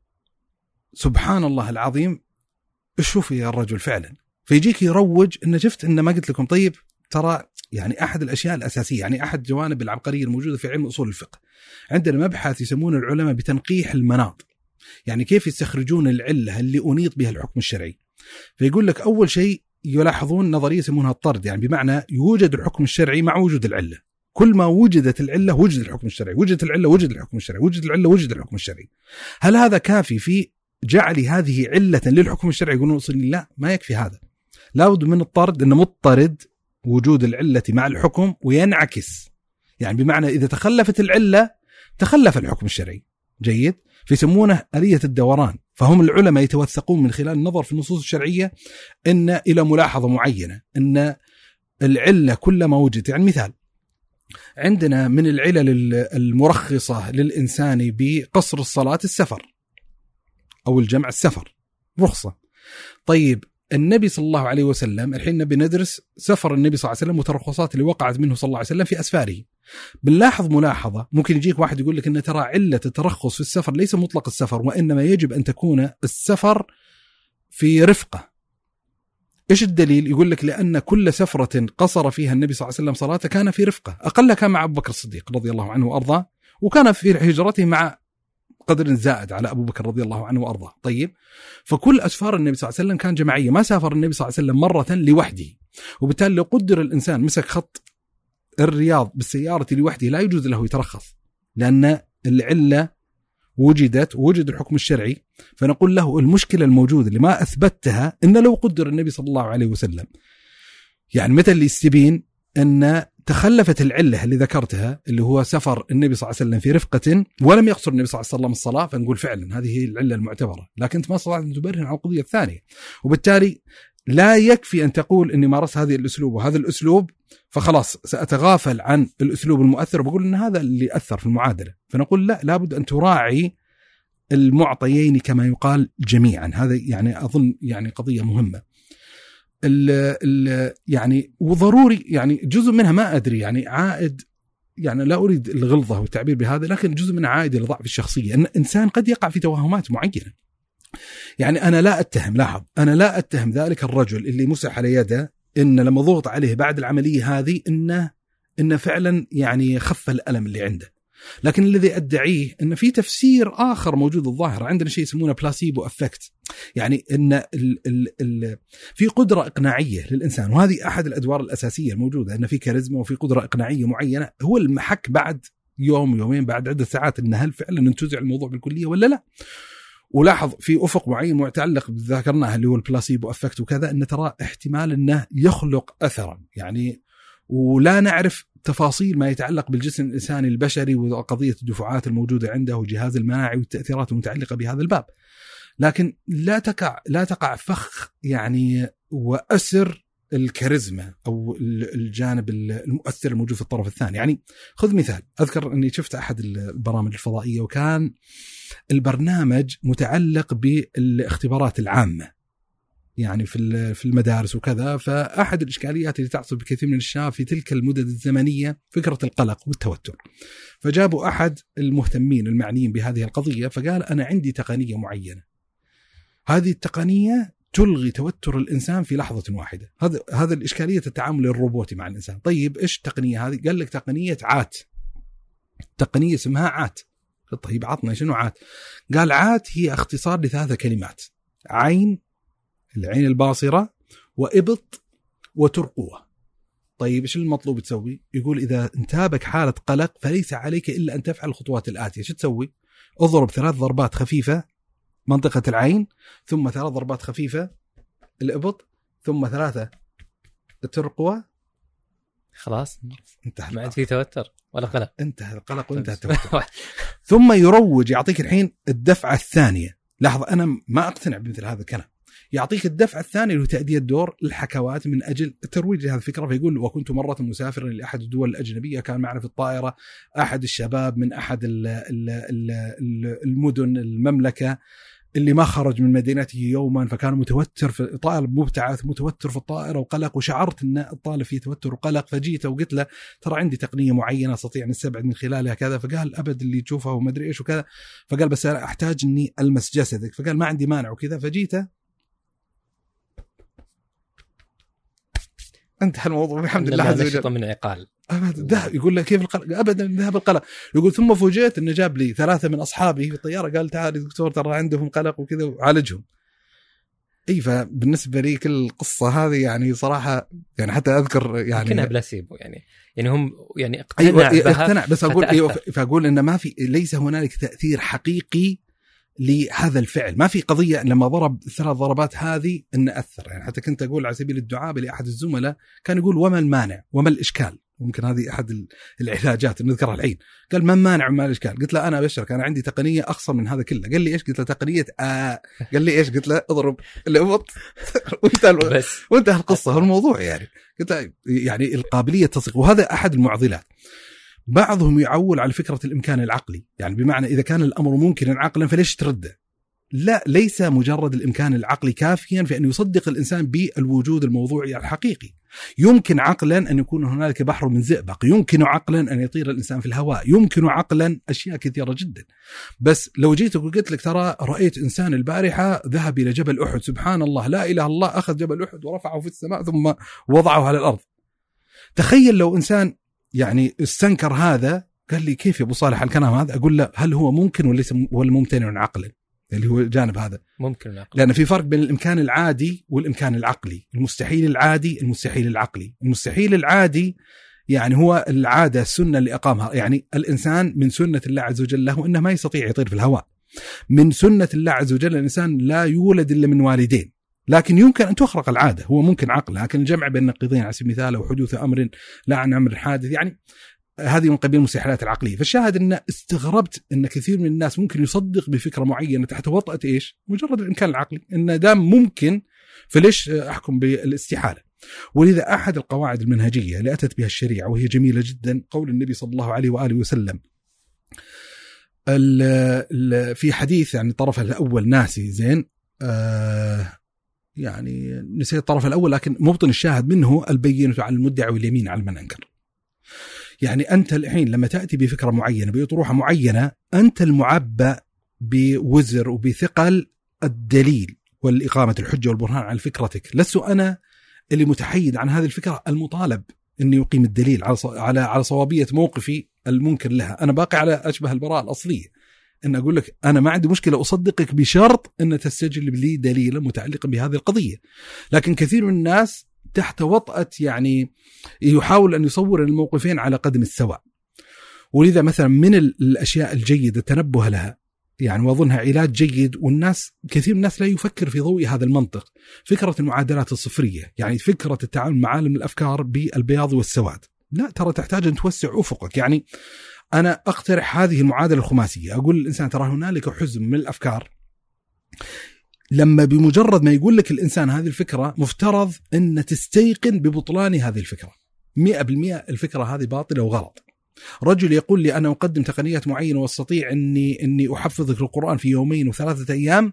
[SPEAKER 1] سبحان الله العظيم شوفي يا الرجل فعلا، فيجيك يروج إن شفت إن ما قلت لكم. طيب ترى يعني أحد الأشياء الأساسية، يعني أحد جوانب العبقرية الموجودة في علم أصول الفقه، عندنا مبحث يسمون العلماء بتنقيح المناط، يعني كيف يستخرجون العلة اللي أنيط بها الحكم الشرعي. فيقول لك أول شيء يلاحظون نظرية يسمونها الطرد، يعني بمعنى يوجد الحكم الشرعي مع وجود العلة، كل ما وجدت العلة وجد الحكم الشرعي، وجدت العلة وجد الحكم الشرعي، وجد العلة وجد الحكم الشرعي. هل هذا كافي في جعل هذه علة للحكم الشرعي؟ يقولون لا، ما يكفي هذا، لابد من الطرد، إنه مضطرد وجود العلة مع الحكم وينعكس، يعني بمعنى إذا تخلفت العلة تخلف الحكم الشرعي. جيد، فيسمونه آلية الدوران. فهم العلماء يتوثقون من خلال النظر في النصوص الشرعية إن إلى ملاحظة معينة أن العلة كلما وجدت، يعني مثال عندنا من العلل المرخصة للإنسان بقصر الصلاة السفر أو الجمع السفر، رخصة. طيب النبي صلى الله عليه وسلم الحين نبي ندرس سفر النبي صلى الله عليه وسلم وترخصات اللي وقعت منه صلى الله عليه وسلم في أسفاره. بنلاحظ ملاحظة، ممكن يجيك واحد يقول لك إن ترى علة الترخص في السفر ليس مطلق السفر، وإنما يجب أن تكون السفر في رفقة. إيش الدليل؟ يقول لك لأن كل سفرة قصر فيها النبي صلى الله عليه وسلم صلاته كان في رفقة، أقل كان مع أبو بكر الصديق رضي الله عنه وأرضاه، وكان في هجرته مع قدر زائد على أبو بكر رضي الله عنه وأرضاه. طيب، فكل أسفار النبي صلى الله عليه وسلم كان جماعية، ما سافر النبي صلى الله عليه وسلم مرة لوحده. وبالتالي لو قدر الإنسان مسك خط الرياض بالسيارة لوحده لا يجوز له يترخص، لأن العلة وجدت ووجد الحكم الشرعي. فنقول له المشكلة الموجودة اللي ما أثبتها إن لو قدر النبي صلى الله عليه وسلم، يعني مثل اللي يستبين أن تخلفت العلة اللي ذكرتها اللي هو سفر النبي صلى الله عليه وسلم في رفقة ولم يقصر النبي صلى الله عليه وسلم الصلاة، فنقول فعلا هذه هي العلة المعتبرة، لكن أنت ما استطعت أن تبرهن على القضية الثانية. وبالتالي لا يكفي أن تقول إني مارس هذه الأسلوب وهذا الأسلوب فخلاص سأتغافل عن الأسلوب المؤثر وبقول إن هذا اللي أثر في المعادلة. فنقول لا، لابد أن تراعي المعطيين كما يقال جميعا. هذا يعني أظن يعني قضية مهمة. يعني وضروري يعني جزء منها ما أدري يعني عائد، يعني لا أريد الغلظة والتعبير بهذا، لكن جزء من عائد لضعف الشخصية. أن إنسان قد يقع في توهمات معينة. يعني أنا لا أتهم، لاحظ، أنا لا أتهم ذلك الرجل اللي مسح على يده إن لما ضغط عليه بعد العملية هذه إنه فعلا يعني خف الألم اللي عنده. لكن الذي أدعيه إن في تفسير آخر موجود الظاهر عندنا، شيء يسمونه بلاسيبو أفكت، يعني إن في قدرة إقناعية للإنسان، وهذه أحد الأدوار الأساسية الموجودة، إن في كاريزما وفي قدرة إقناعية معينة، هو المحك بعد يوم يومين بعد عدة ساعات إن هل فعلا ننتزع الموضوع بالكلية ولا لا. ولاحظ في أفق معين متعلق بذكرناه اللي هو البلاسيبو أفكت وكذا، إن ترى احتمال إنه يخلق أثرا، يعني ولا نعرف تفاصيل ما يتعلق بالجسم الإنساني البشري وقضية الدفعات الموجودة عنده والجهاز المناعي والتأثيرات المتعلقة بهذا الباب، لكن لا تقع فخ يعني وأسر الكاريزما أو الجانب المؤثر الموجود في الطرف الثاني. يعني خذ مثال، أذكر أني شفت أحد البرامج الفضائية وكان البرنامج متعلق بالاختبارات العامة يعني في المدارس وكذا، فأحد الإشكاليات اللي تعصب بكثير من الشباب في تلك المدد الزمنية فكرة القلق والتوتر. فجابوا أحد المهتمين المعنيين بهذه القضية فقال أنا عندي تقنية معينة، هذه التقنية تلغي توتر الإنسان في لحظة واحدة. هذا الإشكالية التعامل الروبوتي مع الإنسان. طيب إيش التقنية هذه؟ قال لك تقنية عات، تقنية اسمها عات. طيب عطنا شنو عات؟ قال عات هي اختصار ل3 كلمات: عين، العين الباصرة، وإبط، وترقوة. طيب إيش المطلوب تسوي؟ يقول إذا انتابك حالة قلق فليس عليك إلا أن تفعل الخطوات الآتية. شو تسوي؟ اضرب 3 ضربات خفيفة منطقة العين، ثم 3 ضربات خفيفة الإبط، ثم 3 الترقوة.
[SPEAKER 2] خلاص
[SPEAKER 1] انتهى،
[SPEAKER 2] ما عاد في توتر ولا قلق،
[SPEAKER 1] انتهى القلق وانتهى التوتر. ثم يروج، يعطيك الحين الدفعة الثانية. لاحظ أنا ما أقتنع بمثل هذا الكلام. يعطيك الدفعة الثانية لتأدية دور الحكوات من أجل الترويج لهذه الفكرة. فيقول وكنت مرة مسافرا لأحد الدول الأجنبية، كان معنا في الطائرة أحد الشباب من أحد المدن المملكة اللي ما خرج من مدينته يوما، فكان متوتر في طالب مبتعث متوتر في الطائرة وقلق، وشعرت أن الطالب فيه توتر وقلق، فجيت وقلت له ترى عندي تقنية معينة أستطيع أن أستبعد من خلالها كذا. فقال أبد اللي تشوفه وما أدري إيش وكذا. فقال بس أنا أحتاج أني ألمس جسدك. فقال ما عندي مانع وكذا. فجيته انتهى الموضوع الحمد لله عز وجل.
[SPEAKER 2] من عقال
[SPEAKER 1] ذهب. يقول له كيف القلق؟ ابدا ذهب القلق. يقول ثم فوجئت انه جاب لي 3 من اصحابي في الطياره، قال تعال يا دكتور ترى عندهم قلق وكذا وعالجهم. اي فبالنسبه لي كل القصه هذه يعني صراحه يعني حتى اذكر يعني
[SPEAKER 2] كنا بلاسيبو يعني هم يعني اقتنع
[SPEAKER 1] بس اقول فاقول ان ما في، ليس هنالك تاثير حقيقي لهذا الفعل. ما في قضية لما ضرب 3 ضربات هذه إن أثر. يعني حتى كنت أقول على سبيل الدعابة لأحد الزملاء كان يقول وما المانع وما الإشكال. ممكن هذه أحد العلاجات نذكرها الحين. قال ما المانع وما الإشكال. قلت له أنا أبشرك أنا عندي تقنية أخصر من هذا كله. قال لي إيش؟ قلت له تقنية قال لي إيش؟ قلت له اضرب الأبط وانتهى القصة. الموضوع يعني قلت له يعني القابلية تصيغ، وهذا أحد المعضلات. بعضهم يعول على فكرة الإمكان العقلي، يعني بمعنى إذا كان الأمر ممكنا عقلا فليش ترده؟ لا، ليس مجرد الإمكان العقلي كافيا في أن يصدق الإنسان بالوجود الموضوعي الحقيقي. يمكن عقلا أن يكون هنالك بحر من زئبق، يمكن عقلا أن يطير الإنسان في الهواء، يمكن عقلا أشياء كثيرة جدا. بس لو جيت وقلت لك ترى رأيت إنسان البارحة ذهب إلى جبل أحد، سبحان الله لا إله إلا الله، أخذ جبل أحد ورفعه في السماء ثم وضعه على الأرض. تخيل لو إنسان يعني استنكر هذا، قال لي كيف يا أبو صالح الكلام هذا؟ أقول له هل هو ممكن ولا ممتنع عقلا؟ اللي هو الجانب هذا
[SPEAKER 2] ممكن عقلا.
[SPEAKER 1] لأن في فرق بين الإمكان العادي والإمكان العقلي. المستحيل العادي، المستحيل العقلي. المستحيل العادي يعني هو العادة، السنة اللي أقامها. يعني الإنسان من سنة الله عز وجل له إنه ما يستطيع يطير في الهواء. من سنة الله عز وجل الإنسان لا يولد إلا من والدين، لكن يمكن أن تخرق العادة. هو ممكن عقل، لكن الجمع بين النقيضين على سبيل المثال أو حدوث أمر لا عن أمر حادث، يعني هذه من قبيل المستحيلات العقلية. فالشاهد أن استغربت أن كثير من الناس ممكن يصدق بفكرة معينة تحت وطأة إيش؟ مجرد الإمكان العقلي، إن دام ممكن فليش أحكم بالاستحالة. ولذا أحد القواعد المنهجية اللي أتت بها الشريعة وهي جميلة جدا قول النبي صلى الله عليه وآله وسلم: في حديث يعني الطرف الأول ناسي زين يعني نسيت الطرف الأول، لكن مبطن الشاهد منه البينة على المدعي واليمين على من أنكر. يعني أنت الحين لما تأتي بفكرة معينة بأطروحة معينة، أنت المعبأ بوزر وبثقل الدليل والإقامة الحجة والبرهان على فكرتك. لست أنا اللي متحيد عن هذه الفكرة المطالب أني يقيم الدليل على صوابية موقفي المنكر لها. أنا باقي على أشبه البراءة الأصلية، أن أقول لك أنا ما عندي مشكلة أصدقك بشرط أن تستجلب لي دليلا متعلقا بهذه القضية. لكن كثير من الناس تحت وطأة يعني يحاول أن يصور الموقفين على قدم السواء. ولذا مثلا من الأشياء الجيدة التنبه لها يعني وأظنها علاج جيد، والناس كثير من الناس لا يفكر في ضوء هذا المنطق، فكرة المعادلات الصفرية، يعني فكرة التعامل مع عالم الأفكار بالبياض والسواد. لا، ترى تحتاج أن توسع أفقك. يعني أنا أقترح هذه المعادلة الخماسية، أقول للإنسان ترى هنالك حزم من الأفكار، لما بمجرد ما يقول لك الإنسان هذه الفكرة مفترض أن تستيقن ببطلان هذه الفكرة 100%. الفكرة هذه باطلة وغلط. رجل يقول لي أنا أقدم تقنيات معينة واستطيع أني أحفظك القرآن في 2 و3 أيام،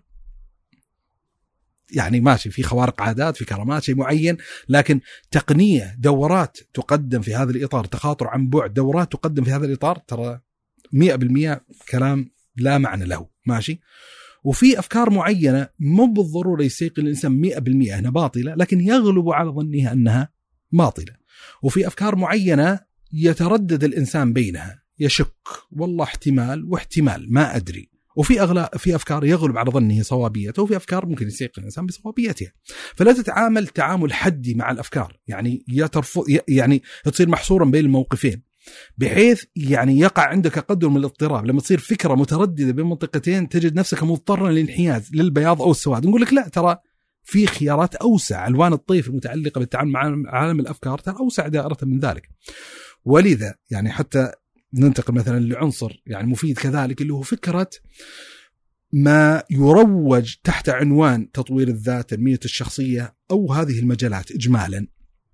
[SPEAKER 1] يعني ماشي في خوارق عادات في كرامات شيء معين، لكن تقنية دورات تقدم في هذا الإطار، تخاطر عن بعد دورات تقدم في هذا الإطار، ترى 100% كلام لا معنى له. ماشي. وفي أفكار معينة مو بالضرورة يستيقن الإنسان 100% أنها باطلة، لكن يغلب على ظنها أنها باطلة. وفي أفكار معينة يتردد الإنسان بينها، يشك والله احتمال واحتمال ما أدري. وفي أفكار يغلب على ظنه صوابيته، وفي أفكار ممكن يستيقن الإنسان بصوابيتها. فلا تتعامل تعامل حدي مع الأفكار، يعني تصير محصورا بين الموقفين، بحيث يعني يقع عندك قدر من الاضطراب. لما تصير فكرة مترددة بين منطقتين تجد نفسك مضطرا للانحياز للبياض أو السواد. نقول لك لا، ترى في خيارات أوسع. ألوان الطيف المتعلقة بالتعامل مع عالم الأفكار ترى أوسع دائرة من ذلك. ولذا يعني حتى ننتقل مثلا لعنصر يعني مفيد كذلك، اللي هو فكرة ما يروج تحت عنوان تطوير الذات، تنمية الشخصية، أو هذه المجالات إجمالا.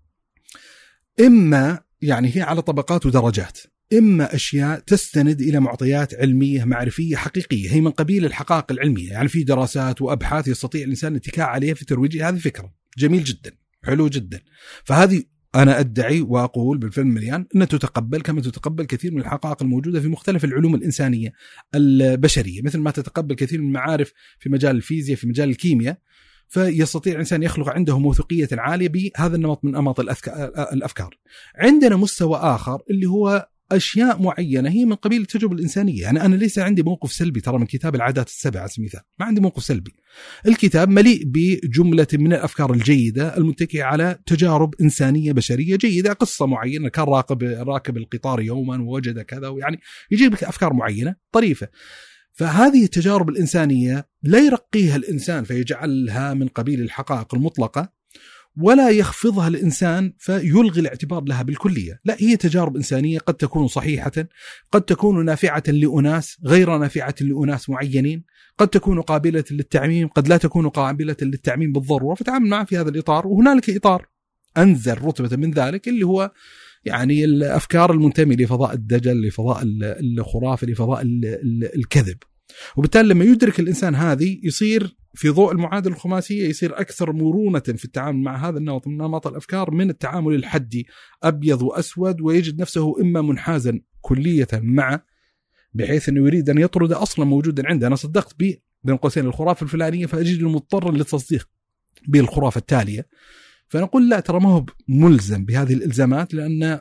[SPEAKER 1] إما يعني هي على طبقات ودرجات، إما أشياء تستند إلى معطيات علمية معرفية حقيقية، هي من قبيل الحقائق العلمية، يعني في دراسات وأبحاث يستطيع الإنسان الاتكاء عليها في ترويج هذه الفكرة. جميل جدا، حلو جدا. فهذه أنا أدعي وأقول بالفعل مليان أن تتقبل كما تتقبل كثير من الحقائق الموجودة في مختلف العلوم الإنسانية البشرية، مثل ما تتقبل كثير من المعارف في مجال الفيزياء، في مجال الكيمياء. فيستطيع الإنسان يخلق عنده موثوقية عالية بهذا النمط من أنماط الأفكار. عندنا مستوى آخر اللي هو أشياء معينة هي من قبيل التجربة الإنسانية. يعني أنا ليس عندي موقف سلبي ترى من كتاب العادات السبع على سبيل المثال، ما عندي موقف سلبي. الكتاب مليء بجملة من الأفكار الجيدة المتكئة على تجارب إنسانية بشرية جيدة، قصة معينة، كان راكب القطار يوما ووجد كذا، ويعني يجيب لك أفكار معينة طريفة. فهذه التجارب الإنسانية لا يرقيها الإنسان فيجعلها من قبيل الحقائق المطلقة، ولا يخفضها الإنسان فيلغي الاعتبار لها بالكلية. لا، هي تجارب إنسانية قد تكون صحيحة، قد تكون نافعة لأناس، غير نافعة لأناس معينين، قد تكون قابلة للتعميم، قد لا تكون قابلة للتعميم بالضرورة، فتعامل معها في هذا الإطار. وهنالك إطار أنزل رتبة من ذلك اللي هو يعني الأفكار المنتمية لفضاء الدجل، لفضاء الخرافة، لفضاء الكذب. وبالتالي لما يدرك الإنسان هذه يصير في ضوء المعادلة الخماسية يصير أكثر مرونة في التعامل مع هذا النمط من نمط الأفكار من التعامل الحدي أبيض وأسود، ويجد نفسه إما منحازا كلية معه بحيث أنه يريد أن يطرد أصلا موجودا عنده. أنا صدقت بين قوسين الخرافة الفلانية فأجد مضطرا للتصديق بالخرافة التالية. فنقول لا، ترى ما هو ملزم بهذه الإلزامات، لأن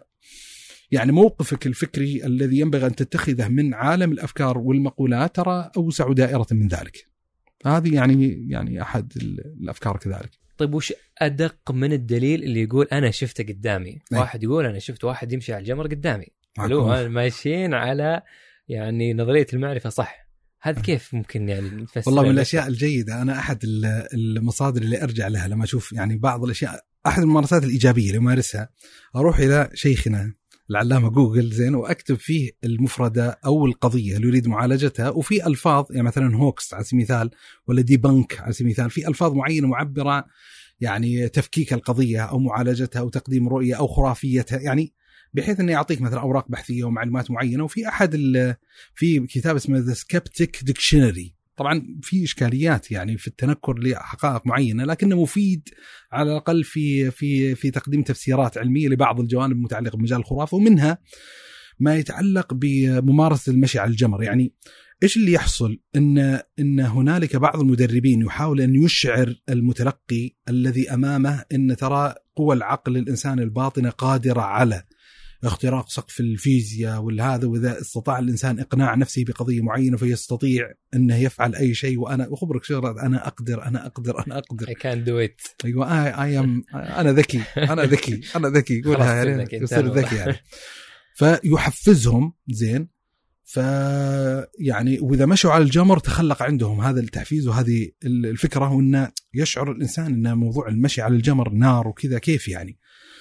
[SPEAKER 1] يعني موقفك الفكري الذي ينبغي أن تتخذه من عالم الأفكار والمقولات ترى أوسع دائرة من ذلك. هذه يعني أحد الأفكار كذلك.
[SPEAKER 2] طيب وش أدق من الدليل اللي يقول أنا شفته قدامي؟ واحد يقول أنا شفت واحد يمشي على الجمر قدامي، حلو، ماشيين على يعني نظرية المعرفة صح. هذا كيف ممكن يعني نفسر؟
[SPEAKER 1] والله من الأشياء الجيدة، أنا أحد المصادر اللي أرجع لها لما أشوف يعني بعض الأشياء، أحد الممارسات الإيجابية اللي أمارسها، أروح إلى شيخنا العلامة جوجل زين وأكتب فيه المفردة أو القضية اللي يريد معالجتها، وفي ألفاظ يعني مثلا هوكس على سبيل المثال ولا دي بنك على سبيل المثال، في ألفاظ معينة معبرة يعني تفكيك القضية أو معالجتها أو تقديم رؤية أو خرافيتها. يعني بحيث انه يعطيك مثلا اوراق بحثيه ومعلومات معينه. وفي في كتاب اسمه The Skeptic Dictionary، طبعا في اشكاليات يعني في التنكر لحقائق معينه، لكنه مفيد على الاقل في تقديم تفسيرات علميه لبعض الجوانب المتعلقه بمجال الخرافه، ومنها ما يتعلق بممارسه المشي على الجمر. يعني ايش اللي يحصل؟ ان هنالك بعض المدربين يحاول ان يشعر المتلقي الذي امامه ان ترى قوى العقل الانسان الباطنه قادره على اختراق سقف الفيزياء والهذا، واذا استطاع الانسان اقناع نفسه بقضيه معينه فيستطيع انه يفعل اي شيء. وانا اخبرك شغله، انا اقدر
[SPEAKER 2] I can do it.
[SPEAKER 1] ايوه انا ذكي يقولها يعني يصير ذكي يعني. فيحفزهم زين. يعني واذا مشوا على الجمر تخلق عندهم هذا التحفيز وهذه الفكره، وان يشعر الانسان ان موضوع المشي على الجمر نار وكذا كيف يعني.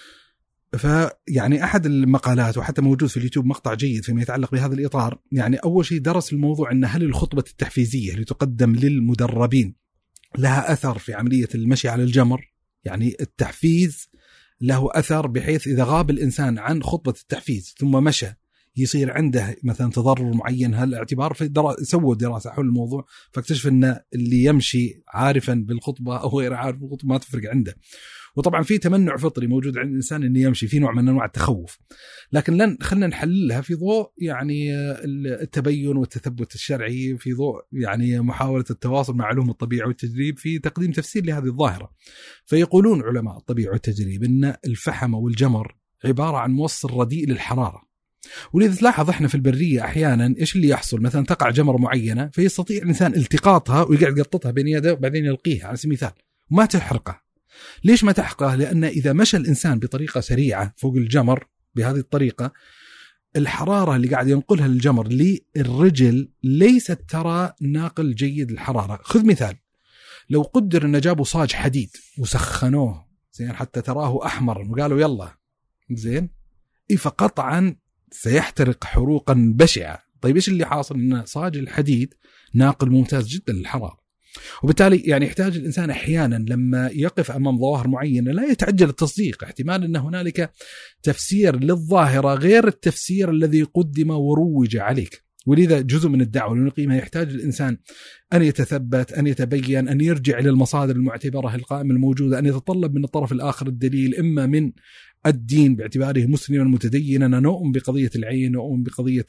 [SPEAKER 1] فيعني أحد المقالات وحتى موجود في اليوتيوب مقطع جيد فيما يتعلق بهذا الإطار، يعني أول شيء درس الموضوع أن هل الخطبة التحفيزية اللي تقدم للمدربين لها أثر في عملية المشي على الجمر. يعني التحفيز له أثر بحيث إذا غاب الإنسان عن خطبة التحفيز ثم مشى يصير عنده مثلا تضرر معين. هل اعتبار سووا دراسة حول الموضوع فاكتشف أن اللي يمشي عارفا بالخطبة أو غير عارف بالخطبة ما تفرق عنده. وطبعا في تمنع فطري موجود عند الإنسان أن يمشي، في نوع من أنواع التخوف، لكن خلنا نحللها في ضوء يعني التبين والتثبت الشرعي، في ضوء يعني محاولة التواصل مع علوم الطبيعة والتجريب في تقديم تفسير لهذه الظاهرة. فيقولون علماء الطبيعة والتجريب أن الفحم والجمر عبارة عن موصل رديء للحرارة. ولذا تلاحظ احنا في البرية احيانا ايش اللي يحصل؟ مثلا تقع جمر معينة فيستطيع الانسان التقاطها ويقعد يقططها بين يده وبعدين يلقيها على سبيل المثال وما تحرقه. ليش ما تحرقه؟ لان اذا مشى الانسان بطريقة سريعة فوق الجمر بهذه الطريقة، الحرارة اللي قاعد ينقلها الجمر للرجل ليست ترى ناقل جيد للحرارة. خذ مثال، لو قدر ان جابوا صاج حديد وسخنوه زين حتى تراه احمر وقالوا يلا زين، فقطعا سيحترق حروقا بشعة. طيب إيش اللي حاصل؟ إن صاج الحديد ناقل ممتاز جدا للحرارة، وبالتالي يعني يحتاج الإنسان أحيانا لما يقف أمام ظواهر معينة لا يتعجل التصديق، احتمال أن هنالك تفسير للظاهرة غير التفسير الذي قدم وروج عليك. ولذا جزء من الدعوة اللي نقيمها يحتاج الإنسان أن يتثبت، أن يتبين، أن يرجع إلى المصادر المعتبرة القائمة الموجودة، أن يتطلب من الطرف الآخر الدليل إما من الدين باعتباره مسلما متدينا، نؤمن بقضية العين، نؤمن بقضية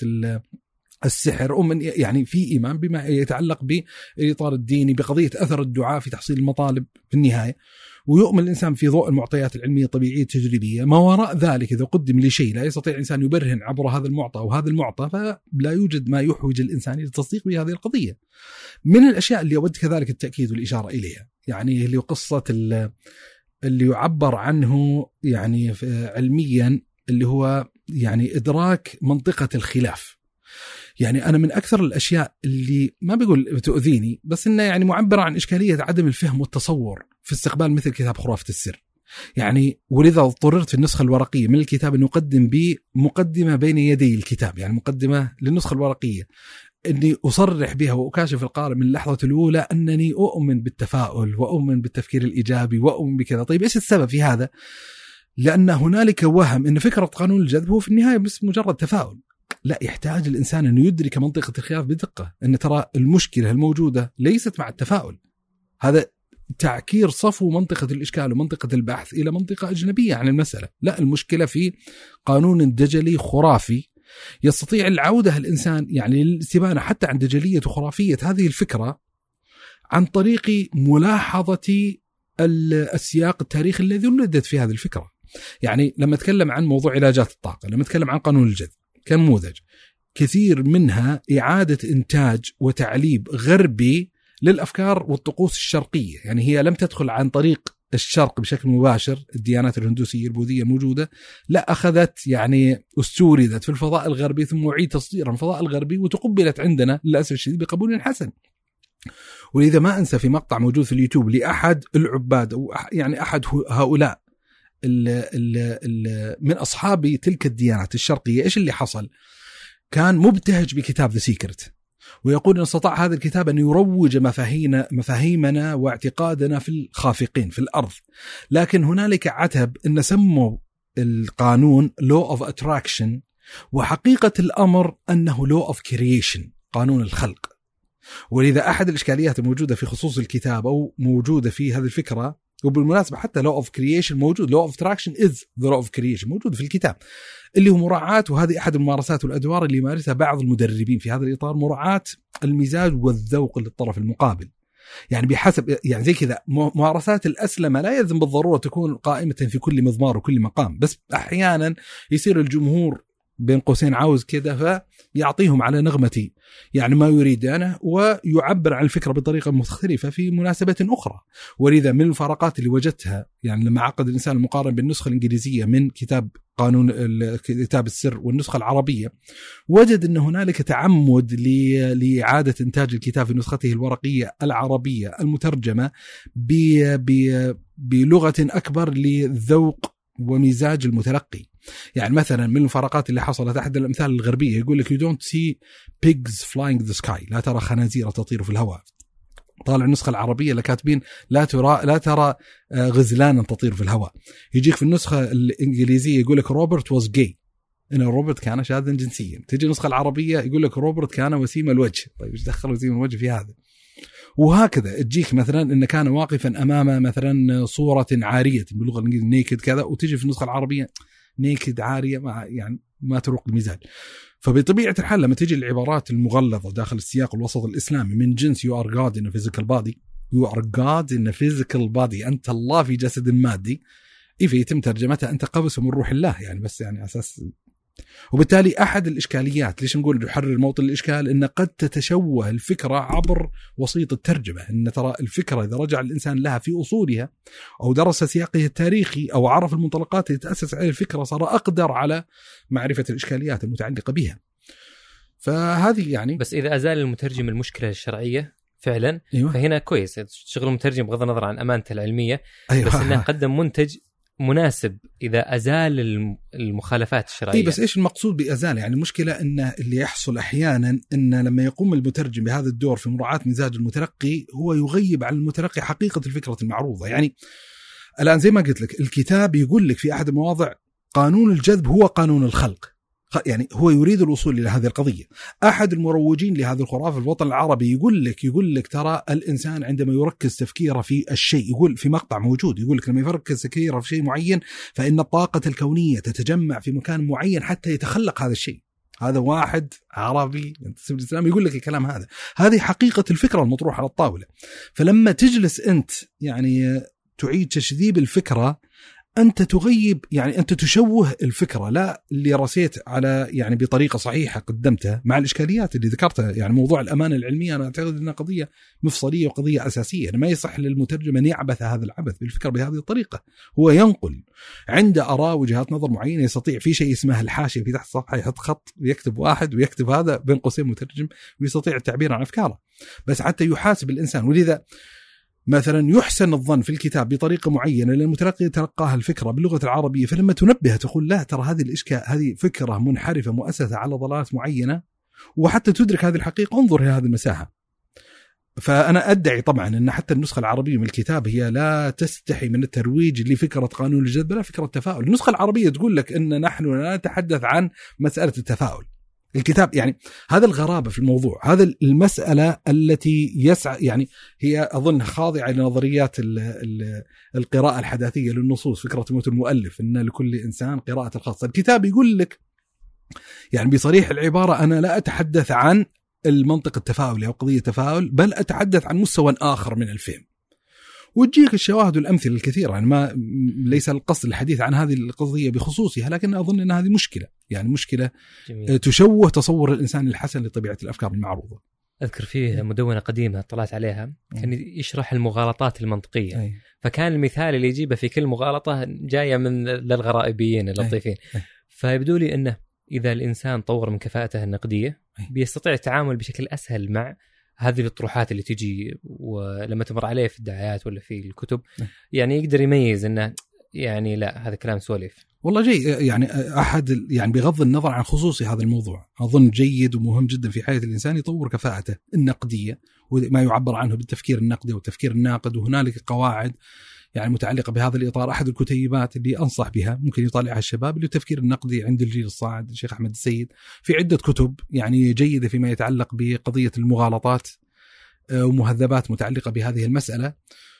[SPEAKER 1] السحر، أؤمن يعني في إيمان بما يتعلق بالإطار الديني، بقضية أثر الدعاء في تحصيل المطالب في النهاية، ويؤمن الإنسان في ضوء المعطيات العلمية الطبيعية التجريبية. ما وراء ذلك إذا قدم لشيء لا يستطيع الإنسان يبرهن عبر هذا المعطى أو هذا المعطى، فلا يوجد ما يحوج الإنسان للتصديق بهذه القضية. من الأشياء اللي أود كذلك التأكيد والإشارة إليها يعني اللي قصة اللي يعبر عنه يعني علميا اللي هو يعني إدراك منطقة الخلاف. يعني أنا من أكثر الأشياء اللي ما بقول تؤذيني بس إنه يعني معبرة عن إشكالية عدم الفهم والتصور في استقبال مثل كتاب خرافة السر. يعني ولذا اضطررت في النسخة الورقية من الكتاب أن أقدم بمقدمة بين يدي الكتاب، يعني مقدمة للنسخة الورقية، أني أصرح بها وأكاشف القارئ من اللحظة الأولى أنني أؤمن بالتفاؤل وأؤمن بالتفكير الإيجابي وأؤمن بكذا. طيب إيش السبب في هذا؟ لأن هنالك وهم أن فكرة قانون الجذب هو في النهاية بس مجرد تفاؤل. لا، يحتاج الإنسان أن يدرك منطقة الخلاف بدقة، أن ترى المشكلة الموجودة ليست مع التفاؤل، هذا تعكير صفو منطقة الإشكال ومنطقة البحث إلى منطقة أجنبية عن المسألة. لا، المشكلة في قانون دجلي خرافي يستطيع العودة الإنسان يعني للاستبانة حتى عن دجلية وخرافية هذه الفكرة عن طريق ملاحظة السياق التاريخي الذي ولدت في هذه الفكرة. يعني لما أتكلم عن موضوع علاجات الطاقة، لما أتكلم عن قانون الجذب كنموذج، كثير منها إعادة إنتاج وتعليب غربي للأفكار والطقوس الشرقية. يعني هي لم تدخل عن طريق الشرق بشكل مباشر، الديانات الهندوسية البوذية موجودة، لا أخذت يعني استوردت في الفضاء الغربي ثم أعيد تصديرها من الفضاء الغربي وتقبلت عندنا للأسف الشديد بقبول حسن. ولذا ما أنسى في مقطع موجود في اليوتيوب لأحد العباد أو يعني أحد هؤلاء من أصحاب تلك الديانات الشرقية، إيش اللي حصل؟ كان مبتهج بكتاب The Secret، ويقول أن استطاع هذا الكتاب أن يروج مفاهيمنا واعتقادنا في الخافقين في الأرض. لكن هنالك عتب أن سموا القانون law of attraction، وحقيقة الأمر أنه law of creation، قانون الخلق. ولذا أحد الإشكاليات الموجودة في خصوص الكتاب أو موجودة في هذه الفكرة، وبالمناسبة حتى law of creation موجود، law of attraction is the law of creation موجود في الكتاب، اللي هو مراعاة، وهذه أحد الممارسات والأدوار اللي يمارسها بعض المدربين في هذا الإطار، مراعاة المزاج والذوق للطرف المقابل. يعني بحسب، يعني زي كذا ممارسات الأسلمة لا يلزم بالضرورة تكون قائمة في كل مضمار وكل مقام، بس أحيانا يصير الجمهور بين قوسين عاوز كذا فيعطيهم على نغمتي يعني ما يريدانه، ويعبر عن الفكرة بطريقة مختلفة في مناسبة أخرى. ولذا من الفارقات اللي وجدتها يعني لما عقد الإنسان المقارنة بالنسخة الإنجليزية من كتاب السر والنسخة العربية، وجد أن هنالك تعمد لإعادة إنتاج الكتاب في نسخته الورقية العربية المترجمة بلغة أكبر للذوق ومزاج المتلقي. يعني مثلا من الفرقات اللي حصلت، أحد الأمثال الغربية يقول لك you don't see pigs flying the sky، لا ترى خنازير تطير في الهواء. طالع النسخة العربية اللي كاتبين لا ترى غزلانا تطير في الهواء. يجيك في النسخة الإنجليزية يقول لك روبرت was gay، إن روبرت كان شاذا جنسيا. تجي النسخة العربية يقول لك روبرت كان وسيم الوجه. طيب إيش دخل وسيم الوجه في هذا؟ وهكذا تجيك مثلا إن كان واقفا أمام مثلا صورة عارية باللغة الإنجليزية نيكد كذا، وتجي في النسخة العربية نيكد عارية، يعني ما تروق الميزان. فبطبيعة الحال لما تجي العبارات المغلظة داخل السياق الوسط الإسلامي من جنس you are God in a physical body، you are God in a physical body، أنت الله في جسد مادي، إذا يتم ترجمتها أنت قبس من روح الله، يعني بس يعني أساس. وبالتالي أحد الإشكاليات، ليش نقول نحرر موطن الإشكال، إن قد تتشوه الفكرة عبر وسيط الترجمة. إن ترى الفكرة إذا رجع الإنسان لها في أصولها أو درس سياقها التاريخي أو عرف المنطلقات اللي تأسس على الفكرة، صار أقدر على معرفة الإشكاليات المتعلقة بها. فهذه يعني
[SPEAKER 2] بس إذا أزال المترجم المشكلة الشرعية فعلا،
[SPEAKER 1] أيوة.
[SPEAKER 2] فهنا كويس شغل المترجم بغض النظر عن أمانته العلمية.
[SPEAKER 1] أيوة.
[SPEAKER 2] بس إنه قدم منتج مناسب إذا أزال المخالفات الشرعية.
[SPEAKER 1] بس إيش المقصود بأزال؟ يعني المشكلة إن اللي يحصل أحيانا إن لما يقوم المترجم بهذا الدور في مراعاة مزاج المتلقي، هو يغيب عن المتلقي حقيقة الفكرة المعروضة. يعني الآن زي ما قلت لك، الكتاب يقول لك في أحد المواضع قانون الجذب هو قانون الخلق، يعني هو يريد الوصول إلى هذه القضية. أحد المروجين لهذه الخرافة في الوطن العربي يقول لك ترى الإنسان عندما يركز تفكيره في الشيء، يقول في مقطع موجود يقول لك لما يركز تفكيره في شيء معين فإن الطاقة الكونية تتجمع في مكان معين حتى يتخلق هذا الشيء. هذا واحد عربي ينتسب للإسلام يقول لك الكلام هذا. هذه حقيقة الفكرة المطروحة على الطاولة. فلما تجلس أنت يعني تعيد تشذيب الفكرة، أنت تغيب، يعني أنت تشوه الفكرة، لا اللي رسيت على يعني بطريقة صحيحة قدمتها مع الإشكاليات اللي ذكرتها. يعني موضوع الأمانة العلمية أنا أعتقد أنها قضية مفصلية وقضية أساسية. يعني ما يصح للمترجم أن يعبث هذا العبث بالفكرة بهذه الطريقة. هو ينقل عنده آراء وجهات نظر معينة، يستطيع في شيء اسمه الحاشية في تحت الصفحة يحط خط ويكتب واحد ويكتب هذا بين قوسين مترجم، ويستطيع التعبير عن أفكاره بس حتى يحاسب الإنسان. ولذا مثلا يحسن الظن في الكتاب بطريقة معينة للمتلقي تلقاها الفكرة باللغة العربية، فلما تنبه تقول لا ترى هذه الإشكال، هذه فكرة منحرفة مؤسسة على ضلالات معينة، وحتى تدرك هذه الحقيقة انظر إلى هذه المساحة. فأنا أدعي طبعا أن حتى النسخة العربية من الكتاب هي لا تستحي من الترويج لفكرة قانون الجذب، لا فكرة التفاؤل. النسخة العربية تقول لك أن نحن لا نتحدث عن مسألة التفاؤل. الكتاب يعني هذا الغرابة في الموضوع، هذا المسألة التي يسعى، يعني هي أظن خاضعة لنظريات القراءة الحداثية للنصوص، فكرة موت المؤلف إن لكل إنسان قراءة الخاصة. الكتاب يقول لك يعني بصريح العبارة أنا لا أتحدث عن المنطق التفاؤلي أو قضية تفاؤل، بل أتحدث عن مستوى آخر من الفهم. وتجيك الشواهد والأمثلة الكثيرة. يعني ما ليس القصد الحديث عن هذه القضية بخصوصها، لكن أظن أن هذه مشكلة، يعني مشكلة جميل. تشوه تصور الإنسان الحسن لطبيعة الأفكار المعروضة.
[SPEAKER 2] أذكر فيه مدونة قديمة طلعت عليها كان يشرح المغالطات المنطقية، فكان المثال اللي يجيبه في كل مغالطة جاية من للغرائبيين اللطيفين. فيبدو لي أنه إذا الإنسان طور من كفاءته النقدية بيستطيع التعامل بشكل أسهل مع هذه الطروحات اللي تجي ولما تمر عليه في الدعايات ولا في الكتب، يعني يقدر يميز انه يعني لا هذا كلام سوليف.
[SPEAKER 1] والله جيد، يعني أحد يعني بغض النظر عن خصوصي هذا الموضوع أظن جيد ومهم جدا في حياة الإنسان يطور كفاءته النقدية وما يعبر عنه بالتفكير النقدي والتفكير الناقد. وهنالك قواعد يعني متعلقة بهذا الإطار. أحد الكتيبات اللي أنصح بها ممكن يطالعها الشباب اللي التفكير النقدي عند الجيل الصاعد الشيخ أحمد السيد، في عدة كتب يعني جيدة فيما يتعلق بقضية المغالطات ومهذبات متعلقة بهذه المسألة،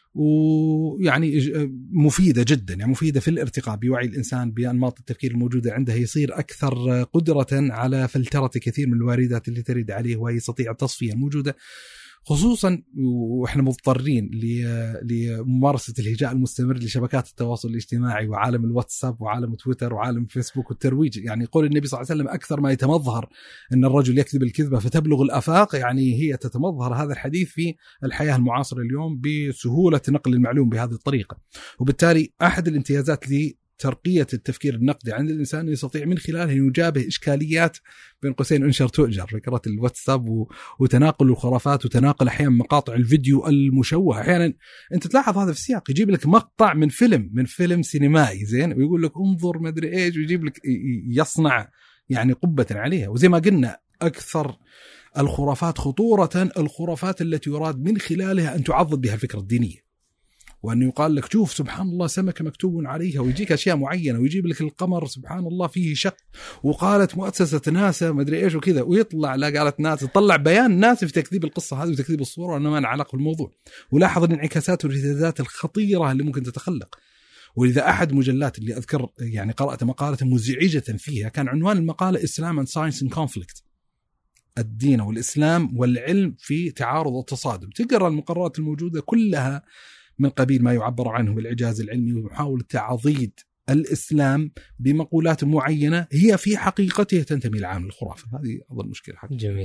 [SPEAKER 1] ويعني مفيدة جدا، يعني مفيدة في الارتقاء بوعي الإنسان بأنماط التفكير الموجودة عنده، يصير أكثر قدرة على فلترة كثير من الواردات اللي ترد عليه ويستطيع التصفية الموجودة، خصوصا وإحنا مضطرين لممارسة الهجاء المستمر لشبكات التواصل الاجتماعي وعالم الواتساب وعالم تويتر وعالم فيسبوك والترويج. يعني يقول النبي صلى الله عليه وسلم أكثر ما يتمظهر أن الرجل يكذب الكذبة فتبلغ الآفاق، يعني هي تتمظهر هذا الحديث في الحياة المعاصرة اليوم بسهولة نقل المعلوم بهذه الطريقة. وبالتالي أحد الامتيازات ترقية التفكير النقدي عند الإنسان يستطيع من خلاله أن يجابه إشكاليات بين قوسين انشر تؤجر، فكرة الواتساب وتناقل الخرافات وتناقل أحيانا مقاطع الفيديو المشوه. أحيانا أنت تلاحظ هذا في السياق، يجيب لك مقطع من فيلم سينمائي زين ويقول لك انظر ما أدري إيش، ويجيب لك يصنع يعني قبة عليها. وزي ما قلنا أكثر الخرافات خطورة الخرافات التي يراد من خلالها أن تعضد بها الفكرة الدينية، وأنه يقال لك شوف سبحان الله سمكة مكتوب عليها، ويجيك أشياء معينة، ويجيب لك القمر سبحان الله فيه شق، وقالت مؤسسة ناسا ما أدري إيش وكذا، ويطلع لا قالت ناسا، تطلع بيان ناسا في تكذيب القصة هذه وتكذيب الصورة وأنه ما له علاقة بالموضوع. ولاحظ الانعكاسات والارتدادات الخطيرة اللي ممكن تتخلق. ولذا أحد مجلات اللي أذكر يعني قرأت مقالة مزعجة فيها، كان عنوان المقالة Islam and Science in Conflict، الدين والإسلام والعلم في تعارض وتصادم. تقرأ المقررات الموجودة كلها من قبيل ما يعبر عنه بالإعجاز العلمي ومحاولة تعضيد الإسلام بمقولات معينة هي في حقيقتها تنتمي لعالم الخرافة. هذه أظل مشكلة حقيقة.
[SPEAKER 2] جميل.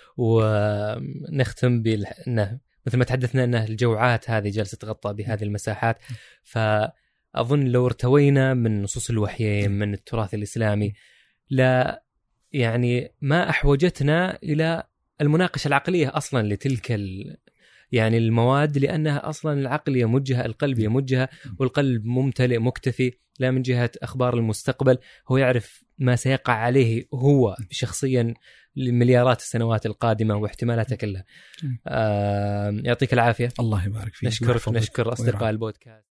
[SPEAKER 2] ونختم بأنه مثل ما تحدثنا أن الجوعات هذه جالسة تغطى بهذه المساحات، فأظن لو ارتوينا من نصوص الوحيين من التراث الإسلامي لا يعني ما أحوجتنا إلى المناقشة العقلية أصلا لتلك يعني المواد، لأنها أصلا العقل يمجها، القلب يمجها، والقلب ممتلئ مكتفي لا من جهة أخبار المستقبل، هو يعرف ما سيقع عليه هو شخصيا لمليارات السنوات القادمة واحتمالاتها كلها. يعطيك العافية.
[SPEAKER 1] الله يبارك فيك.
[SPEAKER 2] نشكر أصدقاء البودكاست.